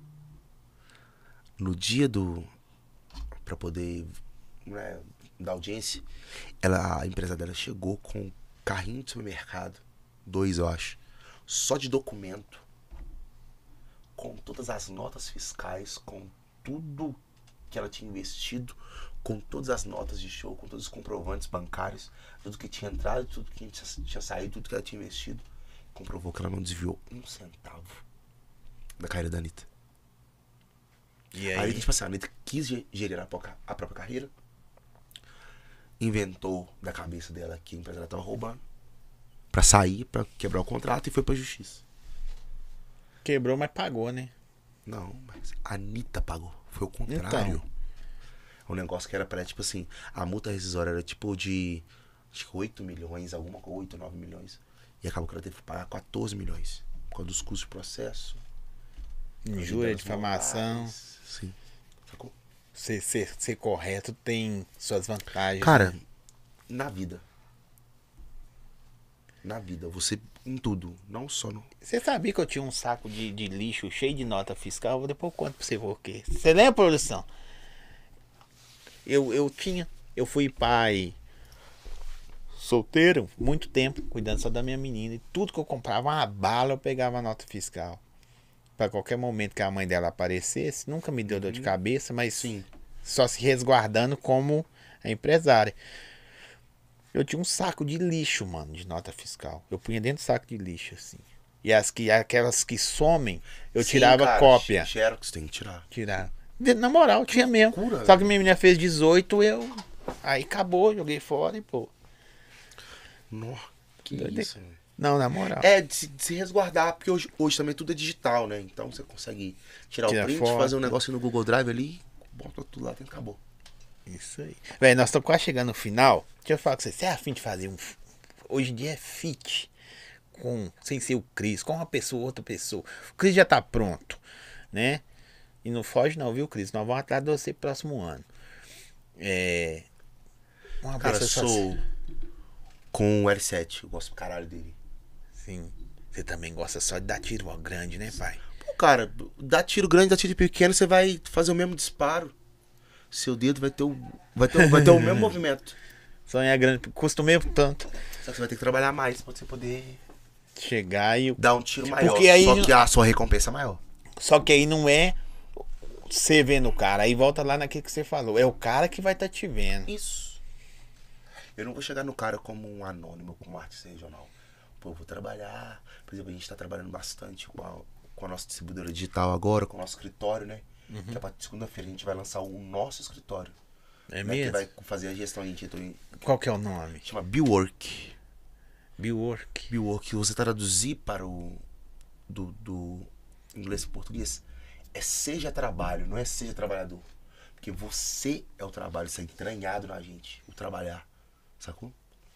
No dia do... Pra poder, né, dar audiência, a empresa dela chegou com um carrinho de supermercado, 2 eu acho, só de documento, com todas as notas fiscais, com tudo que ela tinha investido, com todas as notas de show, com todos os comprovantes bancários, tudo que tinha entrado, tudo que tinha saído, tudo que ela tinha investido. Comprovou que ela não desviou 1 centavo da carreira da Anitta. E Aí, aí? tipo assim, a Anitta quis gerir a própria carreira, inventou da cabeça dela que a empresa dela tava roubando, pra sair, pra quebrar o contrato, e foi pra justiça. Quebrou, mas pagou, né? Não, mas a Anitta pagou. Foi o contrário. Um negócio que era pra, tipo assim, a multa rescisória era tipo de, acho que 8 milhões, alguma coisa, 8, 9 milhões. E acabou que ela teve que pagar 14 milhões. Por causa dos custos de processo. Injúria, danos difamação. morais. Sim. Sacou? Ser correto tem suas vantagens. Cara, né? na vida. Na vida, você em tudo, não só no... Você sabia que eu tinha um saco de lixo cheio de nota fiscal? Depois eu conto pra você por quê. Você lembra, produção? Eu fui pai solteiro muito tempo, cuidando só da minha menina. E tudo que eu comprava, uma bala, eu pegava a nota fiscal. Pra qualquer momento que a mãe dela aparecesse, nunca me deu dor de cabeça, mas Sim. só se resguardando como a empresária. Eu tinha um saco de lixo, mano, de nota fiscal. Eu punha dentro do saco de lixo, assim. E aquelas que somem, eu Sim, tirava cara, cópia. Xerox tem que tirar. Tirar. Na moral, tinha mesmo. Loucura, Só que velho. minha menina fez 18, aí acabou, joguei fora e pô. Nossa, que Doido. isso, velho. Não, na moral. É, de se resguardar, porque hoje também tudo é digital, né? Então você consegue tirar Tira o print, foto. fazer um negócio no Google Drive ali, bota tudo lá dentro e acabou. Isso aí. Velho, nós estamos quase chegando no final. Deixa eu falar com você. Você é afim de fazer um. Hoje em dia é fit. Sem ser o Cris, com uma pessoa, outra pessoa. O Cris já tá pronto, né? E não foge não, viu, Cris? Nós vamos atrás de você próximo ano. Uma Cara, pessoa sou com o L7, eu gosto do caralho dele. Sim. Você também gosta só de dar tiro ó, grande, né, pai? Pô, cara, dá tiro grande, dá tiro pequeno, você vai fazer o mesmo disparo. Seu dedo vai ter o mesmo movimento. Sonhar grande, custa o mesmo tanto. Só que você vai ter que trabalhar mais pra você poder Chegar e. dar um tiro maior. Porque aí só não- que a sua recompensa é maior. Só que aí não é você vendo o cara. Aí volta lá naquilo que você falou. É o cara que vai estar te vendo. Isso. Eu não vou chegar no cara como um anônimo, como um artista regional. Pô, eu vou trabalhar. Por exemplo, a gente tá trabalhando bastante com a nossa distribuidora digital agora, com o nosso escritório, né? Que a partir de segunda-feira a gente vai lançar o nosso escritório. É Né? Que mesmo? vai fazer a gestão, a gente entrou em... Qual que é o nome? Chama Billwork. Billwork. Billwork, você traduzir para o... do inglês para português, é seja trabalho, não é seja trabalhador. Porque você é o trabalho, isso é entranhado na gente, o trabalhar, sacou?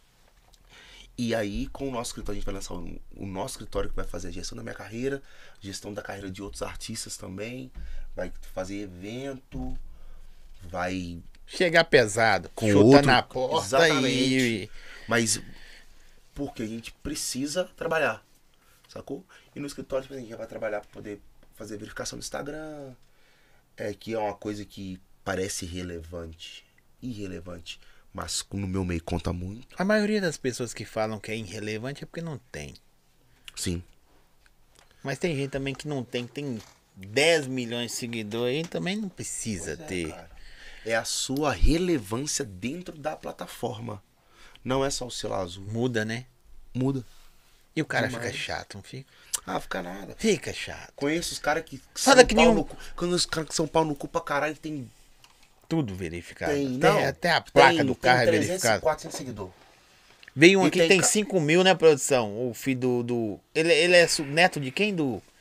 E aí, com o nosso escritório, a gente vai lançar o nosso escritório que vai fazer a gestão da minha carreira, gestão da carreira de outros artistas também, vai fazer evento, vai Chegar pesado. com chuta outro... na porta Exatamente. Mas porque a gente precisa trabalhar, sacou? E no escritório a gente já vai trabalhar para poder fazer verificação do Instagram, que é uma coisa que parece irrelevante, mas no meu meio conta muito. A maioria das pessoas que falam que é irrelevante é porque não tem. Sim. Mas tem gente também que não tem, que tem 10 milhões de seguidores e também não precisa ter. Cara, é a sua relevância dentro da plataforma. Não é só o selo azul. Muda, né? Muda. E o cara Demais. fica chato, não fica? Ah, fica nada. Fica chato. Conheço os caras que Fala são que pau nenhum- no cu. Quando os caras que são pau no cu pra caralho tem... Tudo verificado. Tem, até, não. até a placa Tem- do carro é tem 300, verificada. 400 seguidores. Veio um E aqui que tem tem ca- 5 mil, né, produção? O filho do... Ele é neto de quem?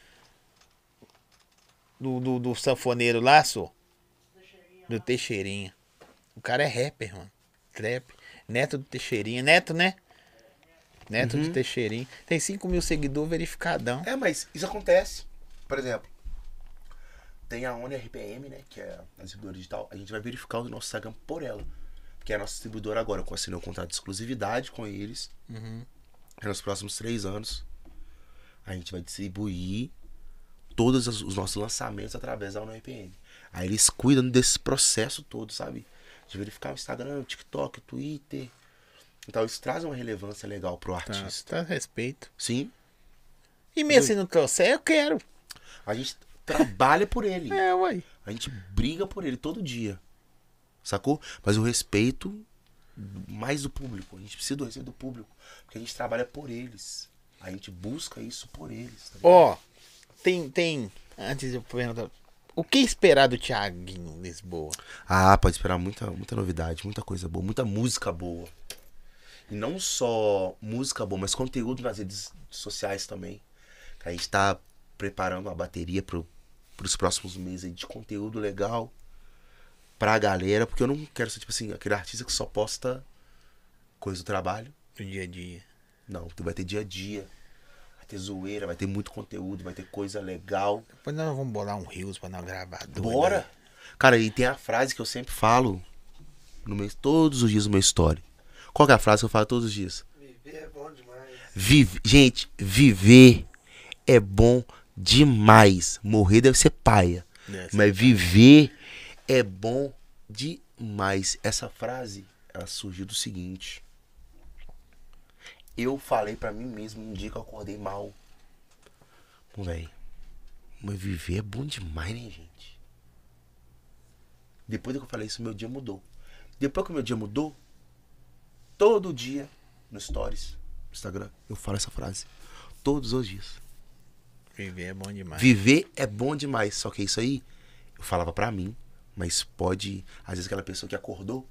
Do sanfoneiro lá, só? Do Teixeirinha. O cara é rapper, mano. Trap. Neto do Teixeirinha. Neto, né? Neto do Teixeirinha. Tem 5 mil seguidores verificadão. É, mas isso acontece. Por exemplo, tem a Oni RPM, né? Que é a distribuidora digital. A gente vai verificar o nosso Instagram por ela. Que é a nossa distribuidora agora. Eu assinei um contrato de exclusividade com eles. Nos próximos 3 anos. A gente vai distribuir todos os nossos lançamentos através da Oni RPM. Aí eles cuidam desse processo todo, sabe? De verificar o Instagram, o TikTok, o Twitter. Então isso traz uma relevância legal pro artista. Tá a respeito. Sim. E mesmo se não trouxer, eu quero. A gente trabalha por ele. É, uai. A gente briga por ele todo dia. Sacou? Mas o respeito mais do público. A gente precisa do respeito do público. Porque a gente trabalha por eles. A gente busca isso por eles. Tá ligado? Ó, tem... Antes de eu perguntar... O que esperar do Thiaguinho Lisboa? Ah, pode esperar muita novidade, muita coisa boa, muita música boa. E não só música boa, mas conteúdo nas redes sociais também. A gente tá preparando uma bateria pros próximos meses aí de conteúdo legal pra galera, porque eu não quero ser, tipo assim, aquele artista que só posta coisa do trabalho. Do dia a dia. Não, tu vai ter dia a dia. Vai ter zoeira, vai ter muito conteúdo, vai ter coisa legal. Depois nós vamos bolar um rios pra nós gravar. doido, Bora! né? Cara, e tem a frase que eu sempre falo todos os dias no meu story. Qual que é a frase que eu falo todos os dias? Viver é bom demais. Gente, viver é bom demais. Morrer deve ser paia. Mas viver é bom demais. Essa frase, ela surgiu do seguinte. Eu falei pra mim mesmo um dia que eu acordei mal. Véi, mas viver é bom demais, né, gente? Depois que eu falei isso, meu dia mudou. Depois que o meu dia mudou, todo dia, no Stories, no Instagram, eu falo essa frase. Todos os dias. Viver é bom demais. Viver é bom demais. Só que isso aí, eu falava pra mim, mas pode... Às vezes aquela pessoa que acordou,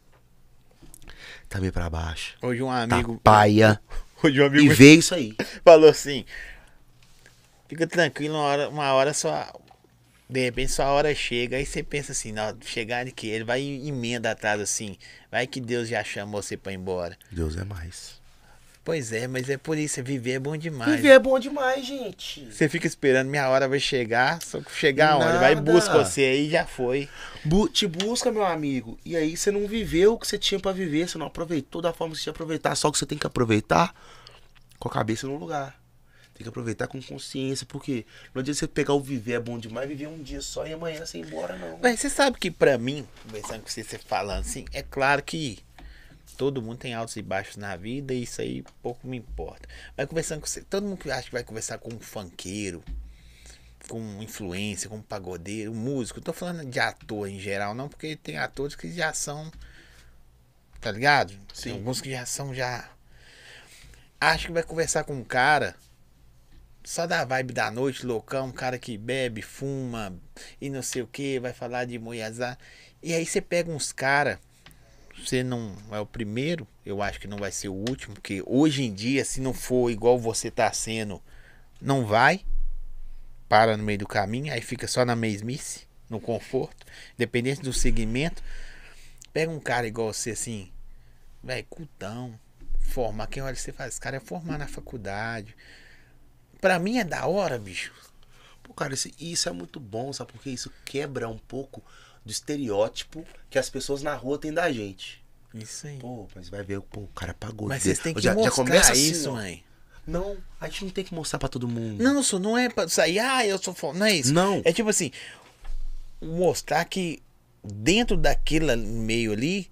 tá meio pra baixo. Hoje um amigo... Tá paia. Hoje um amigo E vê isso aí. falou assim, fica tranquilo, uma hora só... De repente sua hora chega, aí você pensa assim, não, chegar de que ele vai e emenda atrás assim, vai que Deus já chama você pra ir embora. Deus é mais. Pois é, mas é por isso, viver é bom demais. Viver é bom demais, gente. Você fica esperando, minha hora vai chegar, só que chegar onde? Nada. Vai e busca você aí, já foi. Te busca, meu amigo. E aí você não viveu o que você tinha pra viver, você não aproveitou da forma que você tinha que aproveitar. Só que você tem que aproveitar com a cabeça no lugar. Tem que aproveitar com consciência, porque não adianta você pegar o viver é bom demais, viver um dia só e amanhã você ir embora, não. Mas você sabe que pra mim, conversando com você falando assim, é claro que todo mundo tem altos e baixos na vida e isso aí pouco me importa. Mas conversando com você, todo mundo que acha que vai conversar com um funkeiro, com um influencer, com um pagodeiro, um músico, eu tô falando de ator em geral, não, porque tem atores que já são, tá ligado? Sim. Tem alguns que já são, já... Acho que vai conversar com um cara... Só da vibe da noite, loucão, um cara que bebe, fuma e não sei o que, vai falar de Moiazá. E aí você pega uns caras, você não é o primeiro, eu acho que não vai ser o último, porque hoje em dia, se não for igual você tá sendo, não vai, para no meio do caminho, aí fica só na mesmice, no conforto, independente do segmento. Pega um cara igual você assim, velho, cultão, formar, quem olha você faz, esse cara é formar na faculdade. Pra mim é da hora, bicho. Pô, cara, isso é muito bom, sabe? Porque isso quebra um pouco do estereótipo que as pessoas na rua têm da gente. Isso aí. Pô, mas vai ver, pô, o cara pagou. Mas vocês têm que já mostrar começa isso, assim, mãe. Não, a gente não tem que mostrar pra todo mundo. Não, isso não é pra sair, eu sou foda. Não é isso. Não. É tipo assim, mostrar que dentro daquele meio ali,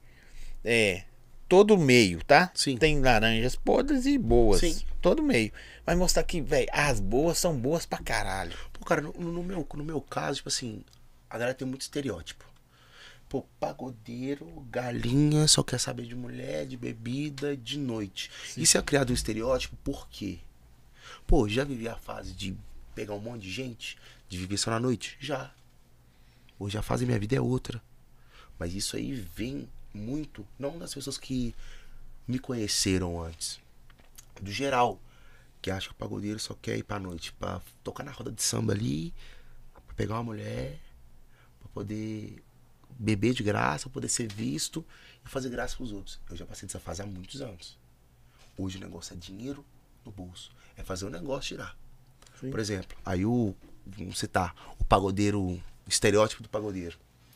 todo meio, tá? Sim. Tem laranjas podres e boas. Sim. Todo meio. Mas mostrar que, velho, as boas são boas pra caralho. Pô, cara, no meu caso, tipo assim, a galera tem muito estereótipo. Pô, pagodeiro, galinha, só quer saber de mulher, de bebida, de noite. Sim. Isso é criado um estereótipo por quê? Pô, já vivi a fase de pegar um monte de gente, de viver só na noite? Já. Hoje a fase da minha vida é outra. Mas isso aí vem muito, não das pessoas que me conheceram antes, do geral, que acha que o pagodeiro só quer ir pra noite, pra tocar na roda de samba ali, pra pegar uma mulher, pra poder beber de graça, pra poder ser visto e fazer graça pros outros. Eu já passei dessa fase há muitos anos. Hoje o negócio é dinheiro no bolso, é fazer o negócio girar. Sim. Por exemplo, aí vamos citar, o pagodeiro, o estereótipo do pagodeiro.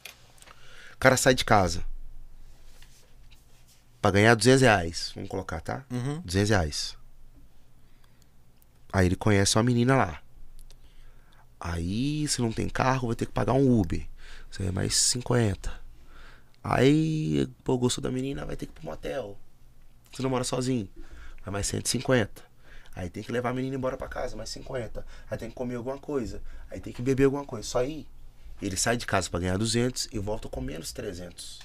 O cara sai de casa pra ganhar R$200, vamos colocar, tá? Uhum. R$200. Aí ele conhece uma menina lá. Aí, se não tem carro, vai ter que pagar um Uber. Isso aí é mais 50. Aí, pô, gostou da menina, vai ter que ir pro motel. Você não mora sozinho, vai mais 150. Aí tem que levar a menina embora pra casa, mais 50. Aí tem que comer alguma coisa. Aí tem que beber alguma coisa. Só aí, ele sai de casa pra ganhar 200 e volta com menos 300.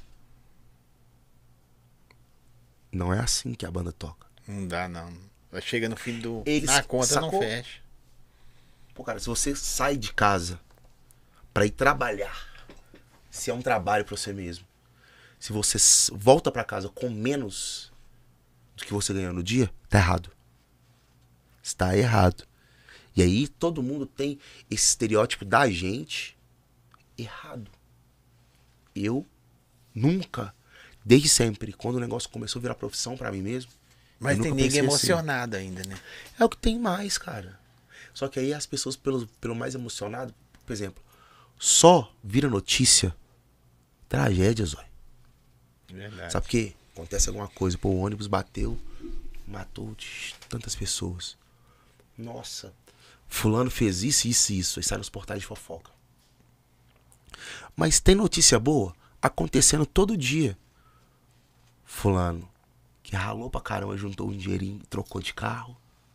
Não é assim que a banda toca. Não dá, não. Chega no fim do... Eles, a conta sacou? não fecha. Pô, cara, se você sai de casa pra ir trabalhar, se é um trabalho pra você mesmo, se você volta pra casa com menos do que você ganhou no dia, tá errado. Está errado. E aí todo mundo tem esse estereótipo da gente errado. Eu nunca, desde sempre, quando o negócio começou a virar profissão pra mim mesmo, mas tem nego assim. emocionado ainda, né? É o que tem mais, cara. Só que aí as pessoas, pelo mais emocionado, por exemplo, só vira notícia tragédia, Zói. Verdade. Sabe por quê? Acontece alguma coisa, pô, o ônibus bateu, matou tantas pessoas. Nossa, fulano fez isso, isso e isso. Aí sai nos portais de fofoca. Mas tem notícia boa acontecendo todo dia. Fulano que ralou pra caramba, juntou um dinheirinho, trocou de carro.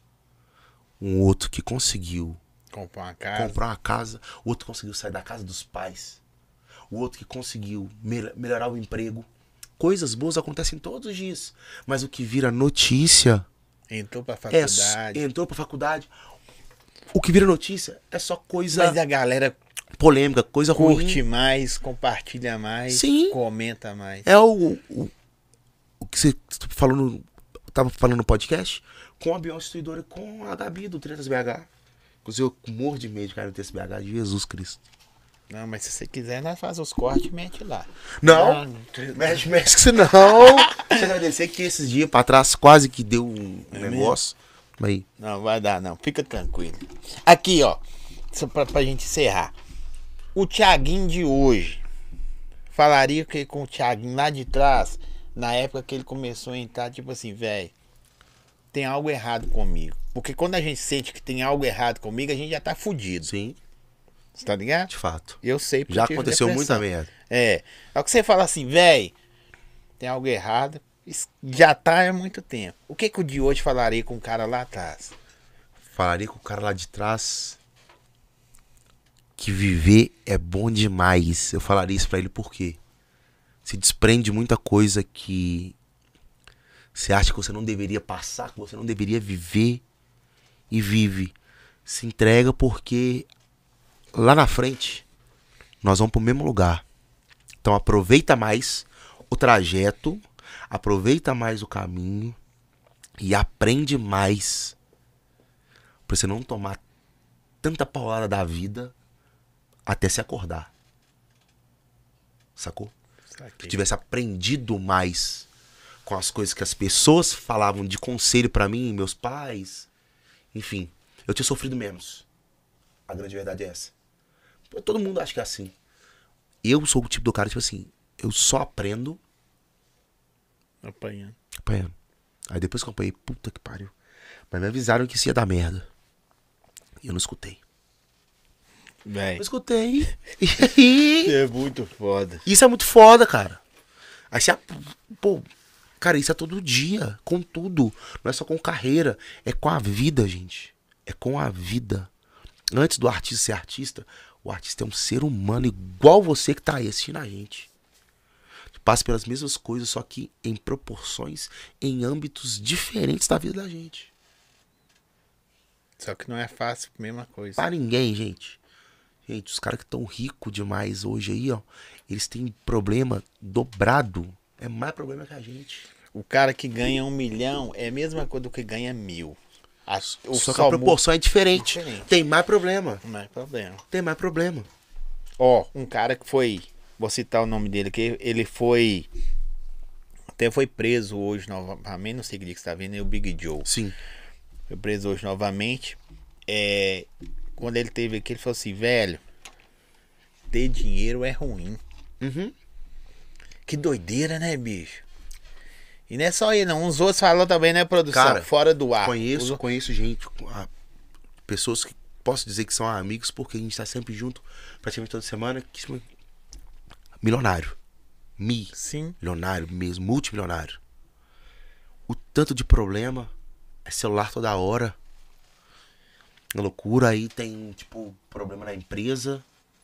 Um outro que conseguiu comprar uma casa. O outro conseguiu sair da casa dos pais. O outro que conseguiu melhorar o emprego. Coisas boas acontecem todos os dias. Mas o que vira notícia... Entrou pra faculdade. Entrou pra faculdade. O que vira notícia é só coisa... Mas a galera... polêmica, coisa ruim. Curte mais, compartilha mais. Sim. Comenta mais. É o que você tava falando no podcast com a Beyoncé Instruidora e com a Gabi do Tretas BH. Inclusive eu morro de medo de cair no Tretas BH de Jesus Cristo. Não, mas se você quiser, nós fazemos os cortes e mete lá. Não, mexe que você não. Deixa eu agradecer que esses dias pra trás quase que deu um negócio. Aí. Não, vai dar não, fica tranquilo. Aqui, ó, só pra gente encerrar. O Thiaguinho de hoje, falaria que com o Thiaguinho lá de trás, na época que ele começou a entrar, tipo assim, velho, tem algo errado comigo. Porque quando a gente sente que tem algo errado comigo, a gente já tá fudido. Sim. Você tá ligado? De fato. Eu sei porque já aconteceu muita merda. É o que você fala assim, velho, tem algo errado, isso já tá há muito tempo. O que o de hoje falaria com o cara lá atrás? Falaria com o cara lá de trás que viver é bom demais. Eu falaria isso pra ele por quê? Se desprende muita coisa que você acha que você não deveria passar, que você não deveria viver e vive. Se entrega porque lá na frente nós vamos pro mesmo lugar. Então aproveita mais o trajeto, aproveita mais o caminho e aprende mais pra você não tomar tanta paulada da vida até se acordar. Sacou? Se eu tivesse aprendido mais com as coisas que as pessoas falavam de conselho pra mim, meus pais, enfim, eu tinha sofrido menos. A grande verdade é essa. Todo mundo acha que é assim. Eu sou o tipo do cara, tipo assim, eu só aprendo apanhando. Aí depois que eu apanhei, puta que pariu. Mas me avisaram que isso ia dar merda. E eu não escutei. Véi. Eu escutei. É muito foda. Isso é muito foda, cara. Aí você... Pô, cara, isso é todo dia. Com tudo. Não é só com carreira. É com a vida, gente. É com a vida. Antes do artista ser artista, o artista é um ser humano igual você que tá aí assistindo a gente. Passa pelas mesmas coisas, só que em proporções, em âmbitos diferentes da vida da gente. Só que não é fácil, mesma coisa. Pra ninguém, gente. Gente, os caras que estão ricos demais hoje aí, ó, eles têm problema dobrado. É mais problema que a gente. O cara que ganha 1 milhão é a mesma coisa do que ganha 1.000. Só que a proporção é diferente. Tem mais problema. Tem mais problema. Ó, um cara que foi... Vou citar o nome dele aqui. Ele foi... Até foi preso hoje novamente. Não sei o que você tá vendo. É o Big Joe. Sim. Foi preso hoje novamente. Quando ele teve aqui, ele falou assim, velho, ter dinheiro é ruim. Uhum. Que doideira, né, bicho? E não é só ele, não. Uns outros falam também, né, produção? Cara, fora do ar. Conheço gente, pessoas que posso dizer que são amigos, porque a gente tá sempre junto, praticamente toda semana. Milionário. Sim. Milionário mesmo, multimilionário. O tanto de problema, é celular toda hora. Loucura. Aí tem, tipo, problema na empresa.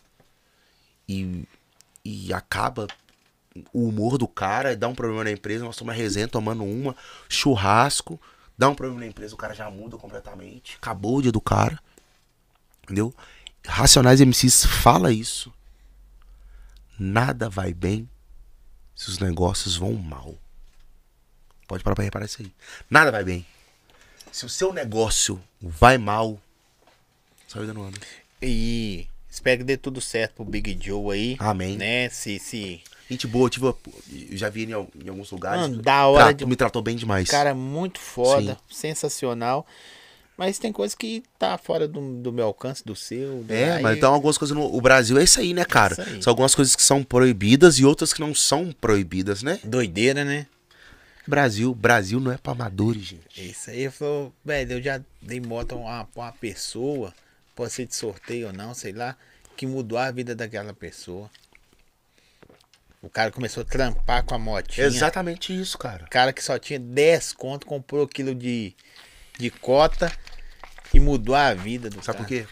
E acaba o humor do cara, dá um problema na empresa, nós tomamos resenha, tomando uma, churrasco, dá um problema na empresa, o cara já muda completamente. Acabou o dia do cara. Entendeu? Racionais MCs fala isso. Nada vai bem se os negócios vão mal. Pode parar pra reparar isso aí. Nada vai bem. Se o seu negócio vai mal, sua vida não anda. E espero que dê tudo certo pro Big Joe aí. Amém. Né? Gente boa, eu já vi ele em alguns lugares. Mano, da hora me tratou bem demais. Cara, muito foda, sim, sensacional. Mas tem coisa que tá fora do meu alcance, do seu. Mas então algumas coisas o Brasil é isso aí, né, cara? São algumas coisas que são proibidas e outras que não são proibidas, né? Doideira, né? Brasil não é pra amadores, gente. Isso aí falou, velho, eu já dei moto pra uma pessoa, pode ser de sorteio ou não, sei lá, que mudou a vida daquela pessoa. O cara começou a trampar com a motinha. Exatamente isso, cara. O cara que só tinha 10 conto, comprou quilo de cota e mudou a vida do Sabe cara. por quê?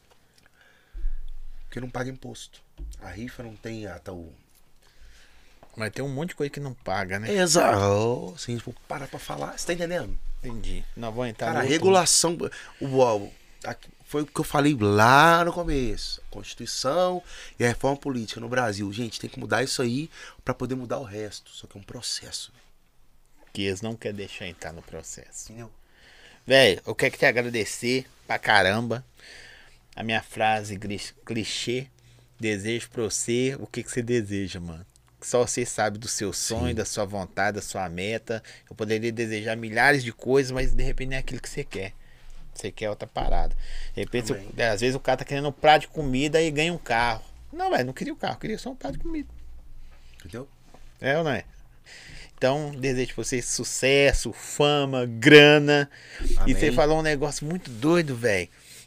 Porque não paga imposto. A rifa não tem o... Mas tem um monte de coisa que não paga, né? Exato. Assim, tipo, parar pra falar, você tá entendendo? Entendi. Nós vamos entrar Cara, a no regulação... Foi o que eu falei lá no começo. A Constituição e a reforma política no Brasil. Gente, tem que mudar isso aí pra poder mudar o resto. Só que é um processo. que eles não querem deixar entrar no processo. Entendeu? Velho, eu quero te agradecer pra caramba. A minha frase clichê, desejo pra você o que você deseja, mano. Só você sabe do seu sonho, da sua vontade, da sua meta. Eu poderia desejar milhares de coisas, mas de repente não é aquilo que você quer. Você quer outra parada. De repente, às vezes o cara tá querendo um prato de comida e ganha um carro. Não, velho, não queria o carro, queria só um prato de comida. Entendeu? É ou não é? Então, desejo pra vocês sucesso, fama, grana. Amém. E você falou um negócio muito doido, velho.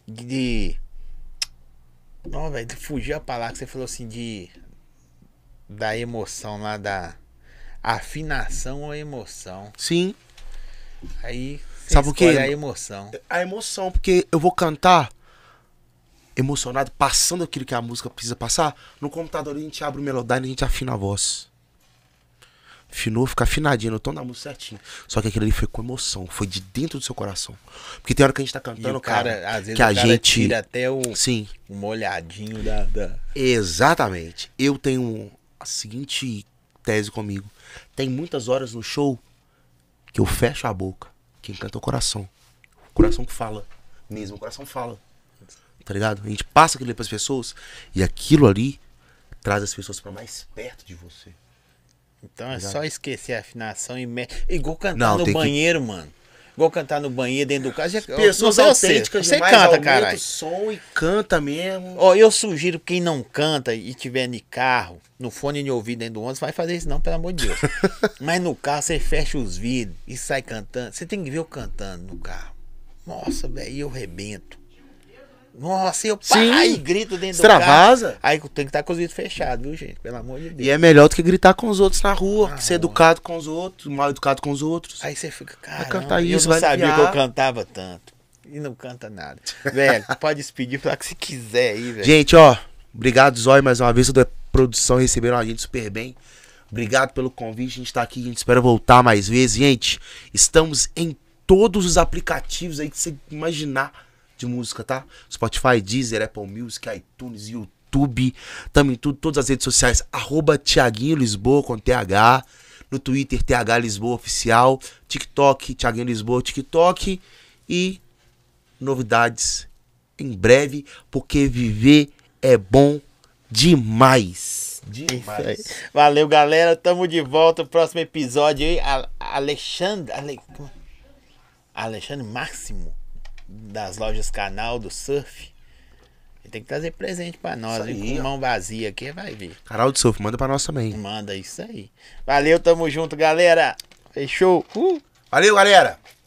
Não, velho, fugiu a palavra que você falou assim da emoção lá, da afinação ou emoção. Sim. Aí você sabe o que? a emoção. A emoção, porque eu vou cantar emocionado, passando aquilo que a música precisa passar. No computador a gente abre o Melodyne e a gente afina a voz. Afinou, fica afinadinho, no tom da música certinho. Só que aquilo ali foi com emoção, foi de dentro do seu coração. Porque tem hora que a gente tá cantando, E o cara, às vezes que a gente tira até Sim. o molhadinho da... Exatamente. Eu tenho a seguinte tese comigo. Tem muitas horas no show que eu fecho a boca. Quem canta é o coração. O coração que fala mesmo, o coração fala. Tá ligado? A gente passa aquilo ali pras pessoas e aquilo ali traz as pessoas pra mais perto de você. Então é Exato. só esquecer a afinação e... Igual cantar Não, no tem que- banheiro, mano. Igual cantar no banheiro, dentro do carro. Pessoas Não sei autênticas você demais, canta, aumenta caralho. o som e canta mesmo. Ó, eu sugiro quem não canta e tiver no carro, no fone de ouvido dentro do ônibus, vai fazer isso não, pelo amor de Deus. Mas no carro você fecha os vidros e sai cantando. Você tem que ver eu cantando no carro. Nossa, velho, eu rebento. Nossa, eu Sim. e grito dentro Extravasa. do carro. Aí tem que estar com os vidros fechados, viu, gente? Pelo amor de Deus. E é melhor do que gritar com os outros na rua, Na ser rua. educado com os outros, mal educado com os outros. Aí você fica, cara, cantar eu isso, não vai sabia aliviar. que eu cantava tanto. E não canta nada. Velho, pode despedir, falar o que você quiser aí, velho. Gente, ó, obrigado, Zóio, mais uma vez. Toda a produção receberam a gente super bem. Obrigado pelo convite, a gente tá aqui, a gente espera voltar mais vezes. Gente, estamos em todos os aplicativos aí que você imaginar de música, tá? Spotify, Deezer, Apple Music, iTunes, YouTube. Tamo em tudo, todas as redes sociais. @Thiaguinho Lisboa com TH. No Twitter, TH Lisboa Oficial. TikTok, Thiaguinho Lisboa, TikTok. E novidades em breve, porque viver é bom demais. Isso aí. Valeu, galera. Tamo de volta. Próximo episódio aí. Alexandre Máximo, das lojas Canal do Surf. Ele tem que trazer presente pra nós, Isso hein? aí, Com ó. mão vazia aqui, vai ver. Canal do Surf, manda pra nós também. Manda isso aí. Valeu, tamo junto, galera. Fechou. Valeu, galera!